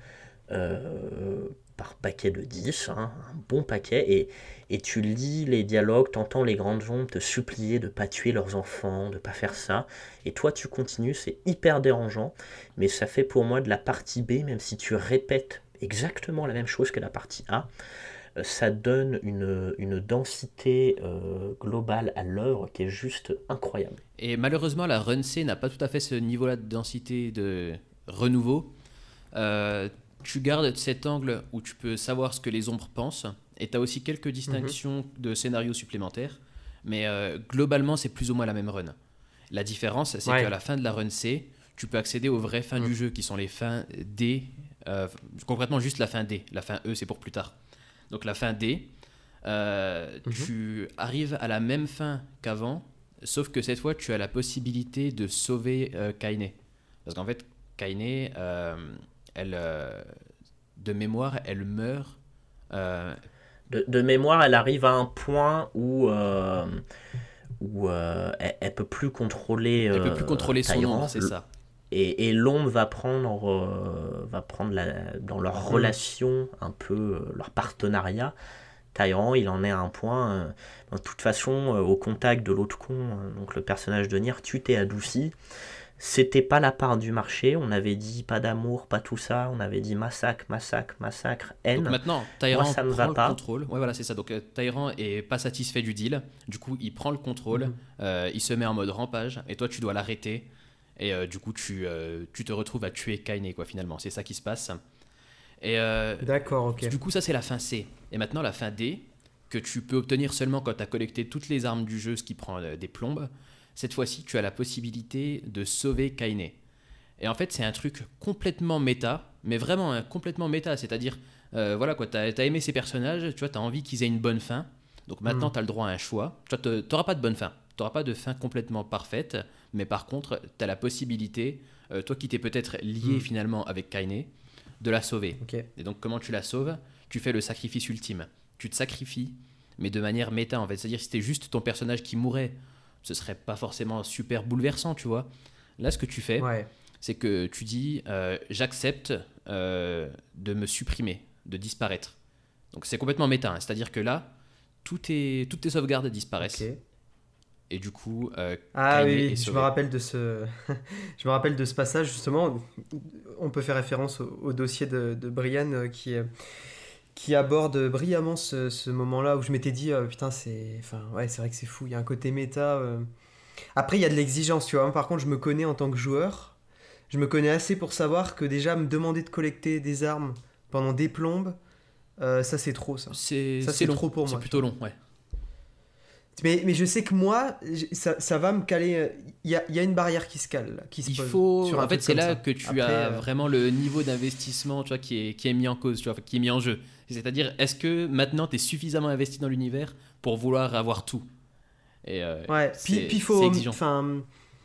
euh, par paquet de dix, hein, un bon paquet, et, et tu lis les dialogues, t'entends les grandes ombres te supplier de ne pas tuer leurs enfants, de ne pas faire ça, et toi tu continues, c'est hyper dérangeant, mais ça fait pour moi de la partie B, même si tu répètes exactement la même chose que la partie A, euh, ça donne une, une densité euh, globale à l'œuvre qui est juste incroyable. Et malheureusement, la Run C n'a pas tout à fait ce niveau-là de densité de renouveau. Euh, tu gardes cet angle où tu peux savoir ce que les ombres pensent, et tu as aussi quelques distinctions mm-hmm. de scénarios supplémentaires, mais euh, globalement, c'est plus ou moins la même run. La différence, c'est ouais. qu'à la fin de la run C, tu peux accéder aux vraies fins mm. du jeu, qui sont les fins D, euh, concrètement juste la fin D, la fin E, c'est pour plus tard. Donc la fin D, euh, mm-hmm. tu arrives à la même fin qu'avant, sauf que cette fois, tu as la possibilité de sauver euh, Kaine. Parce qu'en fait, Kaine, euh, elle, euh, de mémoire, elle meurt. Euh... De, de mémoire, elle arrive à un point où, euh, où euh, elle, elle peut plus contrôler. Elle euh, peut plus contrôler son ombre, c'est ça. Et, et l'ombre va prendre, euh, va prendre la, dans leur mmh. relation, un peu euh, leur partenariat. Tyrant, il en est à un point. Euh, de toute façon, euh, au contact de l'autre con, euh, donc le personnage de Nier, tu t'es adouci. C'était pas la part du marché. On avait dit pas d'amour, pas tout ça. On avait dit massacre, massacre, massacre, haine. Donc maintenant, Tyrant Moi, ça me prend va le pas. contrôle. Ouais, voilà, c'est ça. Donc euh, Tyrant est pas satisfait du deal. Du coup, il prend le contrôle. Mmh. Euh, il se met en mode rampage. Et toi, tu dois l'arrêter. Et euh, du coup, tu, euh, tu te retrouves à tuer Kaine, quoi, finalement. C'est ça qui se passe. Et euh, D'accord, ok. Du coup, ça, c'est la fin C. Et maintenant, la fin D, que tu peux obtenir seulement quand tu as collecté toutes les armes du jeu, ce qui prend euh, des plombes. Cette fois-ci, tu as la possibilité de sauver Kaine. Et en fait, c'est un truc complètement méta, mais vraiment hein, complètement méta. C'est-à-dire, euh, voilà quoi, tu as aimé ces personnages, tu vois, tu as envie qu'ils aient une bonne fin. Donc maintenant, mmh. tu as le droit à un choix. Tu n'auras pas de bonne fin. Tu n'auras pas de fin complètement parfaite. Mais par contre, tu as la possibilité, euh, toi qui t'es peut-être lié mmh. finalement avec Kaine, de la sauver. Okay. Et donc, comment tu la sauves ? Tu fais le sacrifice ultime. Tu te sacrifies, mais de manière méta, en fait. C'est-à-dire, si c'était juste ton personnage qui mourait, ce serait pas forcément super bouleversant, tu vois. Là, ce que tu fais, ouais. c'est que tu dis euh, j'accepte euh, de me supprimer, de disparaître. Donc, c'est complètement méta. Hein. C'est-à-dire que là, tout est, toutes tes sauvegardes disparaissent. Okay. Et du coup, euh, ah oui, oui je me rappelle de ce, je me rappelle de ce passage justement. On peut faire référence au, au dossier de, de Brian euh, qui, euh, qui aborde brillamment ce, ce moment-là où je m'étais dit euh, putain c'est, enfin ouais c'est vrai que c'est fou. Il y a un côté méta. Euh... Après il y a de l'exigence, tu vois. Moi, par contre, je me connais en tant que joueur. Je me connais assez pour savoir que déjà me demander de collecter des armes pendant des plombes, euh, ça c'est trop ça. C'est, ça, c'est, c'est long. trop pour c'est moi. C'est plutôt long, ouais. Mais, mais je sais que moi, ça, ça va me caler. Il y a, y a une barrière qui se cale, là, qui se Il pose. Faut... Sur un en fait, c'est là ça. que tu Après, as euh... vraiment le niveau d'investissement, tu vois, qui est, qui est mis en cause, tu vois, qui est mis en jeu. C'est-à-dire, est-ce que maintenant tu es suffisamment investi dans l'univers pour vouloir avoir tout ? Et euh, ouais. c'est, puis, puis faut, c'est exigeant. Enfin,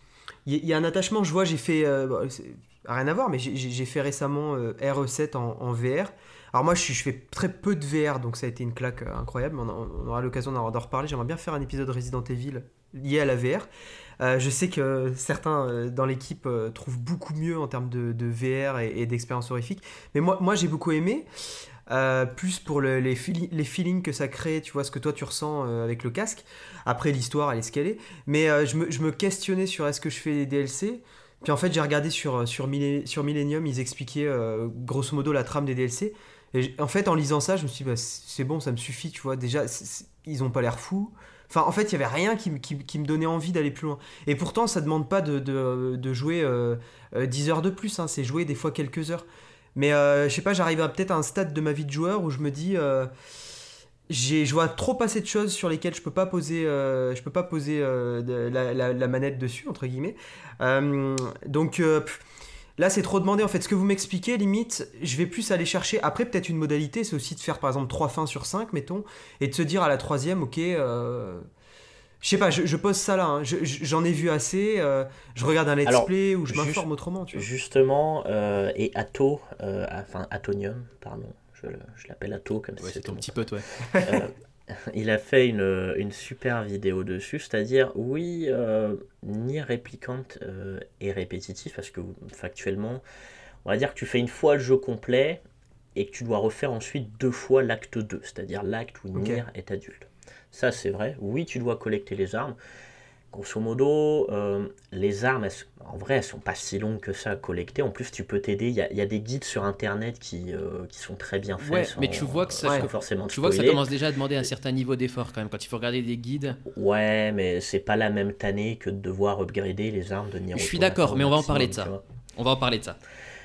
il y, y a un attachement. Je vois, j'ai fait. Euh, bon, rien à voir, mais j'ai, j'ai fait récemment euh, R E sept en, en V R. Alors moi, je, je fais très peu de V R, donc ça a été une claque euh, incroyable. On, on aura l'occasion d'en, d'en reparler. J'aimerais bien faire un épisode Resident Evil lié à la V R. Euh, je sais que certains euh, dans l'équipe euh, trouvent beaucoup mieux en termes de, de V R et, et d'expérience horrifique. Mais moi, moi j'ai beaucoup aimé. Euh, plus pour le, les, feel- les feelings que ça crée, tu vois, ce que toi tu ressens euh, avec le casque. Après, l'histoire, elle est ce qu'elle est. Mais euh, je, me, je me questionnais sur est-ce que je fais des D L C. Puis en fait, j'ai regardé sur, sur, Millé- sur Millennium, ils expliquaient euh, grosso modo la trame des D L C. Et en fait, en lisant ça, je me suis dit, bah, c'est bon, ça me suffit, tu vois. Déjà, c'est, c'est, ils ont pas l'air fous. Enfin, en fait, il y avait rien qui, qui, qui me donnait envie d'aller plus loin. Et pourtant, ça demande pas de, de, de jouer euh, dix heures de plus, hein. C'est jouer des fois quelques heures. Mais euh, je sais pas, j'arrive à peut-être à un stade de ma vie de joueur où je me dis, euh, j'ai, je vois trop passer de choses sur lesquelles je peux pas poser, euh, je peux pas poser euh, de, la, la, la manette dessus, entre guillemets. Euh, donc euh, pff, là, c'est trop demandé. En fait, ce que vous m'expliquez, limite, je vais plus aller chercher. Après, peut-être une modalité, c'est aussi de faire par exemple trois fins sur cinq, mettons, et de se dire à la troisième, ok. Euh, Je sais pas, je, je pose ça là, hein. je, j'en ai vu assez, euh, je regarde un let's Alors, play ou je juste, m'informe autrement. Tu vois. Justement, euh, et Atto, euh, enfin Attonium, pardon, je, je l'appelle Atto comme ouais, si c'est c'était ton petit pote, ouais. euh, il a fait une, une super vidéo dessus, c'est-à-dire, oui, euh, Nier Replicant euh, est répétitif, parce que factuellement, on va dire que tu fais une fois le jeu complet et que tu dois refaire ensuite deux fois l'acte deux, c'est-à-dire l'acte où Nier okay. est adulte. Ça, c'est vrai. Oui, tu dois collecter les armes. Grosso modo, euh, les armes, elles, en vrai, elles sont pas si longues que ça à collecter. En plus, tu peux t'aider. Il y a, y a des guides sur Internet qui, euh, qui sont très bien faits. Ouais, sans, mais tu vois que ça, euh, ouais, forcément tu vois que ça commence déjà à demander un certain niveau d'effort quand même. Quand il faut regarder des guides. Ouais, mais c'est pas la même tannée que de devoir upgrader les armes de Nier. Je suis d'accord, mais on va en parler de ça. On va en parler de ça.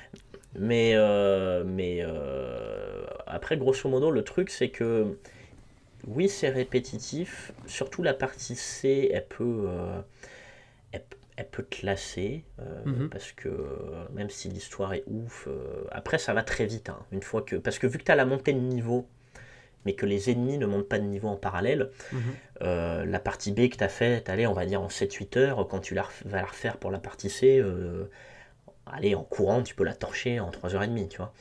Mais, euh, mais euh, après, grosso modo, le truc, c'est que oui, c'est répétitif. Surtout la partie C, elle peut, euh, elle, elle peut te lasser. euh, Mhm. parce que euh, même si l'histoire est ouf, euh, après, ça va très vite. Hein, une fois que, parce que vu que tu as la montée de niveau, mais que les ennemis ne montent pas de niveau en parallèle, Mhm. euh, la partie B que tu as faite, allez, on va dire en sept huit heures, quand tu la ref- vas la refaire pour la partie C, euh, allez, en courant, tu peux la torcher en trois heures trente, tu vois.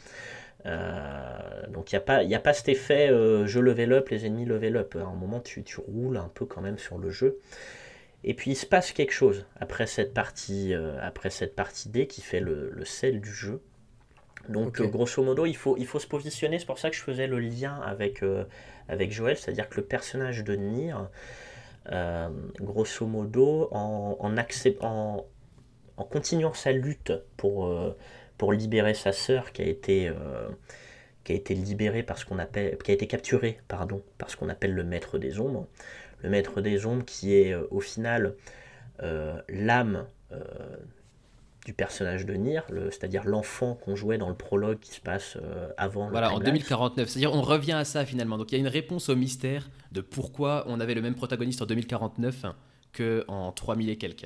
Euh, donc il n'y a, pas- y a pas cet effet euh, je level up, les ennemis level up. À un moment, tu, tu roules un peu quand même sur le jeu. Et puis il se passe quelque chose après cette partie, euh, après cette partie D qui fait le, le sel du jeu. Donc Ok. euh, grosso modo, il faut, il faut se positionner. C'est pour ça que je faisais le lien avec, euh, avec Joël, c'est-à-dire que le personnage de Nier, euh, grosso modo, en, en, accep- en, en continuant sa lutte pour, euh, pour libérer sa sœur qui a été, euh, qui a été libérée par ce qu'on appelle, qui a été capturée, pardon, par ce qu'on appelle le Maître des Ombres. Le Maître des Ombres qui est euh, au final euh, l'âme euh, du personnage de Nier, le- c'est-à-dire l'enfant qu'on jouait dans le prologue qui se passe euh, avant le Voilà, en time deux mille lapse. quarante-neuf. C'est-à-dire, on revient à ça finalement. Donc, il y a une réponse au mystère de pourquoi on avait le même protagoniste en deux mille quarante-neuf qu'en trois mille et quelques.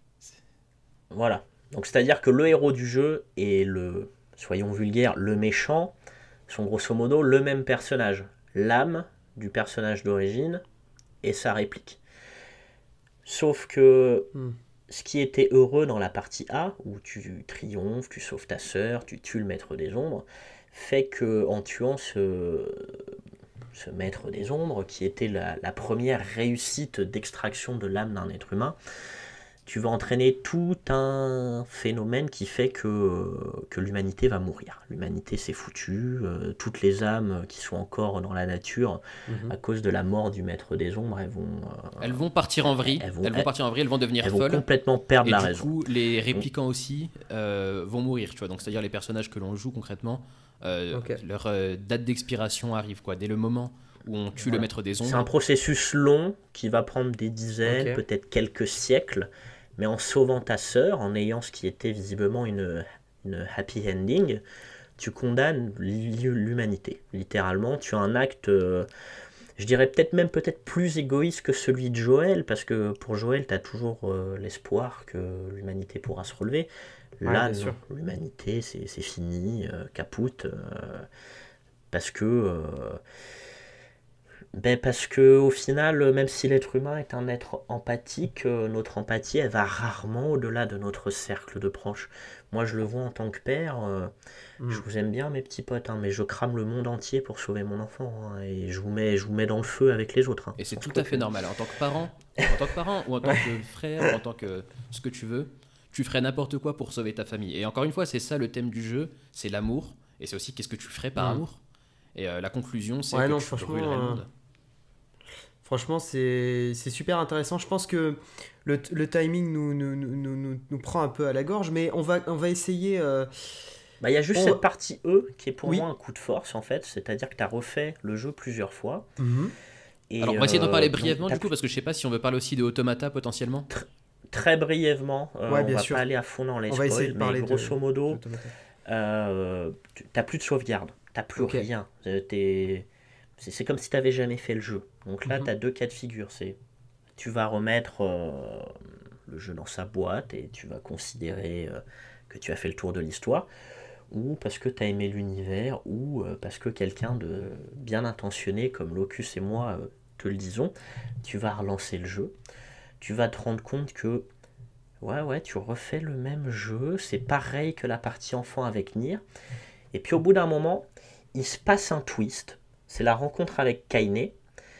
Voilà. Donc c'est-à-dire que le héros du jeu et le, soyons vulgaires, le méchant sont grosso modo le même personnage. L'âme du personnage d'origine et sa réplique. Sauf que Hmm. ce qui était heureux dans la partie A, où tu triomphes, tu sauves ta sœur, tu tues le maître des ombres, fait que en tuant ce, ce maître des ombres, qui était la, la première réussite d'extraction de l'âme d'un être humain, tu vas entraîner tout un phénomène qui fait que, que l'humanité va mourir. L'humanité s'est foutue, euh, toutes les âmes qui sont encore dans la nature, Mhm. à cause de la mort du maître des ombres, elles vont, euh, Elles vont partir en vrille. elles vont, Elles vont elles, partir en vrille. Elles vont devenir elles vont folles. complètement perdre Et la du raison. coup, les Donc, réplicants aussi euh, vont mourir, tu vois. Donc, c'est-à-dire les personnages que l'on joue concrètement, euh, Ok. leur euh, date d'expiration arrive, quoi. Dès le moment où on tue le voilà. maître des C'est un ombres. processus long qui va prendre des dizaines, Ok. peut-être quelques siècles, mais en sauvant ta sœur, en ayant ce qui était visiblement une, une happy ending, tu condamnes l'humanité. Littéralement, tu as un acte, euh, je dirais peut-être même peut-être plus égoïste que celui de Joël, parce que pour Joël, tu as toujours euh, l'espoir que l'humanité pourra se relever. Ouais, Là, bien non, sûr. l'humanité, c'est c'est fini, euh, capoute, euh, parce que... euh, ben parce que au final, même si l'être humain est un être empathique, euh, notre empathie, elle va rarement au-delà de notre cercle de proches. Moi, je le vois en tant que père. euh, Hmm. je vous aime bien, mes petits potes, hein, mais je crame le monde entier pour sauver mon enfant, hein, et je vous mets, je vous mets dans le feu avec les autres, hein, Et c'est sans tout à fait scrupule. normal. En tant que parent, en tant que parent ou en tant Ouais. que frère ou en tant que ce que tu veux, tu ferais n'importe quoi pour sauver ta famille. Et encore une fois, c'est ça le thème du jeu, c'est l'amour. Et c'est aussi qu'est-ce que tu ferais par Hmm. amour. Et euh, la conclusion, c'est Ouais, que non, tu brûlerais le franchement, euh, monde. franchement, c'est c'est super intéressant. Je pense que le, le timing nous, nous, nous, nous, nous- nous prend un peu à la gorge, mais on va, on va essayer. euh, Bah, il y a juste on- cette partie E qui est pour moi Oui. un coup de force, en fait, c'est-à-dire que tu as refait le jeu plusieurs fois. Mhm. Et Alors, on va essayer d'en euh, parler donc, brièvement t'as du coup, parce que je sais pas si on veut parler aussi de Automata potentiellement. tr- très brièvement, euh, Ouais, on bien va sûr. pas aller à fond dans les On va essayer spoils, de mais parler de grosso modo, d'Automata. euh, tu- t'as plus de sauvegarde, t'as plus Ok. rien. Euh, t'es- C'est c'est comme si t'avais jamais fait le jeu. Donc là, Mhm. t'as deux cas de figure. C'est tu vas remettre euh, le jeu dans sa boîte et tu vas considérer euh, que tu as fait le tour de l'histoire, ou parce que tu as aimé l'univers, ou euh, parce que quelqu'un de bien intentionné comme Locus et moi euh, te le disons, tu vas relancer le jeu. Tu vas te rendre compte que ouais ouais tu refais le même jeu, c'est pareil que la partie enfant avec Nier, et puis au bout d'un moment il se passe un twist, c'est la rencontre avec Kaine,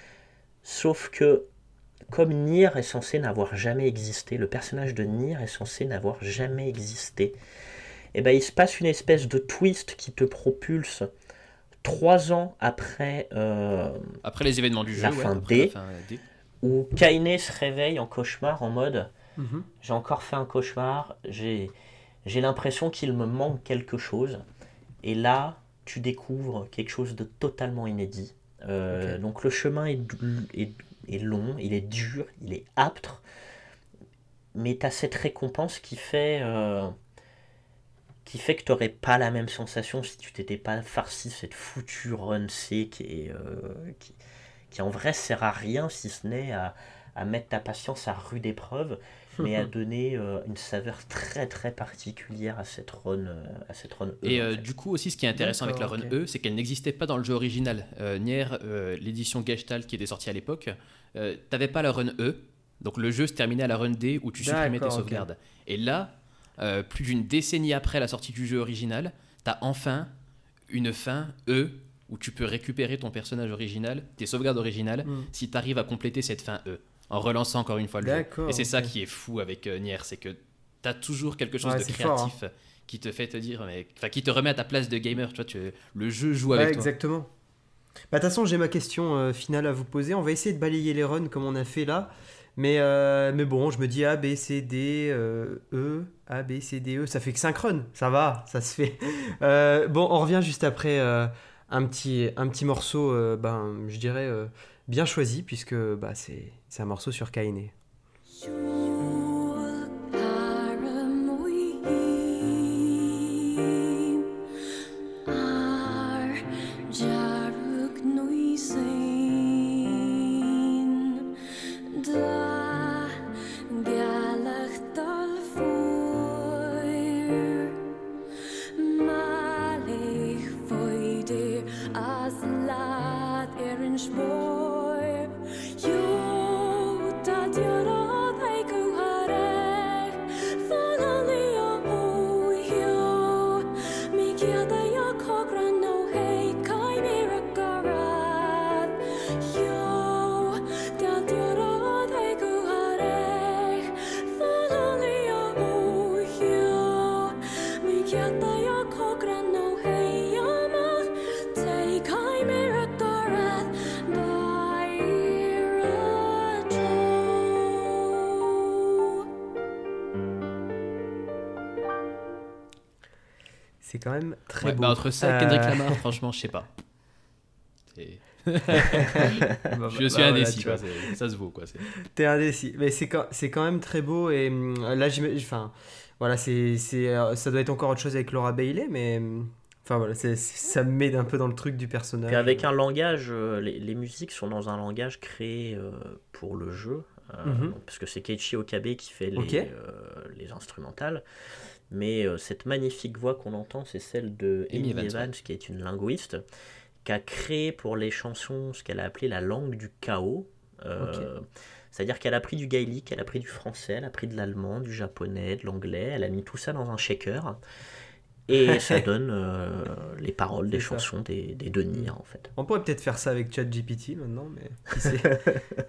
sauf que comme Nier est censé n'avoir jamais existé, le personnage de Nier est censé n'avoir jamais existé, et ben il se passe une espèce de twist qui te propulse trois ans après euh, Après les événements du jeu, la ouais, fin après la D, fin D. où Kaine se réveille en cauchemar en mode Mhm. j'ai encore fait un cauchemar, j'ai, j'ai l'impression qu'il me manque quelque chose, et là tu découvres quelque chose de totalement inédit. Euh, Ok. Donc le chemin est, est, est long, il est dur, il est âpre, mais tu as cette récompense qui fait, euh, qui fait que tu n'aurais pas la même sensation si tu t'étais pas farci cette foutue run C qui, est, euh, qui, qui en vrai sert à rien si ce n'est à, à mettre ta patience à rude épreuve, mais à donner euh, une saveur très très particulière à cette run, euh, à cette run E. Et en euh, fait. du coup aussi ce qui est intéressant avec la run D'accord, E, c'est qu'elle n'existait pas dans le jeu original. Euh, Nier, euh, l'édition Gestalt qui était sortie à l'époque, euh, t'avais pas la run E, donc le jeu se terminait à la run D où tu supprimais tes D'accord, ok. sauvegardes. Et là, euh, plus d'une décennie après la sortie du jeu original, t'as enfin une fin E où tu peux récupérer ton personnage original, tes sauvegardes originales, Mm. si t'arrives à compléter cette fin E, en relançant encore une fois le jeu. D'accord, Et c'est ça ok. qui est fou avec euh, Nier, c'est que t'as toujours quelque chose Ouais, de c'est fort, créatif qui te fait te dire, mais, enfin, qui te remet à ta place de gamer, tu vois, tu, le jeu joue Ouais, avec toi. exactement. Bah, de toute façon, j'ai ma question euh, finale à vous poser. On va essayer de balayer les runs comme on a fait là. Mais, euh, mais bon, je me dis A, B, C, D, euh, E, A, B, C, D, E. Ça fait que cinq runs. Ça va, ça se fait. Euh, bon, on revient juste après euh, un, petit, un petit morceau, euh, ben, je dirais, euh, bien choisi, puisque bah, c'est, c'est un morceau sur Kaine. Yul paramoim ar jaruk nuisin da galachtal foir malig foide as lat erin spoor you tad yara C'est quand même très Ouais, beau. bah, entre ça et Kendrick Euh, Lamar, franchement, je sais pas. C'est- bah, je suis bah, indécis, voilà, tu quoi, c'est- ça se vaut, quoi. c'est- T'es indécis. Mais c'est quand, c'est quand même très beau. Et hum, là, j'imagine. Enfin, voilà, c'est, c'est, euh, ça doit être encore autre chose avec Laura Bailey. Mais. hum, Enfin, voilà, c'est, c'est- ça me met un peu dans le truc du personnage. Puis avec un langage, euh, les, les musiques sont dans un langage créé euh, pour le jeu, euh, Mhm. donc, parce que c'est Keiichi Okabe qui fait les, Ok. euh, les instrumentales. Mais euh, cette magnifique voix qu'on entend, c'est celle de Amy Amy Evans, Evans, qui est une linguiste, qui a créé pour les chansons ce qu'elle a appelé la langue du chaos. Euh, C'est-à-dire qu'elle a pris du gaélique, elle a pris du français, elle a pris de l'allemand, du japonais, de l'anglais, elle a mis tout ça dans un shaker. Et ça donne euh, les paroles des C'est ça. chansons des, des deux Nier, en fait. On pourrait peut-être faire ça avec ChatGPT maintenant, mais qui sait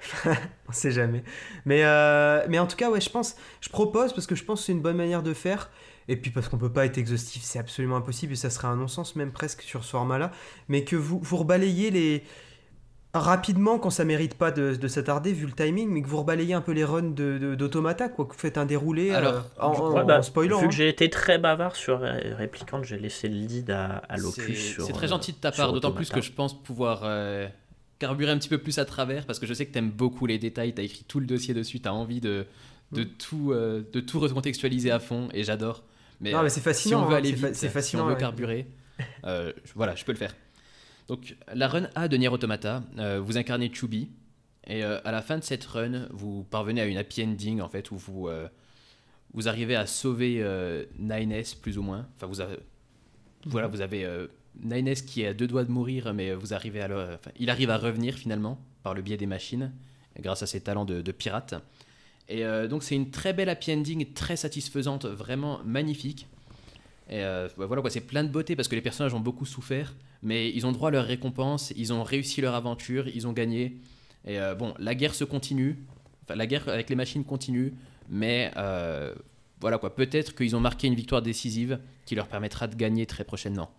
on sait jamais. Mais, euh, mais en tout cas, ouais, je pense, je propose parce que je pense que c'est une bonne manière de faire. Et puis parce qu'on peut pas être exhaustif, c'est absolument impossible et ça serait un non-sens même presque sur ce format-là. Mais que vous, vous rebalayez les rapidement quand ça mérite pas de, de s'attarder vu le timing, mais que vous rebalayez un peu les runs de, de- d'Automata, quoi, que vous faites un déroulé Alors, euh, en, du coup, en- Ouais, bah, en spoilant. vu hein. que j'ai été très bavard sur Ré- Réplicante, j'ai laissé le lead à, à C'est Locus sur. c'est très euh, gentil de ta sur part, d'autant plus Automata. que je pense pouvoir euh, carburer un petit peu plus à travers, parce que je sais que t'aimes beaucoup les détails, t'as écrit tout le dossier dessus, t'as envie de, de, Mm. tout, euh, de tout recontextualiser à fond, et j'adore. Mais, Non, mais euh, c'est si fascinant. on veut hein, aller c'est fa- vite, c'est si fascinant. on veut ouais. carburer, euh, je- voilà, je peux le faire. Donc, la run A de Nier Automata, euh, vous incarnez Chubby, et euh, à la fin de cette run, vous parvenez à une happy ending, en fait, où vous, euh, vous arrivez à sauver euh, Nines, plus ou moins. Enfin, vous avez, voilà, vous avez euh, Nines qui est à deux doigts de mourir, mais vous arrivez à le, enfin, il arrive à revenir finalement par le biais des machines, grâce à ses talents de, de pirate. Et euh, donc c'est une très belle happy ending, très satisfaisante, vraiment magnifique. Et euh, voilà quoi, c'est plein de beauté parce que les personnages ont beaucoup souffert, mais ils ont droit à leur récompense, ils ont réussi leur aventure, ils ont gagné. Et euh, bon, la guerre se continue, enfin la guerre avec les machines continue, mais euh, voilà quoi, peut-être qu'ils ont marqué une victoire décisive qui leur permettra de gagner très prochainement.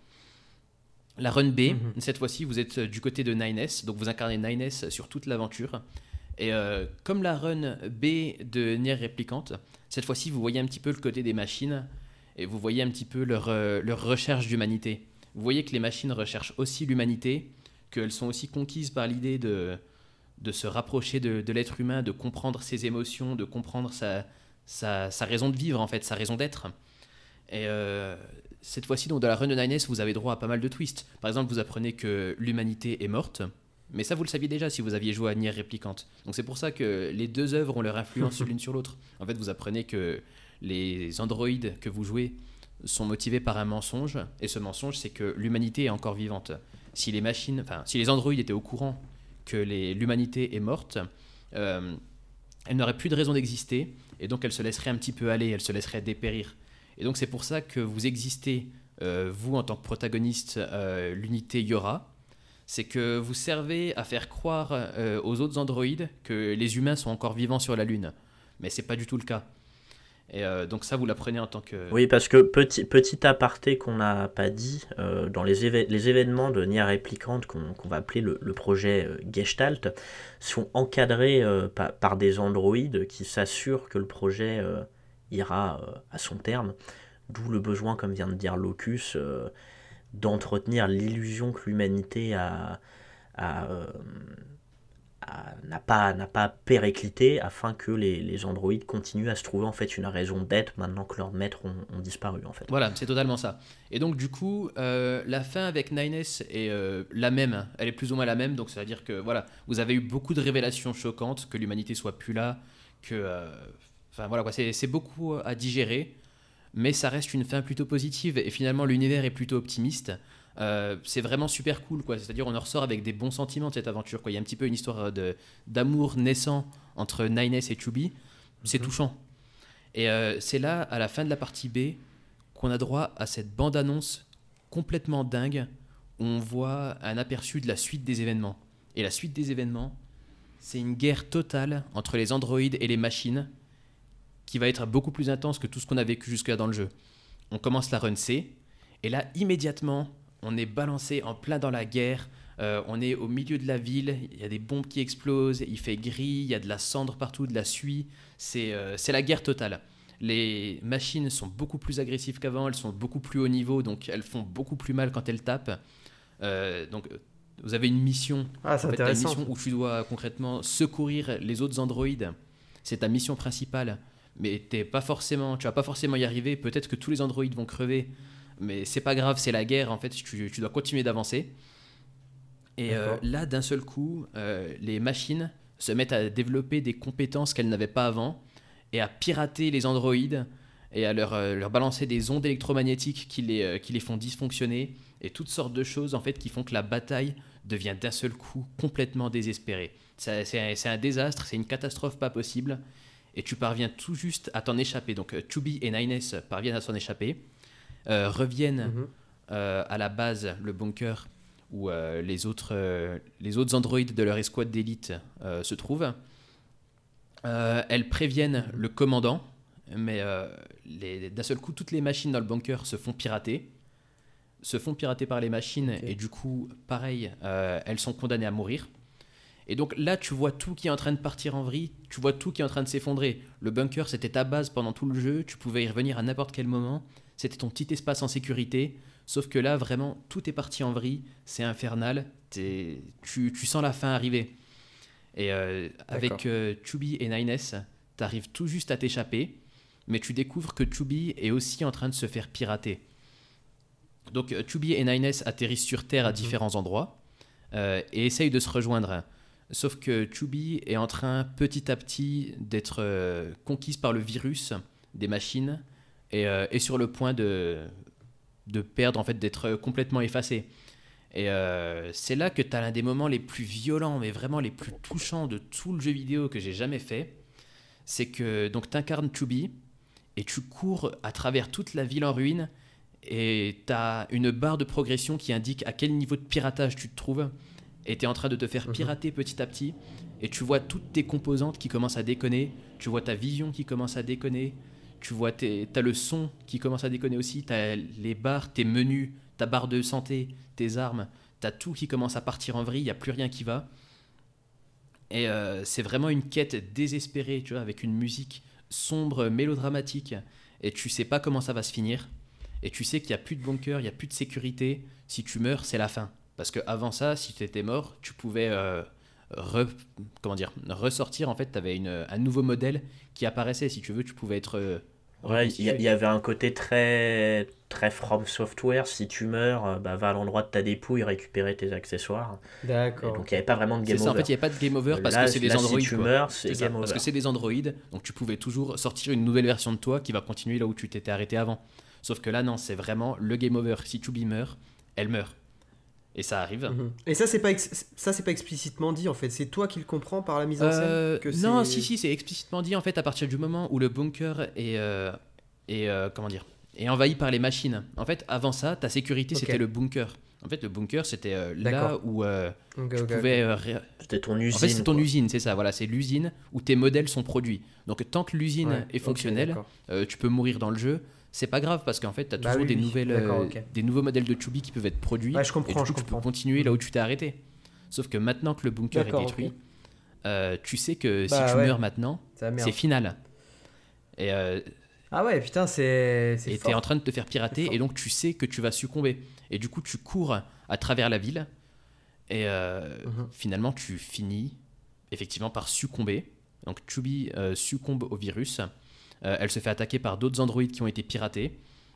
La run B, Mhm. cette fois-ci, vous êtes du côté de Nines, donc vous incarnez Nines sur toute l'aventure. Et euh, comme la run B de Nier Replicante, cette fois-ci, vous voyez un petit peu le côté des machines et vous voyez un petit peu leur, euh, leur recherche d'humanité. Vous voyez que les machines recherchent aussi l'humanité, qu'elles sont aussi conquises par l'idée de, de se rapprocher de, de l'être humain, de comprendre ses émotions, de comprendre sa, sa, sa raison de vivre, en fait, sa raison d'être. Et euh, cette fois-ci, donc, dans la run de nine S, vous avez droit à pas mal de twists. Par exemple, vous apprenez que l'humanité est morte, mais ça, vous le saviez déjà si vous aviez joué à Nier Replicant. Donc c'est pour ça que les deux œuvres ont leur influence l'une sur l'autre. En fait, vous apprenez que les androïdes que vous jouez sont motivés par un mensonge, et ce mensonge, c'est que l'humanité est encore vivante. Si les machines, enfin, si les androïdes étaient au courant que les, l'humanité est morte, euh, elle n'aurait plus de raison d'exister, et donc elle se laisserait un petit peu aller, elle se laisserait dépérir. Et donc c'est pour ça que vous existez, euh, vous en tant que protagoniste, euh, l'unité Yora, c'est que vous servez à faire croire euh, aux autres androïdes que les humains sont encore vivants sur la Lune, mais c'est pas du tout le cas. Et euh, donc ça, vous l'apprenez en tant que... Oui, parce que petit, petit aparté qu'on n'a pas dit, euh, dans les, éve- les événements de Nier Replicant qu'on, qu'on va appeler le, le projet euh, Gestalt, sont encadrés euh, par, par des androïdes qui s'assurent que le projet euh, ira euh, à son terme, d'où le besoin, comme vient de dire Locus, euh, d'entretenir l'illusion que l'humanité a... a euh, a- n'a pas, n'a pas périclité afin que les, les androïdes continuent à se trouver en fait une raison d'être maintenant que leurs maîtres ont, ont disparu en fait. Voilà, c'est totalement ça. Et donc du coup, euh, la fin avec nine S est euh, la même, elle est plus ou moins la même, donc ça veut dire que voilà, vous avez eu beaucoup de révélations choquantes, que l'humanité soit plus là, que... euh, Enfin voilà, quoi, c'est, c'est beaucoup à digérer, mais ça reste une fin plutôt positive, et finalement l'univers est plutôt optimiste. Euh, c'est vraiment super cool, quoi. C'est-à-dire on en ressort avec des bons sentiments de cette aventure, quoi. Il y a un petit peu une histoire de, d'amour naissant entre nine S et Chubby, c'est Mhm. touchant. Et euh, c'est là, à la fin de la partie B, qu'on a droit à cette bande-annonce complètement dingue, où on voit un aperçu de la suite des événements. Et la suite des événements, c'est une guerre totale entre les androïdes et les machines, qui va être beaucoup plus intense que tout ce qu'on a vécu jusque-là dans le jeu. On commence la run C, et là, immédiatement, on est balancé en plein dans la guerre. Euh, on est au milieu de la ville, il y a des bombes qui explosent, il fait gris, il y a de la cendre partout, de la suie. C'est, euh, c'est la guerre totale. Les machines sont beaucoup plus agressives qu'avant, elles sont beaucoup plus haut niveau, donc elles font beaucoup plus mal quand elles tapent. Euh, donc, vous avez une mission. Ah, c'est En fait, t'as une intéressant. mission où tu dois concrètement secourir les autres androïdes. C'est ta mission principale. Mais t'es pas forcément, tu vas pas forcément y arriver. Peut-être que tous les androïdes vont crever. Mais c'est pas grave, c'est la guerre. En fait, tu, tu dois continuer d'avancer. Et euh, D'accord. là, d'un seul coup, euh, les machines se mettent à développer des compétences qu'elles n'avaient pas avant et à pirater les androïdes et à leur, euh, leur balancer des ondes électromagnétiques qui les, euh, qui les font dysfonctionner et toutes sortes de choses en fait qui font que la bataille devient d'un seul coup complètement désespérée. Ça- C'est un, c'est un désastre, c'est une catastrophe pas possible et tu parviens tout juste à t'en échapper. Donc euh, Chubby et nine S parviennent à s'en échapper, euh, reviennent Mhm. euh, à la base, le bunker où euh, les, autres, euh, les autres androïdes de leur escouade d'élite euh, se trouvent. Euh, elles préviennent le commandant, mais euh, les- d'un seul coup, toutes les machines dans le bunker se font pirater. Se font pirater par les machines, Ok. et du coup, pareil, euh, elles sont condamnées à mourir. Et donc là, tu vois tout qui est en train de partir en vrille, tu vois tout qui est en train de s'effondrer. Le bunker, c'était ta base pendant tout le jeu, tu pouvais y revenir à n'importe quel moment, c'était ton petit espace en sécurité, sauf que là, vraiment, tout est parti en vrille, c'est infernal, t'es- tu, tu sens la fin arriver. Et euh, avec euh, Chubby et nine S, t'arrives tout juste à t'échapper, mais tu découvres que Chubby est aussi en train de se faire pirater. Donc euh, Chubby et nine S atterrissent sur Terre à différents endroits euh, et essayent de se rejoindre. Sauf que Chubby est en train petit à petit d'être euh, conquise par le virus des machines et euh, est sur le point de, de perdre, en fait, d'être complètement effacé. Et euh, c'est là que tu as l'un des moments les plus violents, mais vraiment les plus touchants de tout le jeu vidéo que j'ai jamais fait. C'est que donc tu incarnes Chubby et tu cours à travers toute la ville en ruine et tu as une barre de progression qui indique à quel niveau de piratage tu te trouves. Et tu es en train de te faire pirater petit à petit. Et tu vois toutes tes composantes qui commencent à déconner. Tu vois ta vision qui commence à déconner. Tu vois, tes, t'as le son qui commence à déconner aussi. T'as les barres, tes menus, ta barre de santé, tes armes. T'as tout qui commence à partir en vrille. Il n'y a plus rien qui va. Et euh, c'est vraiment une quête désespérée, tu vois, avec une musique sombre, mélodramatique. Et tu sais pas comment ça va se finir. Et tu sais qu'il n'y a plus de bunker, il n'y a plus de sécurité. Si tu meurs, c'est la fin. Parce qu'avant ça, si tu étais mort, tu pouvais euh, re- comment dire, ressortir. En fait, tu avais un nouveau modèle qui apparaissait. Si tu veux, tu pouvais être euh, Ouais, il y, a- il y avait un côté très, très From Software. Si tu meurs, euh, bah, va à l'endroit de ta dépouille récupérer tes accessoires. Et D'accord, donc ok. il n'y avait pas vraiment de C'est game ça, en fait, over. il n'y a pas de game over Euh, parce Là, que c'est des là si androïdes, tu quoi. meurs, C'est c'est ça, game parce over. que c'est des androïdes, donc tu pouvais toujours sortir une nouvelle version de toi qui va continuer là où tu t'étais arrêté avant. Sauf que là, non, c'est vraiment le game over. Si Chubby meurt, elle meurt. Et ça arrive. Mhm. Et ça, c'est pas, ex- ça, c'est pas explicitement dit en fait. C'est toi qui le comprends par la mise en scène Euh, que non, c'est- si, si, c'est explicitement dit en fait à partir du moment où le bunker est, euh, est, euh, comment dire, est envahi par les machines. En fait, avant ça, ta sécurité Ok. c'était le bunker. En fait, le bunker c'était euh, là D'accord. où euh, Ok, tu ok, pouvais. euh, ré- C'était ton usine. En fait, c'est ton quoi. usine, c'est ça. Voilà, c'est l'usine où tes modèles sont produits. Donc, tant que l'usine Ouais, est ok, fonctionnelle, d'accord. euh, tu peux mourir dans le jeu. C'est pas grave parce qu'en fait, tu as Bah toujours oui, des, oui. nouvelles, D'accord, euh, ok. des nouveaux modèles de Chubby qui peuvent être produits. Ouais, je comprends, et du je coup, tu peux comprends. continuer là où tu t'es arrêté. Sauf que maintenant que le bunker est D'accord, détruit, ok. euh, tu sais que Bah si tu ouais. meurs maintenant, C'est la merde. c'est final. Et euh, Ah ouais, putain, c'est. c'est et fort. t'es en train de te faire pirater, C'est fort. et donc tu sais que tu vas succomber. Et du coup, tu cours à travers la ville, et euh, Mhm. finalement, tu finis effectivement par succomber. Donc, Chubby euh, succombe au virus. Euh, elle se fait attaquer par d'autres androïdes qui ont été piratés.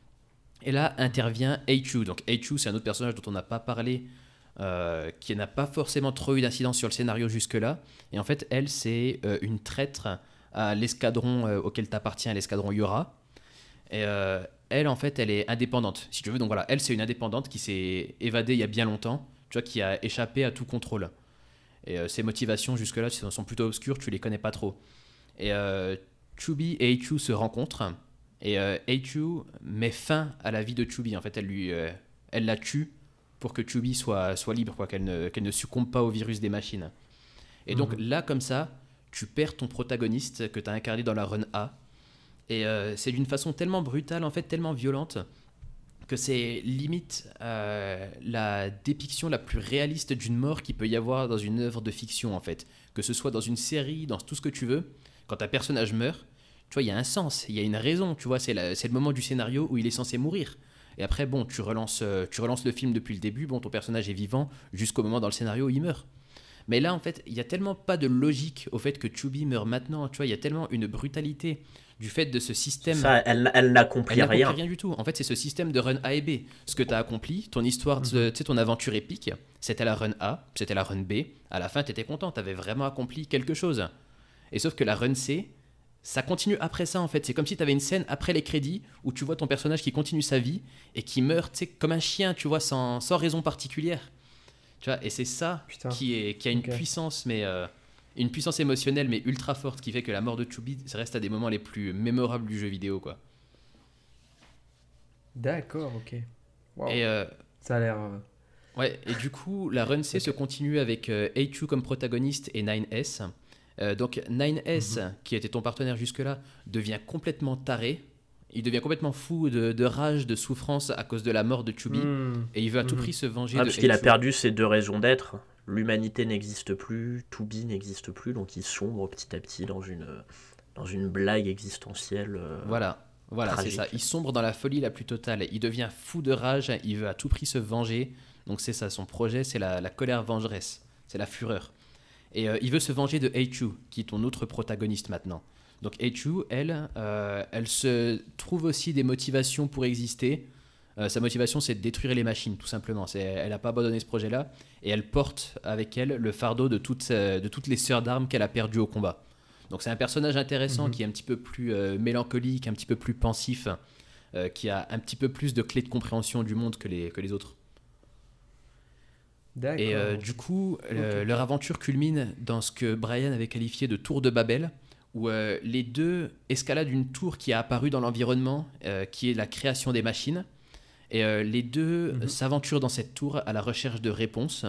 Et là intervient Eichu. Donc, Eichu, c'est un autre personnage dont on n'a pas parlé, euh, qui n'a pas forcément trop eu d'incidence sur le scénario jusque-là. Et en fait, elle, c'est euh, une traître à l'escadron euh, auquel t'appartiens, à l'escadron Yora. Et euh, elle, en fait, elle est indépendante, si tu veux. Donc voilà, elle, c'est une indépendante qui s'est évadée il y a bien longtemps, tu vois, qui a échappé à tout contrôle. Et euh, ses motivations jusque-là sont plutôt obscures, tu les connais pas trop. Et euh, Chubby et Eichu se rencontrent. Et euh, Eichu met fin à la vie de Chubby. En fait, elle, lui, euh, elle la tue pour que Chubby soit, soit libre, quoi, qu'elle ne, qu'elle ne succombe pas au virus des machines. Et donc Mhm. là, comme ça, tu perds ton protagoniste que tu as incarné dans la run A. Et euh, c'est d'une façon tellement brutale, en fait, tellement violente, que c'est limite euh, la dépiction la plus réaliste d'une mort qu'il peut y avoir dans une œuvre de fiction, en fait. Que ce soit dans une série, dans tout ce que tu veux, quand un personnage meurt, tu vois, il y a un sens, il y a une raison, tu vois, c'est, la- c'est le moment du scénario où il est censé mourir. Et après, bon, tu relances, euh, tu relances le film depuis le début, bon, ton personnage est vivant jusqu'au moment dans le scénario où il meurt. Mais là, en fait, il y a tellement pas de logique au fait que Chubby meurt maintenant, tu vois, il y a tellement une brutalité du fait de ce système. Ça, elle, elle n'accomplit Elle n'accomplit rien. rien du tout. En fait, c'est ce système de run A et B. Ce que tu as accompli, ton histoire, Mhm. de- tu sais, ton aventure épique, c'était la run A, c'était la run B. À la fin, tu étais content, tu avais vraiment accompli quelque chose. Et sauf que la run C, ça continue après ça, en fait. C'est comme si tu avais une scène après les crédits où tu vois ton personnage qui continue sa vie et qui meurt, tu sais, comme un chien, tu vois, sans, sans raison particulière. Tu vois, et c'est ça Putain. qui, est, qui a une Ok. puissance, mais euh, une puissance émotionnelle, mais ultra forte, qui fait que la mort de Chubby, ça reste à des moments les plus mémorables du jeu vidéo, quoi. D'accord, ok. Wow. Et euh, Ça a l'air. euh, ouais, et du coup, la run C Ok. se continue avec euh, Eichu comme protagoniste et nine S. Euh, donc nine S, Mhm. qui était ton partenaire jusque-là, devient complètement taré. Il devient complètement fou de, de rage, de souffrance à cause de la mort de Chubby. hmm. Et il veut à tout Mhm. prix se venger Ah, de parce qu'il a Eichu. perdu ses deux raisons d'être. L'humanité n'existe plus, Chubby n'existe plus, donc il sombre petit à petit dans une, dans une blague existentielle. euh, Voilà, voilà, c'est tragique. ça. Il sombre dans la folie la plus totale. Il devient fou de rage. Il veut à tout prix se venger. Donc c'est ça, son projet, c'est la, la colère vengeresse. C'est la fureur. Et euh, il veut se venger de Eichu, qui est ton autre protagoniste maintenant. Donc Eichu, elle, euh, elle se trouve aussi des motivations pour exister. Euh, sa motivation, c'est de détruire les machines, tout simplement. C'est, elle n'a pas abandonné ce projet-là. Et elle porte avec elle le fardeau de toutes, euh, de toutes les sœurs d'armes qu'elle a perdues au combat. Donc c'est un personnage intéressant Mhm. qui est un petit peu plus euh, mélancolique, un petit peu plus pensif, euh, qui a un petit peu plus de clés de compréhension du monde que les, que les autres. D'accord. Et euh, du coup, euh, leur aventure culmine dans ce que Brian avait qualifié de tour de Babel, où euh, les deux escaladent une tour qui a apparu dans l'environnement, euh, qui est la création des machines. Et euh, les deux Mhm. s'aventurent dans cette tour à la recherche de réponses.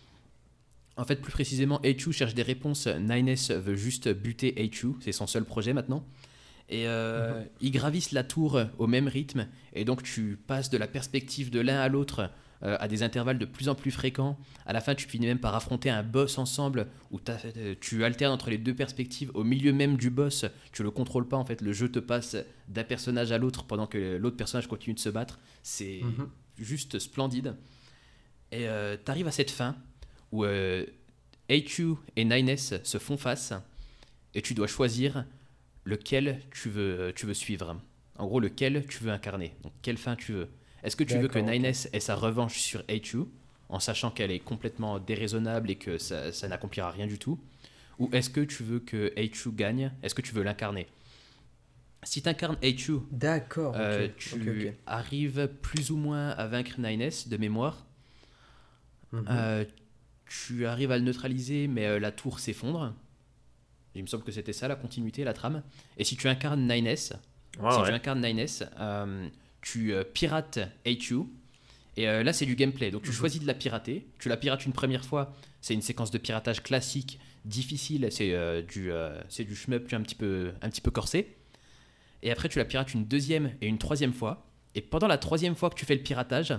En fait, plus précisément, Eichu cherche des réponses. nine S veut juste buter Eichu, c'est son seul projet maintenant. Et euh, ils gravissent la tour au même rythme, et donc tu passes de la perspective de l'un à l'autre euh, à des intervalles de plus en plus fréquents. À la fin, tu finis même par affronter un boss ensemble, où t'as- euh, tu alternes entre les deux perspectives. Au milieu même du boss, tu le contrôles pas, en fait, le jeu te passe d'un personnage à l'autre pendant que l'autre personnage continue de se battre. C'est Mhm. juste splendide. Et euh, t'arrives à cette fin, où euh, Eichu et nine S se font face, et tu dois choisir lequel tu veux, tu veux suivre. En gros, lequel tu veux incarner. Donc, quelle fin tu veux. Est-ce que tu veux que D'accord, ok. Nines ait sa revanche sur Eichu, en sachant qu'elle est complètement déraisonnable et que ça, ça n'accomplira rien du tout? Ou est-ce que tu veux que Eichu gagne? Est-ce que tu veux l'incarner? Si tu incarnes Eichu, D'accord. euh, ok, tu ok, ok. arrives plus ou moins à vaincre Nines de mémoire. Mhm. Euh, tu arrives à le neutraliser, mais euh, la tour s'effondre. Il me semble que c'était ça la continuité, la trame. Et si tu incarnes Nines, Ouais, si ouais. tu incarnes Nines, euh, tu euh, pirates Eichu. Et euh, là, c'est du gameplay. Donc, tu Mhm. choisis de la pirater. Tu la pirates une première fois. C'est une séquence de piratage classique, difficile. C'est euh, du, euh, c'est du shmup un petit peu, un petit peu corsé. Et après, tu la pirates une deuxième et une troisième fois. Et pendant la troisième fois que tu fais le piratage,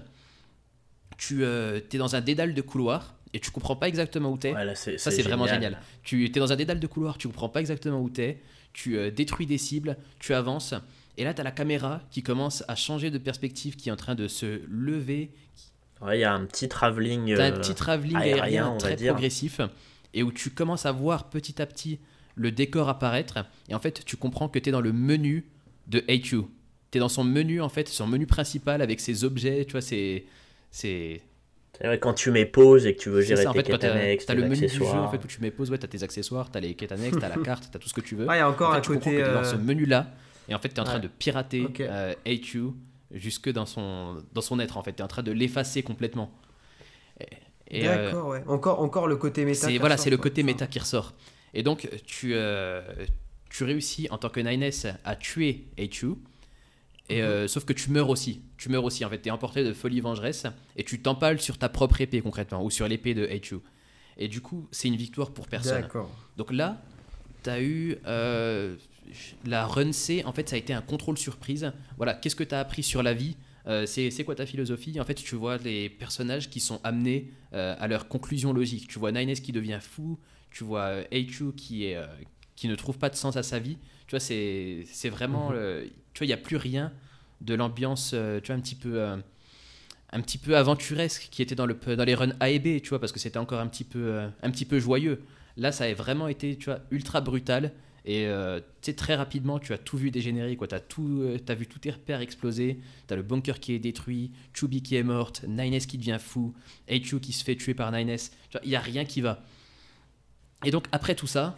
tu euh, es dans un dédale de couloir et tu comprends pas exactement où t'es. Ouais, là, c'est, Ça, c'est vraiment génial. génial. Tu es dans un dédale de couloir, tu comprends pas exactement où t'es. Tu euh, détruis des cibles, tu avances. Et là, tu as la caméra qui commence à changer de perspective, qui est en train de se lever. Ouais, il y a un petit travelling Tu as un euh, petit travelling aérien, aérien, on va très dire. progressif. Et où tu commences à voir petit à petit le décor apparaître. Et en fait, tu comprends que tu es dans le menu de Eichu. Tu es dans son menu, en fait, son menu principal avec ses objets. Tu vois, c'est. c'est... C'est vrai, quand tu mets pause et que tu veux C'est gérer ça, en tes fait, quand quêtes t'as, annexes, t'as tes le menu du jeu accessoires. en fait, où tu mets pause, ouais, t'as tes accessoires, t'as les quêtes annexes, t'as la carte, t'as tout ce que tu veux. Ah, il y a encore En fait, un tu comprends côté. que t'es dans euh, ce menu-là, et en fait, t'es en train ouais. de pirater Ok. euh, Eichu jusque dans son, dans son être, en fait. T'es en train de l'effacer complètement. Et, et, euh, D'accord, ouais. Encore, encore le côté méta. c'est, qui voilà, ressort, c'est le quoi. côté Enfin, méta qui ressort. Et donc, tu, euh, tu réussis en tant que Nines à tuer Eichu. Et euh, sauf que tu meurs aussi. Tu meurs aussi. En fait, t'es emporté de folie vengeresse et tu t'empales sur ta propre épée concrètement ou sur l'épée de Eichu. Et du coup, c'est une victoire pour personne. D'accord. Donc là, tu as eu euh, la run C. En fait, ça a été un contrôle surprise. Voilà, qu'est-ce que tu as appris sur la vie? Euh, c'est, c'est quoi ta philosophie? En fait, tu vois les personnages qui sont amenés euh, à leur conclusion logique. Tu vois Nines qui devient fou. Tu vois euh, Eichu qui, est, euh, qui ne trouve pas de sens à sa vie. Tu vois, c'est, c'est vraiment... Mhm. euh, tu vois, il n'y a plus rien de l'ambiance, euh, tu vois, un petit peu... euh, un petit peu aventuresque qui était dans, le, dans les runs A et B, tu vois, parce que c'était encore un petit peu, euh, un petit peu joyeux. Là, ça a vraiment été, tu vois, ultra brutal. Et euh, tu sais, très rapidement, tu as tout vu dégénérer, quoi. Tu as euh, vu tous tes repères exploser. Tu as le bunker qui est détruit, Chubby qui est morte, Nines qui devient fou, Eichu qui se fait tuer par Nines. Il n'y a rien qui va. Et donc, après tout ça,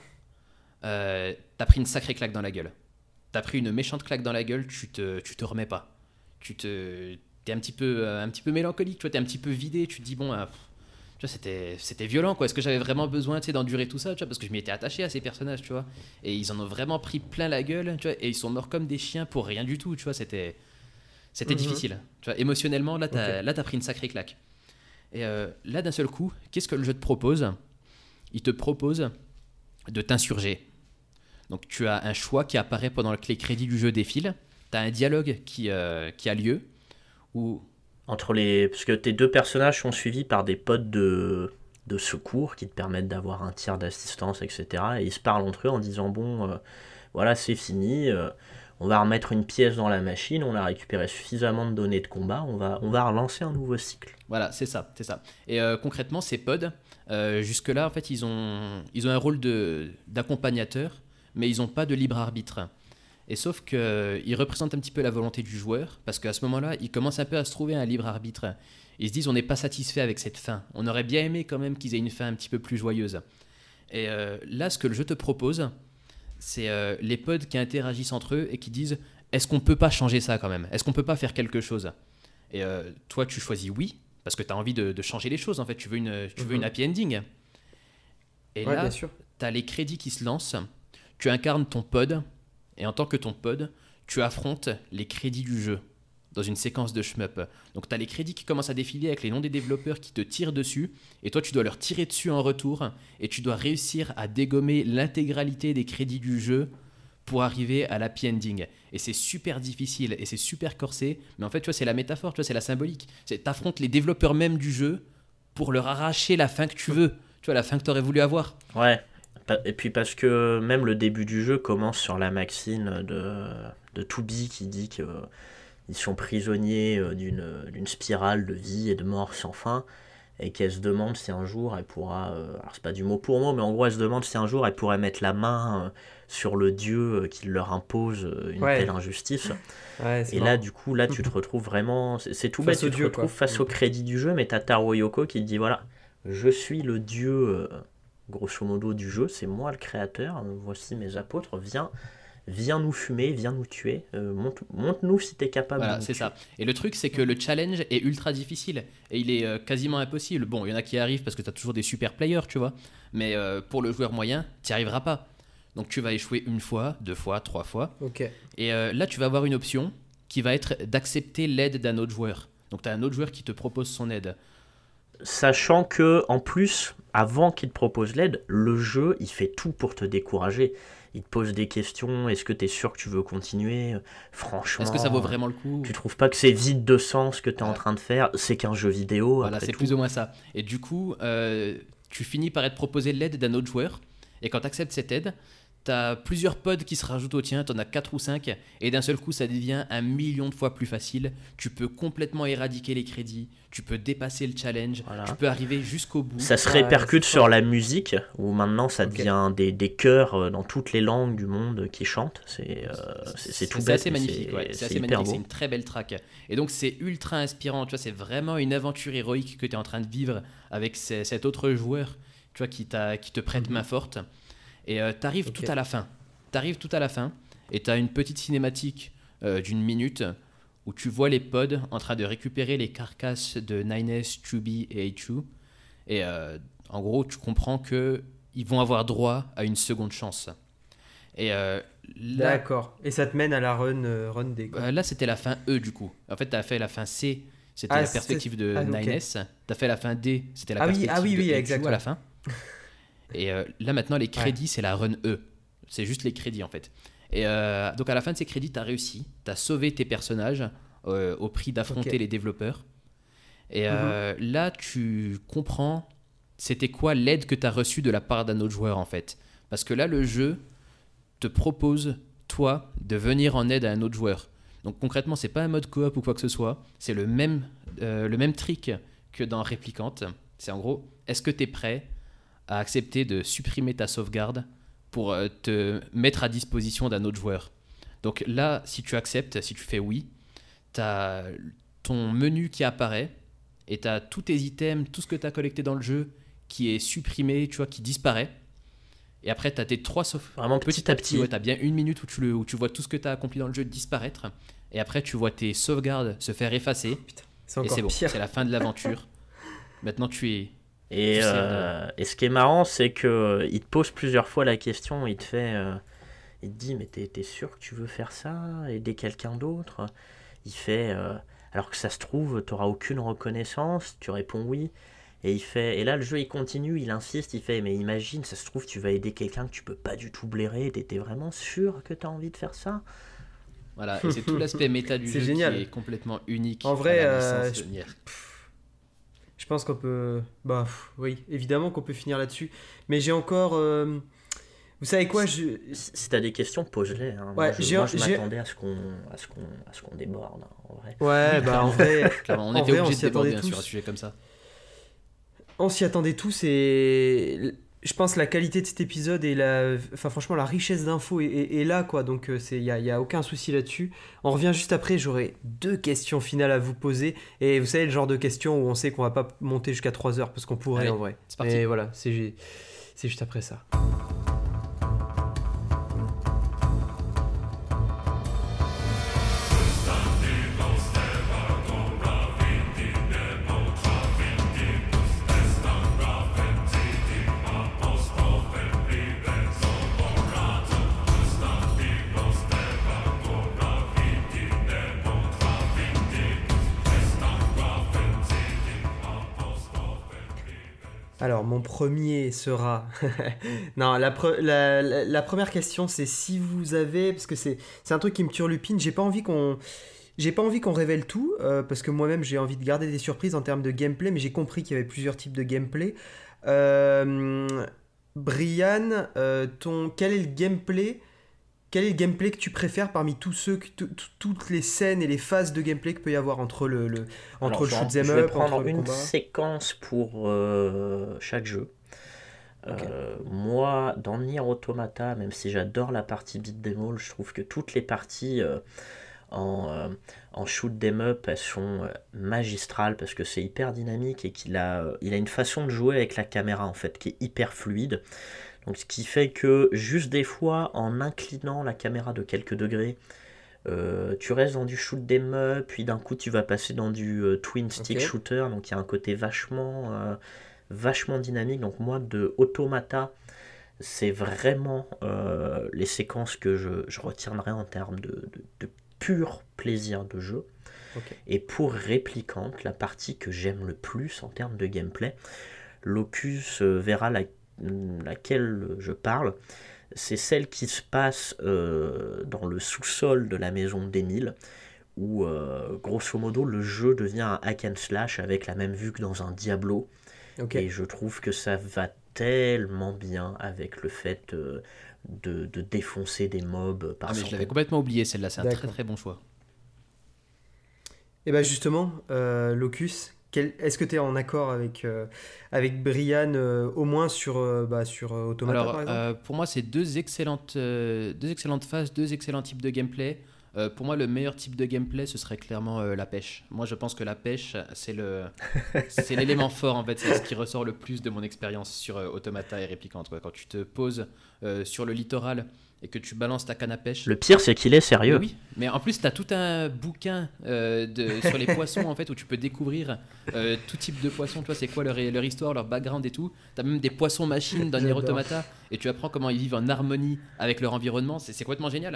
euh, tu as pris une sacrée claque dans la gueule. Tu as pris une méchante claque dans la gueule, tu te, tu te remets pas. Tu te... T'es un petit peu, euh, un petit peu mélancolique, tu vois, t'es un petit peu vidé, tu te dis bon, euh, pff, tu vois, c'était, c'était violent, quoi. Est-ce que j'avais vraiment besoin, tu sais, d'endurer tout ça, tu vois, parce que je m'y étais attaché à ces personnages, tu vois, et ils en ont vraiment pris plein la gueule, tu vois, et ils sont morts comme des chiens pour rien du tout, tu vois, c'était, c'était Mhm. difficile, tu vois, émotionnellement, là, t'as, Ok. là, t'as pris une sacrée claque. Et euh, là, d'un seul coup, qu'est-ce que le jeu te propose? Il te propose de t'insurger. Donc, tu as un choix qui apparaît pendant que les crédits du jeu défilent. T'as un dialogue qui, euh, qui a lieu. Où... Entre les... Parce que tes deux personnages sont suivis par des pods de, de secours qui te permettent d'avoir un tir d'assistance, et cetera. Et ils se parlent entre eux en disant bon, euh, voilà, c'est fini, euh, on va remettre une pièce dans la machine, on a récupéré suffisamment de données de combat, on va, on va relancer un nouveau cycle. Voilà, c'est ça, c'est ça. Et euh, concrètement, ces pods, euh, jusque-là, en fait, ils ont, ils ont un rôle de, d'accompagnateur, mais ils n'ont pas de libre arbitre. Et sauf qu'ils représentent un petit peu la volonté du joueur, parce qu'à ce moment-là, ils commencent un peu à se trouver un libre arbitre. Ils se disent, on n'est pas satisfait avec cette fin. On aurait bien aimé quand même qu'ils aient une fin un petit peu plus joyeuse. Et euh, là, ce que le jeu te propose, c'est euh, les pods qui interagissent entre eux et qui disent, est-ce qu'on peut pas changer ça quand même? Est-ce qu'on peut pas faire quelque chose? Et euh, toi, tu choisis oui, parce que tu as envie de, de changer les choses, en fait. Tu veux une, tu veux Mhm. une happy ending. Et Ouais, là, bien sûr. tu as les crédits qui se lancent, tu incarnes ton pod, et en tant que ton pod, tu affrontes les crédits du jeu dans une séquence de shmup. Donc tu as les crédits qui commencent à défiler avec les noms des développeurs qui te tirent dessus, et toi tu dois leur tirer dessus en retour, et tu dois réussir à dégommer l'intégralité des crédits du jeu pour arriver à l'happy ending. Et c'est super difficile, et c'est super corsé, mais en fait tu vois, c'est la métaphore, tu vois, c'est la symbolique. Tu affrontes les développeurs même du jeu pour leur arracher la fin que tu veux, tu vois, la fin que tu aurais voulu avoir. Ouais, et puis parce que même le début du jeu commence sur la maxime de, de To Be qui dit qu'ils sont prisonniers d'une, d'une spirale de vie et de mort sans fin. et qu'elle se demande si un jour elle pourra, euh, alors c'est pas du mot pour mot, mais en gros elle se demande si un jour elle pourrait mettre la main euh, sur le dieu euh, qui leur impose euh, une Ouais. telle injustice. Ouais, c'est Et marrant. là, du coup, là, tu te retrouves vraiment. C'est, c'est tout Face bête, au tu te dieu, retrouves quoi. face au crédit du jeu, mais t'as Taro Yoko qui te dit voilà, je suis le dieu, euh, grosso modo, du jeu, c'est moi le créateur, euh, voici mes apôtres, viens, viens nous fumer, viens nous tuer, euh, montre, montre-nous si t'es capable Voilà, de nous c'est tuer. ça. Et le truc, c'est que le challenge est ultra difficile et il est euh, quasiment impossible. Bon, il y en a qui arrivent parce que tu as toujours des super players, tu vois. Mais euh, pour le joueur moyen, tu n'y arriveras pas. Donc tu vas échouer une fois, deux fois, trois fois. Ok. Et euh, là, tu vas avoir une option qui va être d'accepter l'aide d'un autre joueur. Donc tu as un autre joueur qui te propose son aide. Sachant que, en plus, avant qu'il te propose l'aide, le jeu, il fait tout pour te décourager. Il te pose des questions, est-ce que t'es sûr que tu veux continuer? Franchement, Est-ce que ça vaut vraiment le coup? tu trouves pas que c'est vide de sens ce que t'es en Voilà. train de faire? C'est qu'un jeu vidéo, Voilà, après c'est tout. plus ou moins ça. Et du coup, euh, tu finis par être proposé l'aide d'un autre joueur. Et quand tu acceptes cette aide, tu as plusieurs pods qui se rajoutent au tien, tu en as quatre ou cinq. Et d'un seul coup, ça devient un million de fois plus facile. Tu peux complètement éradiquer les crédits. Tu peux dépasser le challenge. Voilà. Tu peux arriver jusqu'au bout. Ça se Ouais, répercute c'est sur fort. la musique, où maintenant ça Ok. devient des, des chœurs euh, dans toutes les langues du monde qui chantent. C'est, euh, c'est, c'est tout C'est bête, assez mais magnifique, c'est, ouais. C'est c'est assez hyper magnifique, beau. c'est une très belle track. Et donc c'est ultra inspirant, tu vois, c'est vraiment une aventure héroïque que tu es en train de vivre avec ce- cet autre joueur, tu vois, qui, t'a, qui te prête main forte. Et tu arrives Ok. tout à la fin. Tu arrives tout à la fin et tu as une petite cinématique euh, d'une minute où tu vois les pods en train de récupérer les carcasses de nine S, Chubby et Eichu. Et euh, en gros, tu comprends que ils vont avoir droit à une seconde chance. Et euh, là, D'accord. Et ça te mène à la run, euh, run D. quoi. euh, là, c'était la fin E du coup. En fait, tu as fait la fin C, c'était Ah, la c'est- perspective de ah, ok. nine S. Tu as fait la fin D, c'était la Ah oui, perspective ah oui, de oui, Eichu exactement. à la fin. Et euh, là, maintenant, les crédits, c'est la run E. C'est juste les crédits en fait. Et euh, donc, à la fin de ces crédits, tu as réussi. Tu as sauvé tes personnages euh, au prix d'affronter Ok. les développeurs. Et euh, là, tu comprends c'était quoi l'aide que tu as reçue de la part d'un autre joueur en fait. Parce que là, le jeu te propose, toi, de venir en aide à un autre joueur. Donc concrètement, c'est pas un mode coop ou quoi que ce soit. C'est le même, euh, le même trick que dans Replicant. C'est en gros, est-ce que tu es prêt à accepter de supprimer ta sauvegarde pour euh, te mettre à disposition d'un autre joueur? Donc là, si tu acceptes, si tu fais oui, tu as ton menu qui apparaît et tu as tous tes items, tout ce que tu as collecté dans le jeu qui est supprimé, tu vois, qui disparaît. Et après, tu as tes trois sauvegardes. Vraiment petit à petit. Ouais, tu as bien une minute où tu, le, où tu vois tout ce que tu as accompli dans le jeu disparaître. Et après, tu vois tes sauvegardes se faire effacer. C'est Et encore c'est bon, pire. c'est la fin de l'aventure. Maintenant, tu es... Et, Tu sais, euh, et ce qui est marrant, c'est que euh, il te pose plusieurs fois la question, il te fait, euh, il te dit, mais t'es, t'es sûr que tu veux faire ça, aider quelqu'un d'autre? Il fait, euh, alors que ça se trouve, t'auras aucune reconnaissance, tu réponds oui. Et il fait, et là le jeu il continue, il insiste, il fait, mais imagine, ça se trouve, tu vas aider quelqu'un que tu peux pas du tout blairer, t'es, t'es vraiment sûr que t'as envie de faire ça? Voilà, et c'est tout l'aspect méta du C'est jeu génial. qui est complètement unique. En vrai, à la euh, licence je- de Nier. Je pense qu'on peut. Bah pff, oui, évidemment qu'on peut finir là-dessus. Mais j'ai encore. euh, Vous savez quoi je... Si si t'as des questions, pose-les. Hein. Moi, Ouais, je, j'ai- moi, je j'ai- m'attendais à ce qu'on, à ce qu'on, à ce qu'on déborde, hein, en vrai. Ouais, bah en vrai. Clairement, on en était vrai, on obligé s'y de déborder attendait hein, sur tous. un sujet comme ça. On s'y attendait tous et je pense la qualité de cet épisode et la, enfin franchement la richesse d'infos est, est- est là quoi. Donc c'est il y a, y a aucun souci là-dessus. On revient juste après. J'aurai deux questions finales à vous poser et vous savez le genre de questions où on sait qu'on va pas monter jusqu'à trois heures parce qu'on pourrait Allez, en vrai. c'est parti. Et voilà, c'est c'est juste après ça. Alors, mon premier sera... non, la, pre- la, la- la première question, c'est si vous avez... Parce que c'est c'est un truc qui me turlupine. J'ai pas envie qu'on... J'ai pas envie qu'on révèle tout, euh, parce que moi-même j'ai envie de garder des surprises en termes de gameplay, mais j'ai compris qu'il y avait plusieurs types de gameplay. Euh, Brian, euh, ton... quel est le gameplay quel est le gameplay que tu préfères parmi tous ceux, que, t- t- toutes les scènes et les phases de gameplay qu'il peut y avoir entre le, le, entre Alors, le je, shoot 'em je vais up, prendre entre le une combat. séquence pour euh, chaque jeu. Ok. Euh, moi, dans Nier Automata, même si j'adore la partie beat'em all, je trouve que toutes les parties euh, en, euh, en shoot 'em up, elles sont euh, magistrales parce que c'est hyper dynamique et qu'il a, euh, il a une façon de jouer avec la caméra en fait qui est hyper fluide. Donc, ce qui fait que juste des fois, en inclinant la caméra de quelques degrés, euh, tu restes dans du shoot 'em up, puis d'un coup tu vas passer dans du euh, twin stick Ok. shooter, donc il y a un côté vachement, euh, vachement dynamique. Donc moi, de Automata, c'est vraiment euh, les séquences que je, je retiendrai en termes de, de, de pur plaisir de jeu. Ok. Et pour Réplicante, la partie que j'aime le plus en termes de gameplay, Locus euh, verra la, laquelle je parle, c'est celle qui se passe euh, dans le sous-sol de la maison d'Emile, où euh, grosso modo le jeu devient un hack and slash avec la même vue que dans un Diablo. Ok. Et je trouve que ça va tellement bien avec le fait euh, de, de défoncer des mobs par Ah, mais je centaines. l'avais complètement oublié celle-là, c'est un très D'accord. très bon choix. Et bah justement, euh, Locus, quel- est-ce que tu es en accord avec, euh, avec Brian, euh, au moins sur, euh, bah, sur euh, Automata Alors, par exemple euh, pour moi, c'est deux excellentes, euh, deux excellentes phases, deux excellents types de gameplay. Euh, pour moi, le meilleur type de gameplay, ce serait clairement euh, la pêche. Moi, je pense que la pêche, c'est le, c'est l'élément fort en fait. C'est ce qui ressort le plus de mon expérience sur euh, Automata et Réplicante. Quoi. Quand tu te poses euh, sur le littoral et que tu balances ta canne à pêche. Le pire, c'est qu'il est sérieux. Mais oui, mais en plus, tu as tout un bouquin euh, de, sur les poissons en fait, où tu peux découvrir euh, tout type de poissons. Tu vois, c'est quoi leur, leur histoire, leur background et tout. Tu as même des poissons machines dans Nier J'adore. Automata et tu apprends comment ils vivent en harmonie avec leur environnement. C'est, c'est complètement génial.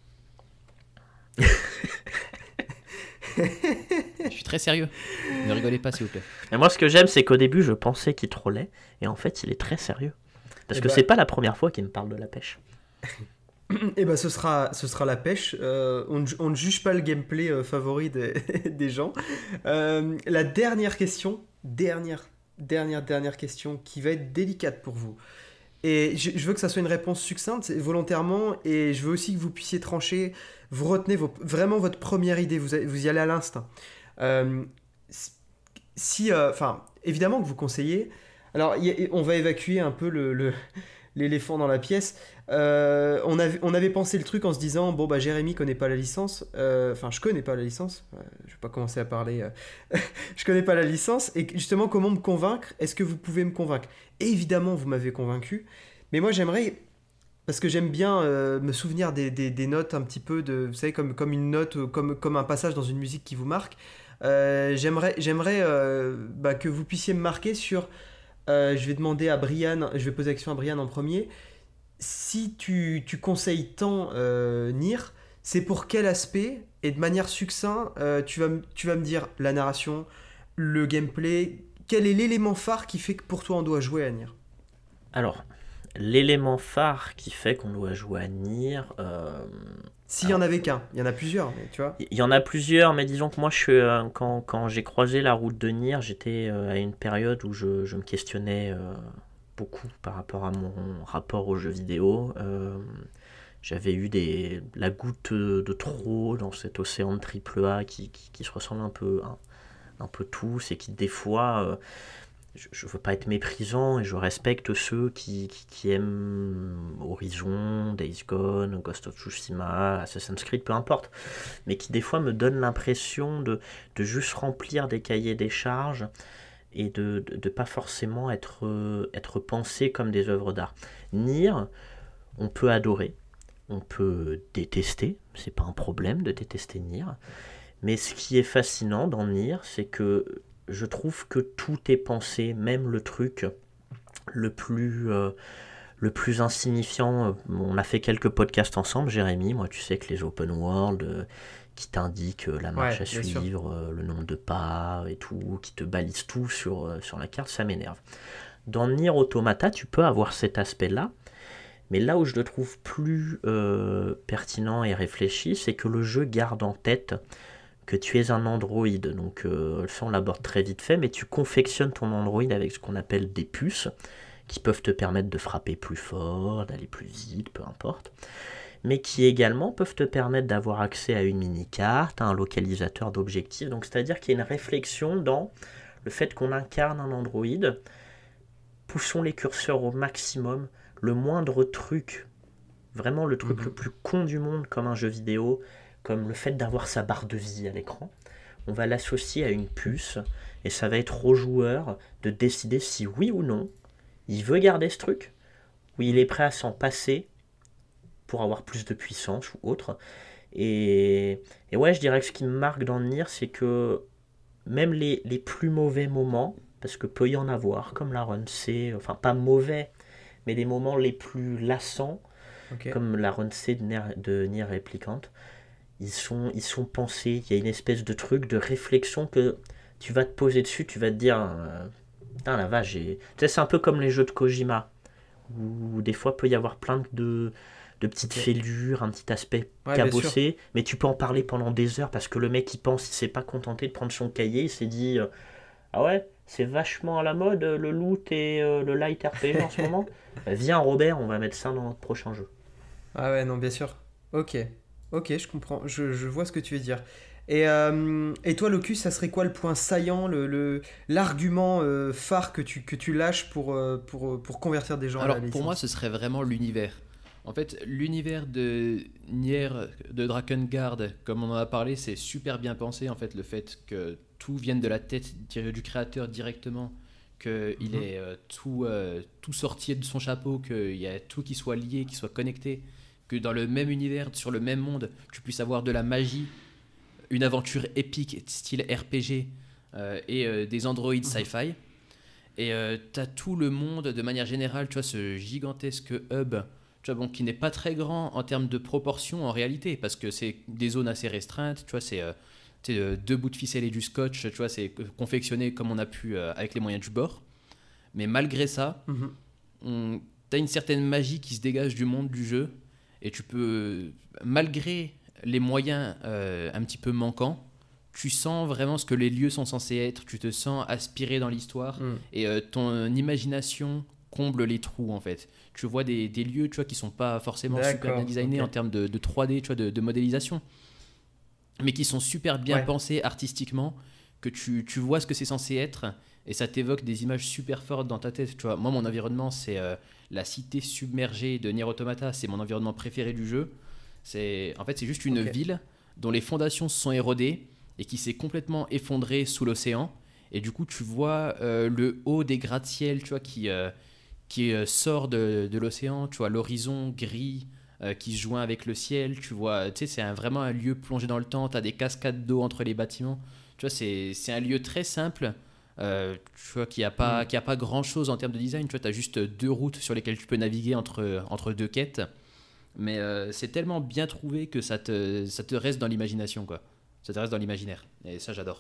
Je suis très sérieux. Ne rigolez pas, s'il vous plaît. Et moi, ce que j'aime, c'est qu'au début, je pensais qu'il trollait, et en fait, il est très sérieux. Parce Eh que bah- c'est pas la première fois qu'il me parle de la pêche. Et bah ce sera, ce sera la pêche. Euh, on, ne ju- on ne juge pas le gameplay euh, favori des, des gens. Euh, la dernière question, dernière, dernière, dernière question qui va être délicate pour vous. Et je, je veux que ça soit une réponse succincte, c'est volontairement, et je veux aussi que vous puissiez trancher. Vous retenez vos- vraiment votre première idée, vous, vous y allez à l'instinct. Euh, si, enfin, euh, évidemment que vous conseillez. Alors, y a- on va évacuer un peu le, le- l'éléphant dans la pièce. Euh, on, avait, on avait pensé le truc en se disant bon bah Jérémy connaît pas la licence. Euh, Enfin, je connais pas la licence. Euh, je vais pas commencer à parler. euh, je connais pas la licence. Et justement, comment me convaincre? Est-ce que vous pouvez me convaincre? Et évidemment, vous m'avez convaincu. Mais moi, j'aimerais. Parce que j'aime bien euh, me souvenir des, des, des notes un petit peu de. Vous savez, comme, comme une note, comme, comme un passage dans une musique qui vous marque. Euh, j'aimerais j'aimerais euh, bah, que vous puissiez me marquer sur. Euh, je vais demander à Brian, je vais poser la question à Brian en premier. Si tu, tu conseilles tant euh, Nier, c'est pour quel aspect? Et de manière succincte, euh, tu, vas, m- tu vas me dire la narration, le gameplay. Quel est l'élément phare qui fait que pour toi on doit jouer à Nier? Alors, l'élément phare qui fait qu'on doit jouer à Nier, euh, S'il y en avait qu'un, il y en a plusieurs, mais tu vois. il y en a plusieurs, mais disons que moi, je suis, euh, quand, quand j'ai croisé la route de Nier, j'étais euh, à une période où je, je me questionnais euh, beaucoup par rapport à mon rapport aux jeux vidéo. Euh, j'avais eu des, la goutte de trop dans cet océan de triple A qui, qui, qui se ressemble un peu, un, un peu tous et qui, des fois, euh, je ne veux pas être méprisant et je respecte ceux qui, qui, qui aiment Horizon, Days Gone, Ghost of Tsushima, Assassin's Creed, peu importe, mais qui des fois me donnent l'impression de, de juste remplir des cahiers des charges et de ne pas forcément être, euh, être pensé comme des œuvres d'art. Nier, on peut adorer, on peut détester, c'est pas un problème de détester Nier, mais ce qui est fascinant dans Nier, c'est que je trouve que tout est pensé, même le truc le plus, euh, le plus insignifiant. On a fait quelques podcasts ensemble, Jérémy. Moi, tu sais que les open world euh, qui t'indiquent la marche Ouais, à bien sûr. suivre, euh, le nombre de pas et tout, qui te balisent tout sur, euh, sur la carte, ça m'énerve. Dans Nier Automata, tu peux avoir cet aspect-là. Mais là où je le trouve plus euh, pertinent et réfléchi, c'est que le jeu garde en tête que tu es un androïde, donc euh, ça on l'aborde très vite fait, mais tu confectionnes ton androïde avec ce qu'on appelle des puces, qui peuvent te permettre de frapper plus fort, d'aller plus vite, peu importe. mais qui également peuvent te permettre d'avoir accès à une mini-carte, à un localisateur d'objectifs. Donc c'est-à-dire qu'il y a une réflexion dans le fait qu'on incarne un androïde. Poussons les curseurs au maximum, le moindre truc, vraiment le truc mmh. le plus con du monde comme un jeu vidéo, comme le fait d'avoir sa barre de vie à l'écran, on va l'associer à une puce, et ça va être au joueur de décider si oui ou non, il veut garder ce truc, ou il est prêt à s'en passer pour avoir plus de puissance ou autre. Et, et ouais, je dirais que ce qui me marque dans Nier, c'est que même les, les plus mauvais moments, parce que peut y en avoir, comme la run C, enfin pas mauvais, mais les moments les plus lassants, okay. comme la run C de Nier, de Nier Replicant, ils sont, ils sont pensés, il y a une espèce de truc, de réflexion que tu vas te poser dessus, tu vas te dire, euh, putain la vache, j'ai... Tu sais, c'est un peu comme les jeux de Kojima, où des fois peut y avoir plein de, de petites okay. fêlures, un petit aspect ouais, cabossé, mais tu peux en parler pendant des heures, parce que le mec il pense, il s'est pas contenté de prendre son cahier, il s'est dit, euh, ah ouais, c'est vachement à la mode le loot et euh, le light R P G en ce moment. Bah, viens Robert, on va mettre ça dans notre prochain jeu. Ah ouais, non, bien sûr. Ok, ok, je comprends, je, je vois ce que tu veux dire. Et, euh, et toi, Locus, ça serait quoi le point saillant, le, le, l'argument euh, phare que tu, que tu lâches pour, euh, pour, pour convertir des gens Alors, à la licence ? Pour moi, ce serait vraiment l'univers. En fait, l'univers de Nier, de Drakengard, comme on en a parlé, c'est super bien pensé. En fait, le fait que tout vienne de la tête du créateur directement, qu'il mm-hmm. est euh, tout, euh, tout sorti de son chapeau, qu'il y a tout qui soit lié, qui soit connecté, que dans le même univers, sur le même monde, tu puisses avoir de la magie, une aventure épique style R P G euh, et euh, des androïdes mm-hmm. sci-fi. Et euh, tu as tout le monde de manière générale, tu vois, ce gigantesque hub, tu vois, bon, qui n'est pas très grand en termes de proportion en réalité, parce que c'est des zones assez restreintes, tu vois, c'est euh, euh, deux bouts de ficelle et du scotch, tu vois, c'est confectionné comme on a pu euh, avec les moyens du bord. Mais malgré ça, mm-hmm. tu as une certaine magie qui se dégage du monde du jeu, et tu peux, malgré les moyens euh, un petit peu manquants, tu sens vraiment ce que les lieux sont censés être, tu te sens aspiré dans l'histoire, mm. et euh, ton imagination comble les trous en fait. Tu vois des, des lieux, tu vois, qui sont pas forcément D'accord, super bien designés okay. en termes de, de trois D, tu vois, de, de modélisation, mais qui sont super bien ouais. pensés artistiquement, que tu, tu vois ce que c'est censé être, et ça t'évoque des images super fortes dans ta tête. Tu vois, moi, mon environnement, c'est euh, la cité submergée de Nier Automata, c'est mon environnement préféré du jeu. C'est, en fait, c'est juste une okay. ville dont les fondations se sont érodées et qui s'est complètement effondrée sous l'océan. Et du coup, tu vois euh, le haut des gratte-ciel, tu vois, qui, euh, qui euh, sort de, de l'océan. Tu vois l'horizon gris euh, qui se joint avec le ciel. Tu vois, tu sais, c'est un, vraiment un lieu plongé dans le temps. Tu as des cascades d'eau entre les bâtiments. Tu vois, c'est, c'est un lieu très simple. Euh, tu vois, qui n'a pas, mmh. qui a pas grand-chose en termes de design. Tu vois, tu as juste deux routes sur lesquelles tu peux naviguer entre, entre deux quêtes. Mais euh, c'est tellement bien trouvé que ça te, ça te reste dans l'imagination, quoi. Ça te reste dans l'imaginaire. Et ça, j'adore.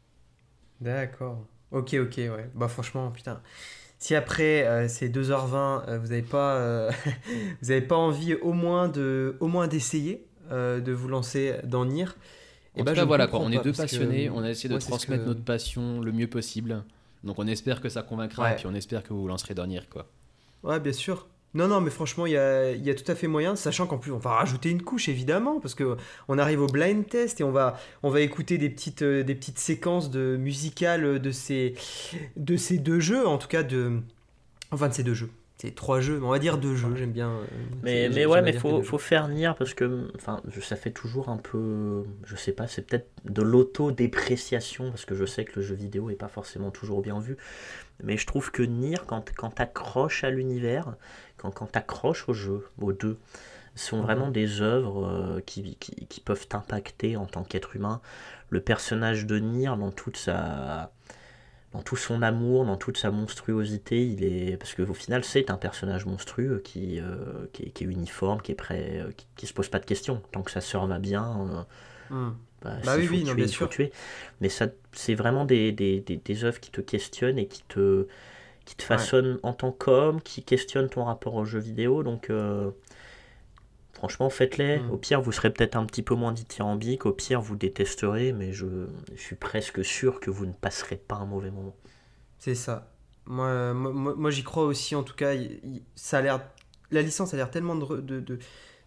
D'accord. Ok, ok, ouais. Bah franchement, putain. Si après euh, ces deux heures vingt, euh, vous n'avez pas, euh, vous avez pas envie au moins, de, au moins d'essayer euh, de vous lancer dans Nier, en tout cas, voilà, quoi. On est deux passionnés. Que... On a essayé de ouais, transmettre que... notre passion le mieux possible. Donc on espère que ça convaincra. Ouais. Et puis on espère que vous vous lancerez dans Nier, quoi. Ouais, bien sûr. Non, non, mais franchement, il y a, y a tout à fait moyen, sachant qu'en plus, on va rajouter une couche, évidemment, parce qu'on arrive au blind test et on va, on va écouter des petites, euh, des petites séquences de, musicales de ces, de ces deux jeux, en tout cas, de, enfin, de ces deux jeux. C'est trois jeux, mais on va dire deux jeux, j'aime bien. Euh, mais mais ouais, mais faut, faut faire Nier, parce que enfin, ça fait toujours un peu, je sais pas, c'est peut-être de l'autodépréciation, parce que je sais que le jeu vidéo est pas forcément toujours bien vu. Mais je trouve que Nier, quand, quand t'accroches à l'univers, quand, quand t'accroches au jeu, aux deux, sont mmh. vraiment des œuvres euh, qui, qui, qui peuvent t'impacter en tant qu'être humain. Le personnage de Nier, dans toute sa, dans tout son amour, dans toute sa monstruosité, il est, parce qu'au final, c'est un personnage monstrueux qui, euh, qui, est, qui est uniforme, qui est prêt, euh, qui, qui se pose pas de questions. Tant que sa sœur va bien. Euh, mmh. Bah, bah oui, oui, tuer, non, bien sûr. Tuer. Mais ça, c'est vraiment des, des, des, des œuvres qui te questionnent et qui te, qui te façonnent ouais. en tant qu'homme, qui questionnent ton rapport aux jeux vidéo. Donc, euh, franchement, faites-les. Mm. Au pire, vous serez peut-être un petit peu moins dithyrambique. Au pire, vous détesterez. Mais je, je suis presque sûr que vous ne passerez pas un mauvais moment. C'est ça. Moi, moi, moi j'y crois aussi. En tout cas, ça a l'air, la licence a l'air tellement de... de, de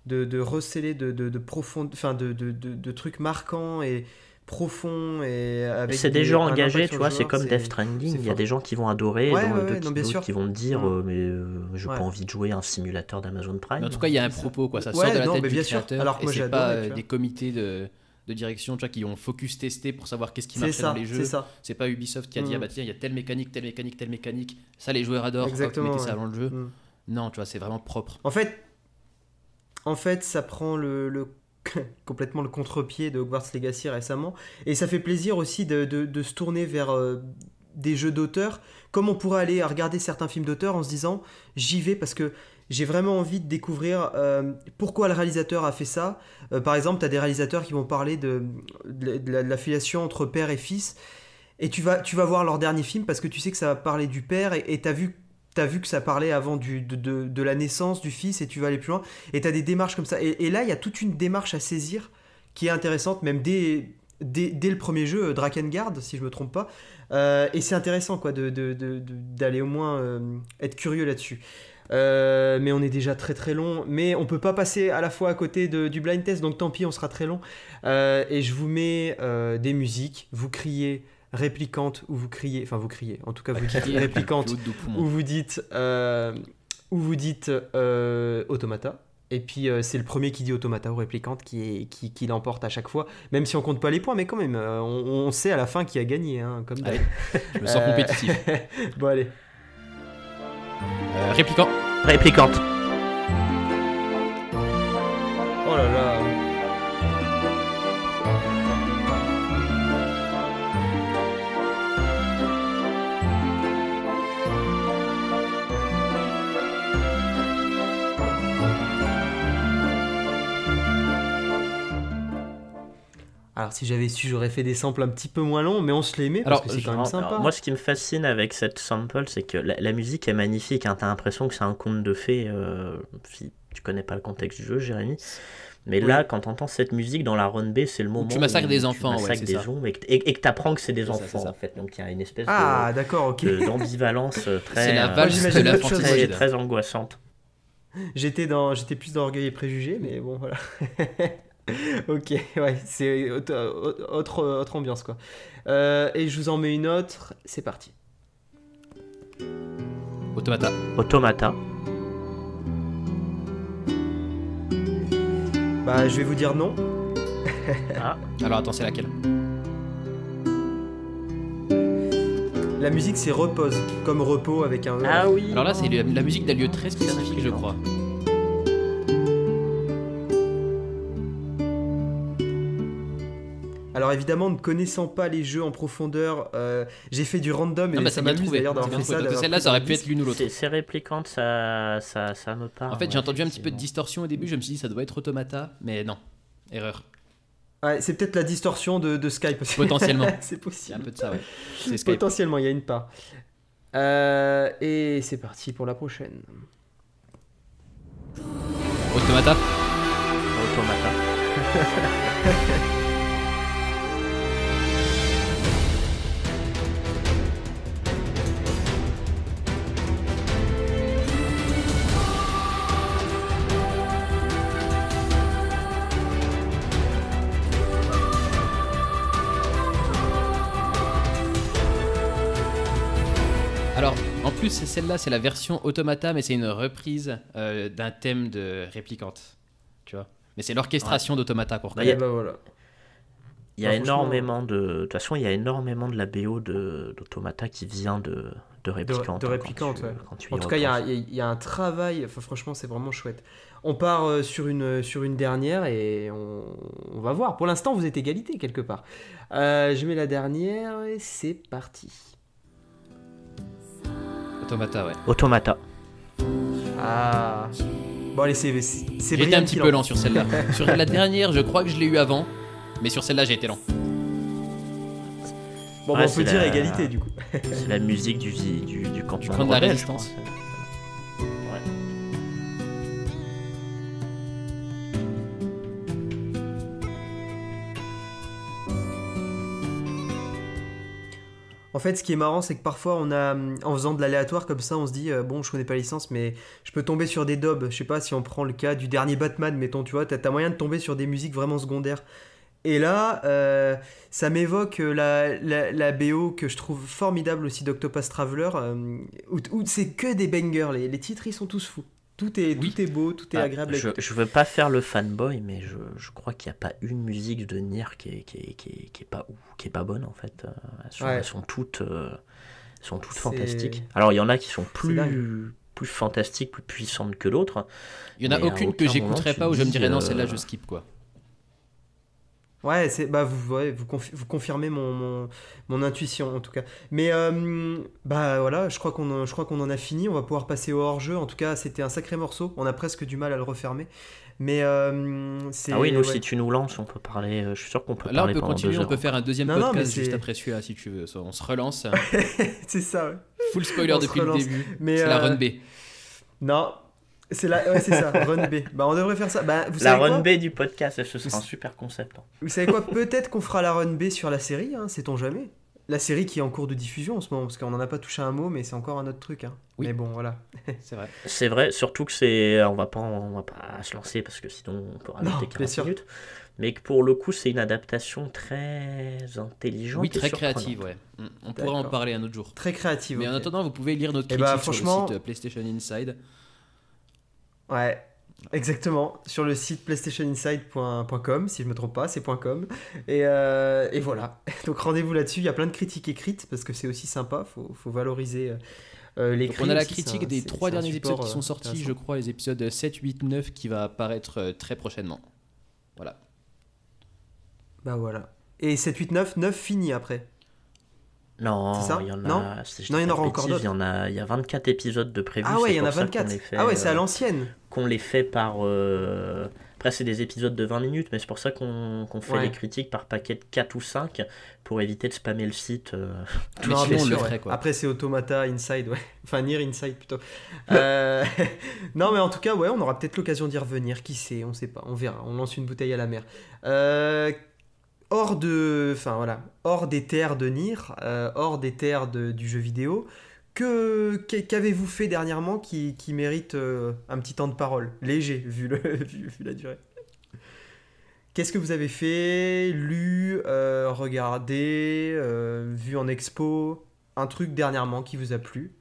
de, de recéler de, de, de, profond, enfin de, de, de, de trucs marquants et profonds. Et avec c'est des, des gens un engagés, impact tu sur vois, le c'est joueur, comme c'est- Death c'est Stranding. Il y a fort. des gens qui vont adorer, Ouais, et ouais, d'autres ouais, non, bien d'autres sûr. qui vont te dire Mm. euh, mais euh, j'ai Ouais. pas envie de jouer à un simulateur d'Amazon Prime. Mais en tout cas, il y a un C'est ça. propos, quoi. Ça Ouais, sort de la non, tête mais du bien sûr. créateur. Alors que et moi, c'est j'ai pas adoré, euh, tu vois. des comités de, de direction, tu vois, qui ont focus testé pour savoir qu'est-ce qui C'est marchait ça, dans les c'est jeux. ça. C'est pas Ubisoft qui a dit, Mm. ah bah tiens, il y a telle mécanique, telle mécanique, telle mécanique. Ça, les joueurs adorent. Hop, Exactement, mettez ça ouais. dans le jeu. Mm. Non, tu vois, c'est vraiment propre. En fait, en fait, ça prend le, le- complètement le contre-pied de Hogwarts Legacy récemment, et ça fait plaisir aussi de, de- de se tourner vers euh, des jeux d'auteur, comme on pourrait aller à regarder certains films d'auteur en se disant, j'y vais parce que j'ai vraiment envie de découvrir euh, pourquoi le réalisateur a fait ça. Euh, par exemple, tu as des réalisateurs qui vont parler de, de, la, de la filiation entre père et fils, et tu vas, tu vas voir leur dernier film parce que tu sais que ça va parler du père, et tu as vu T'as vu que ça parlait avant du, de, de, de la naissance du fils, et tu vas aller plus loin. Et t'as des démarches comme ça. Et, et là, il y a toute une démarche à saisir qui est intéressante, même dès, dès, dès le premier jeu, euh, Drakengard, si je me trompe pas. Euh, et c'est intéressant, quoi, de, de, de- de- d'aller au moins euh, être curieux là-dessus. Euh, mais on est déjà très très long. Mais on peut pas passer à la fois à côté de- du blind test, donc tant pis, on sera très long. Euh, et je vous mets euh, des musiques. Vous criez réplicante ou vous criez, enfin vous criez. En tout cas, vous dites réplicante. Claude de Poumon. Où vous dites, euh, où vous dites euh, Automata. Et puis euh, c'est le premier qui dit Automata ou réplicante qui, est, qui, qui l'emporte à chaque fois. Même si on compte pas les points, mais quand même, euh, on, on sait à la fin qui a gagné. Hein, comme d'hab. Allez, je me sens Euh, compétitif. Bon, allez. Euh, répliquant. Réplicante. Oh là là. Alors si j'avais su, j'aurais fait des samples un petit peu moins longs, mais on se les met parce Alors, que c'est quand Alors, même sympa. alors, moi, ce qui me fascine avec cette sample, c'est que la, la musique est magnifique. Hein. T'as l'impression que c'est un conte de fées. Euh, si tu connais pas le contexte du jeu, Jérémy. Mais Oui. là, quand t'entends cette musique dans la run B, c'est le moment tu massacres où des tu enfants, ouais, massacres c'est des ça. gens, et que, et, et que t'apprends que c'est des C'est ça, enfants, c'est ça. en fait. Donc il y a une espèce Ah de, d'accord, ok. de- d'ambivalence euh, très, C'est la euh, valse j'imagine de autre chose, l'infanticide. moi, très, j'ai- très angoissante. J'étais dans, j'étais plus dans Orgueil et Préjugés, mais bon voilà. Ok, ouais, c'est autre, autre, autre ambiance quoi. Euh, et je vous en mets une autre. C'est parti. Automata. Automata. Bah je vais vous dire non. Ah, Alors attends, c'est laquelle? La musique c'est repose, comme repos avec un E. ah oui. Alors là, c'est la, la musique d'un lieu très spécifique, je crois. Alors évidemment, ne connaissant pas les jeux en profondeur, euh, j'ai fait du random et Ah bah ça c'est bien m'amuse trouvé. d'ailleurs C'est d'avoir bien fait trouvé, ça. parce que d'avoir celle-là, pris ça aurait dans pu le être l'une ou l'autre. C'est, c'est réplicante, ça, ça, ça me parle. En fait, j'ai ouais, entendu un petit peu de effectivement. distorsion au début, je me suis dit ça doit être Automata, mais non. Erreur. Ouais, c'est peut-être la distorsion de, de Skype aussi. Potentiellement. C'est Il y a un possible. peu de ça, ouais. C'est Skype. Potentiellement, il y a une part. Euh, et c'est parti pour la prochaine. Automata. Automata. Alors, en plus, c'est celle-là, c'est la version Automata, mais c'est une reprise euh, d'un thème de Réplicante. Tu vois. Mais c'est l'orchestration d'Automata qu'on Bah, reconnaît. y a- Et bah voilà. Il y a Bah, franchement, énormément de... De toute façon, il y a énormément de la B O de, d'Automata qui vient de, de Réplicante. de hein, Réplicante, quand tu- ouais. quand tu y En tout cas, il y, a- repenses. il y a- il y a un travail. Enfin, franchement, c'est vraiment chouette. On part euh, sur, une, sur une dernière et on, on va voir. Pour l'instant, vous êtes égalité quelque part. Euh, je mets la dernière et c'est parti. Automata, ouais. Automata. Ah. Bon, allez, c'est c'est- c'est J'étais Brian un petit qui peu lance. lent sur celle-là. Sur la dernière, je crois que je l'ai eu avant, mais sur celle-là, j'ai été lent. Bon, Ouais, bah, on c'est peut dire la- été du coup. C'est la musique du, du, du campement camp de la rebelle, résistance. je crois. Ouais. En fait, ce qui est marrant, c'est que parfois, on a, en faisant de l'aléatoire comme ça, on se dit, euh, bon, je connais pas la licence, mais je peux tomber sur des dubs. Je sais pas, si on prend le cas du dernier Batman, mettons, tu vois, t'as, t'as moyen de tomber sur des musiques vraiment secondaires. Et là, euh, ça m'évoque la, la, la B O que je trouve formidable aussi d'Octopus Traveler, euh, où, où c'est que des bangers. Les, les titres, ils sont tous fous. Tout est, Oui. tout est beau, tout est Ah, agréable. à je, écouter. je veux pas faire le fanboy, mais je, je crois qu'il n'y a pas une musique de Nier qui est, qui est, qui est, qui est pas, ou- qui est pas bonne en fait. Euh, Elles sont, Ouais. elles sont toutes, euh, elles sont toutes C'est- fantastiques. Alors il y en a qui sont plus, dingue. plus fantastiques, plus puissantes que d'autres. Il y en a Mais à aucune aucun que moment, j'écouterais tu pas où je me dis, dirais non, euh, celle-là je skip quoi. Ouais, c'est, bah, vous, ouais, vous, confi- vous confirmez mon, mon, mon intuition en tout cas. Mais euh, bah voilà, je crois qu'on en- je crois qu'on en a fini. On va pouvoir passer au hors-jeu. En tout cas, c'était un sacré morceau. On a presque du mal à le refermer. Mais euh, c'est. Ah oui, nous ouais. si tu nous lances, on peut parler. euh, Je suis sûr qu'on peut Là on parler peut pendant continuer, deux on heures. peut faire un deuxième Non, non, podcast mais juste c'est- après celui-là si tu veux. On se relance. c'est ça, ouais. Full spoiler On se depuis le relance. début. Mais, C'est la euh, run B. Non, c'est la, ouais, c'est ça, Run B. Bah, on devrait faire ça. Bah, vous La savez run quoi B du podcast, ce sera un super concept. hein. Vous savez quoi Peut-être qu'on fera la Run B sur la série, hein, sait-on jamais. La série qui est en cours de diffusion en ce moment, parce qu'on n'en a pas touché un mot, mais c'est encore un autre truc. Hein. Oui. Mais bon, voilà. C'est vrai. C'est vrai, surtout que c'est, on va pas, on va pas se lancer parce que sinon on peut Non, rajouter bien quarante sûr. minutes. Mais que pour le coup, c'est une adaptation très intelligente. Oui, et très surprenante. créative, ouais. Mm. On pourra en D'accord. parler un autre jour. Très créative. Mais en ok. attendant, vous pouvez lire notre Eh critique bah, sur franchement- le site euh, PlayStation Inside. Ouais, exactement. Sur le site playstation inside point com, si je me trompe pas, c'est .com. Et, euh, et voilà. Donc rendez-vous là-dessus. Il y a plein de critiques écrites parce que c'est aussi sympa. Faut, faut valoriser euh, Donc l'écrit. on a la aussi, c'est critique un- des c'est- trois c'est un derniers support, épisodes qui sont euh, sortis, intéressant. je crois, les épisodes sept, huit, neuf qui va apparaître euh, très prochainement. Voilà. Bah voilà. Et sept, huit, neuf, neuf fini après. Non, C'est ça il y en Non a. si je Non, dis il y en pas aura de encore bêtises, d'autres. Il y en a, il y a vingt-quatre épisodes de prévus. Ah ouais, c'est il y en a pour ça qu'on vingt-quatre. les fait, Ah ouais, c'est à euh, l'ancienne. qu'on les fait par. euh, Après, c'est des épisodes de vingt minutes, mais c'est pour ça qu'on qu'on fait Ouais. les critiques par paquet de quatre ou cinq pour éviter de spammer le site. euh, Mais Non, sinon, bien on le sûr, ferait, ouais. quoi. Après, c'est Automata Inside, ouais. Enfin, Nier Inside plutôt. Euh, Non, mais en tout cas, ouais, on aura peut-être l'occasion d'y revenir. Qui sait On sait pas. On verra. On lance une bouteille à la mer. Euh, Hors de, enfin voilà, hors des terres de Nier, euh, hors des terres de- du jeu vidéo. Que qu'a- qu'avez-vous fait dernièrement qui, qui mérite euh, un petit temps de parole léger vu le vu, vu la durée. Qu'est-ce que vous avez fait, lu, euh, regardé, euh, vu en expo, un truc dernièrement qui vous a plu?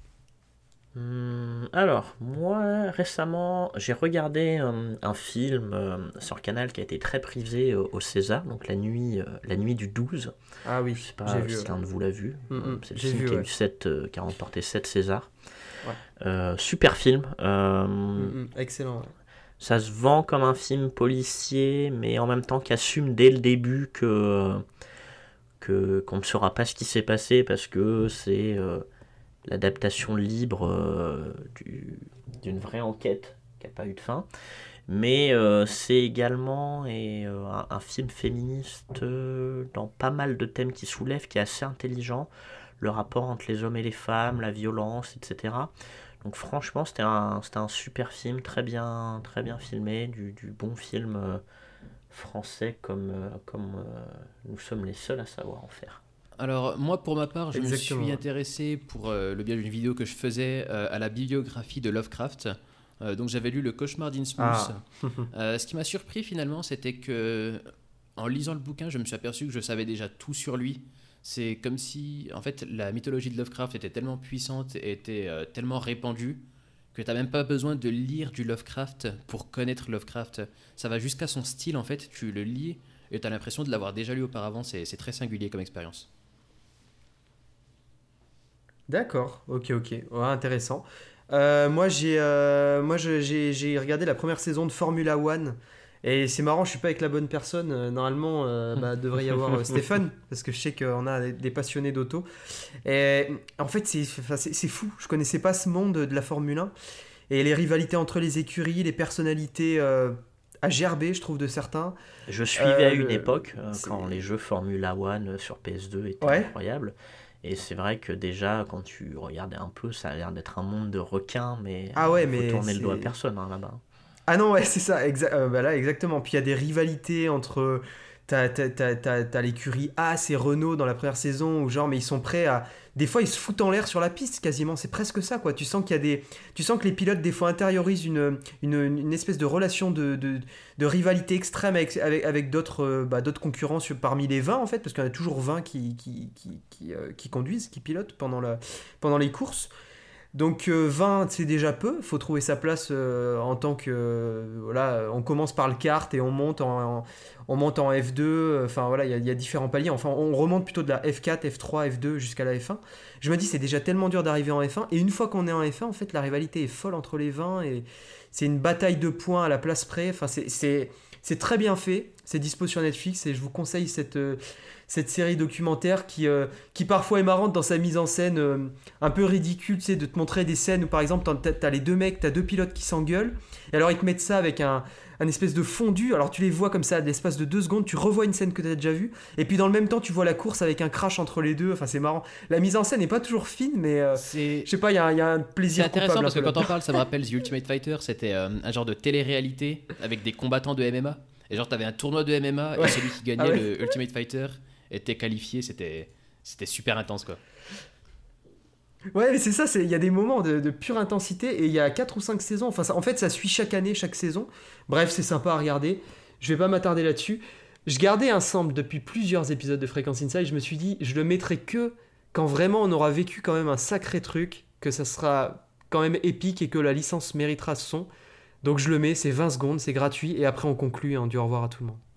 Hum, alors, moi, récemment, j'ai regardé euh, un film euh, sur Canal qui a été très prisé euh, au César, donc la nuit, euh, la nuit du douze. Ah oui, Je sais pas j'ai euh, vu. si ouais. l'un de vous l'a vu. Mm, mm, Euh, C'est le j'ai film vu, qui a, ouais. eu sept, euh, qui a remporté sept Césars. Ouais. Euh, super film. Euh, Mm, mm, excellent. ouais. Ça se vend comme un film policier, mais en même temps qui assume dès le début que que qu'on ne saura pas ce qui s'est passé parce que c'est euh, l'adaptation libre euh, du- d'une vraie enquête qui n'a pas eu de fin. Mais euh, c'est également et, euh, un, un film féministe euh, dans pas mal de thèmes qui soulève, qui est assez intelligent. Le rapport entre les hommes et les femmes, la violence, et cetera. Donc franchement, c'était un, c'était un super film, très bien, très bien filmé, du, du bon film euh, français comme, euh, comme euh, nous sommes les seuls à savoir en faire. Alors moi pour ma part je Exactement, me suis ouais. intéressé pour euh, le biais d'une vidéo que je faisais euh, à la bibliographie de Lovecraft. Euh, donc j'avais lu Le Cauchemar d'Innsmouth. Ah. Euh, ce qui m'a surpris finalement c'était que en lisant le bouquin je me suis aperçu que je savais déjà tout sur lui. C'est comme si en fait la mythologie de Lovecraft était tellement puissante et était euh, tellement répandue que t'as même pas besoin de lire du Lovecraft pour connaître Lovecraft. Ça va jusqu'à son style en fait, tu le lis et t'as l'impression de l'avoir déjà lu auparavant, c'est c'est très singulier comme expérience. D'accord, ok, ok, ouais, intéressant. Euh, moi, j'ai, euh, moi, je- j'ai, j'ai regardé la première saison de Formula One et c'est marrant, je suis pas avec la bonne personne. Euh, Normalement, euh, bah, devrait y avoir euh, Stéphane parce que je sais qu'on a des, des passionnés d'auto. Et en fait, c'est, enfin, c'est, c'est fou. Je connaissais pas ce monde de la Formule un et les rivalités entre les écuries, les personnalités euh, à gerber, je trouve de certains. Je suivais Euh, à une le- époque euh, c'est- quand les jeux Formula One sur P S deux étaient Ouais. incroyables. Et c'est vrai que déjà, quand tu regardais un peu, ça a l'air d'être un monde de requins, mais Ah ouais, faut mais tourner le c'est- doigt à personne hein, là-bas. Ah non, ouais, c'est ça, exa- euh, bah là, exactement. Puis il y a des rivalités entre T'as, t'as, t'as, t'as, t'as l'écurie As et Renault dans la première saison, où genre, mais ils sont prêts à... Des fois, ils se foutent en l'air sur la piste, quasiment. C'est presque ça, quoi. Tu sens qu'il y a des... Tu sens que les pilotes, des fois, intériorisent une, une, une espèce de relation de, de, de rivalité extrême avec, avec, avec d'autres, euh, bah, d'autres concurrents sur- parmi les vingt, en fait, parce qu'il y en a toujours vingt qui, qui, qui, qui, euh, qui conduisent, qui pilotent pendant, la, pendant les courses. Donc euh, vingt, c'est déjà peu. Faut trouver sa place euh, en tant que... euh, voilà, on commence par le kart et on monte en, en- on monte en F deux. Enfin voilà, il y, a- il y a différents paliers. Enfin, on remonte plutôt de la F quatre, F trois, F deux jusqu'à la F un. Je me dis, c'est déjà tellement dur d'arriver en F un. Et une fois qu'on est en F un, en fait, la rivalité est folle entre les vingt. Et c'est une bataille de points à la place près. Enfin, c'est, c'est, c'est très bien fait. C'est dispo sur Netflix. Et je vous conseille cette... euh, cette série documentaire qui, euh, qui parfois est marrante dans sa mise en scène euh, un peu ridicule, tu sais, de te montrer des scènes où par exemple t'as, t'as les deux mecs, t'as deux pilotes qui s'engueulent, et alors ils te mettent ça avec un, un espèce de fondu, alors tu les vois comme ça à l'espace de deux secondes, tu revois une scène que t'as déjà vue, et puis dans le même temps tu vois la course avec un crash entre les deux, enfin c'est marrant. La mise en scène n'est pas toujours fine, mais euh, C'est je sais pas, il y, a un- il y a un c'est plaisir intéressant coupable parce que un peu quand on là-dedans. parle, ça me rappelle The Ultimate Fighter, c'était euh, un genre de télé-réalité avec des combattants de M M A. Et genre, t'avais un tournoi de M M A Ouais. et celui qui gagnait Ah ouais. le Ultimate Fighter était qualifié. C'était, c'était super intense, quoi. Ouais, mais c'est ça, c'est- il y a des moments de, de pure intensité et il y a quatre ou cinq saisons. Enfin, ça- en fait, ça suit chaque année, chaque saison. Bref, c'est sympa à regarder. Je vais pas m'attarder là-dessus. Je gardais un sample depuis plusieurs épisodes de Fréquence Inside. Je me suis dit, je le mettrai que quand vraiment on aura vécu quand même un sacré truc, que ça sera quand même épique et que la licence méritera son. Donc je le mets, c'est vingt secondes, c'est gratuit et après on conclut et on dit au revoir à tout le monde.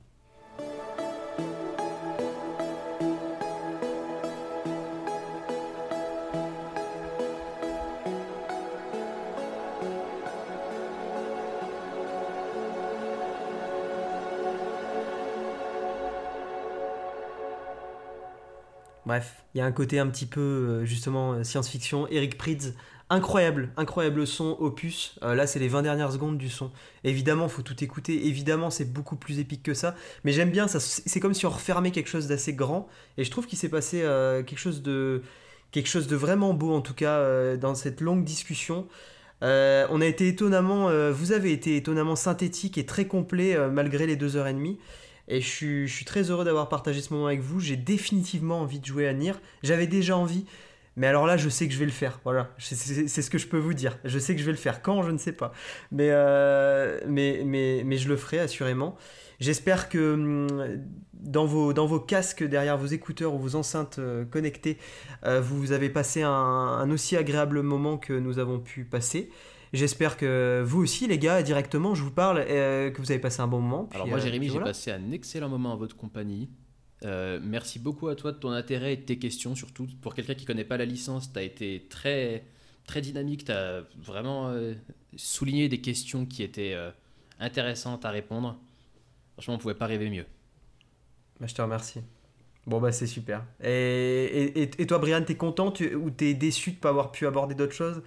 Bref, il y a un côté un petit peu euh, justement euh, science-fiction. Eric Prydz, incroyable, incroyable son, opus. Euh, là, c'est les vingt dernières secondes du son. Évidemment, faut tout écouter. Évidemment, c'est beaucoup plus épique que ça. Mais j'aime bien ça. C'est c'est comme si on refermait quelque chose d'assez grand. Et je trouve qu'il s'est passé euh, quelque chose de quelque chose de vraiment beau en tout cas euh, dans cette longue discussion. Euh, on a été étonnamment, euh, vous avez été étonnamment synthétique et très complet euh, malgré les deux heures et demie. Et je suis, je suis très heureux d'avoir partagé ce moment avec vous. J'ai définitivement envie de jouer à Nier. J'avais déjà envie, mais alors là, je sais que je vais le faire. Voilà, c'est, c'est- c'est ce que je peux vous dire. Je sais que je vais le faire. Quand, je ne sais pas. Mais, euh, mais, mais, mais je le ferai assurément. J'espère que hum, dans vos, dans vos casques, derrière vos écouteurs ou vos enceintes euh, connectées, euh, vous avez passé un, un aussi agréable moment que nous avons pu passer. J'espère que vous aussi, les gars, directement, je vous parle, euh, que vous avez passé un bon moment. Alors puis, moi, euh, Jérémy, puis j'ai voilà. passé un excellent moment en votre compagnie. Euh, merci beaucoup à toi de ton intérêt et de tes questions, surtout pour quelqu'un qui connaît pas la licence. Tu as été très, très dynamique, tu as vraiment euh, souligné des questions qui étaient euh, intéressantes à répondre. Franchement, on pouvait pas rêver mieux. Bah, je te remercie. Bon, bah, c'est super. Et, et, et- et toi, Brian, t'es content tu- ou t'es déçu de pas avoir pu aborder d'autres choses?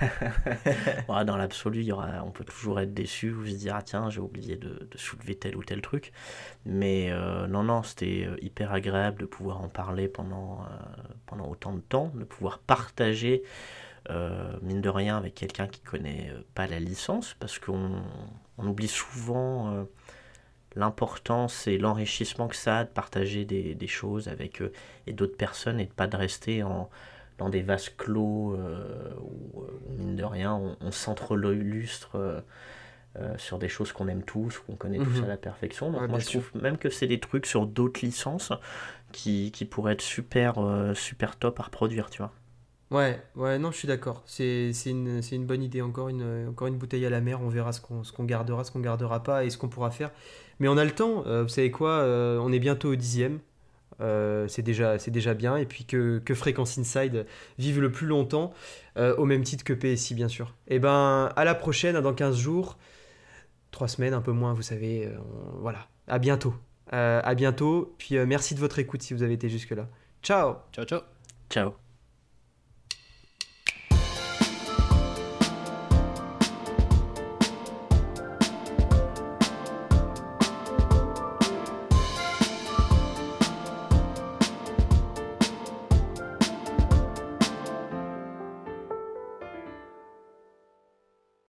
Ouais, dans l'absolu, il y aura, on peut toujours être déçu ou se dire, ah tiens, j'ai oublié de, de soulever tel ou tel truc. Mais euh, non, non, c'était euh, hyper agréable de pouvoir en parler pendant, euh, pendant autant de temps, de pouvoir partager, euh, mine de rien, avec quelqu'un qui connaît euh, pas la licence, parce qu'on on oublie souvent euh, l'importance et l'enrichissement que ça a de partager des, des choses avec eux et d'autres personnes et de pas de rester en, dans des vases clos euh, où, euh, où, mine de rien, on, on s'entre-lustre euh, euh, sur des choses qu'on aime tous, qu'on connaît tous Mhm. à la perfection. Donc Ouais, moi, bien je trouve même que c'est des trucs sur d'autres licences qui, qui pourraient être super, euh, super top à reproduire, tu vois. Ouais, ouais, non, je suis d'accord. C'est, c'est une, c'est une bonne idée. Encore une, encore une bouteille à la mer. On verra ce qu'on, ce qu'on gardera, ce qu'on gardera pas et ce qu'on pourra faire. Mais on a le temps. Euh, vous savez quoi? Euh, on est bientôt au dixième. Euh, c'est déjà, c'est déjà bien. Et puis que, que Fréquence Inside vive le plus longtemps, euh, au même titre que P S I, bien sûr. Et ben, à la prochaine, à dans quinze jours. Trois semaines, un peu moins, vous savez. euh, on- voilà. À bientôt. Euh, à bientôt. Puis euh, merci de votre écoute si vous avez été jusque-là. Ciao! Ciao, ciao. Ciao.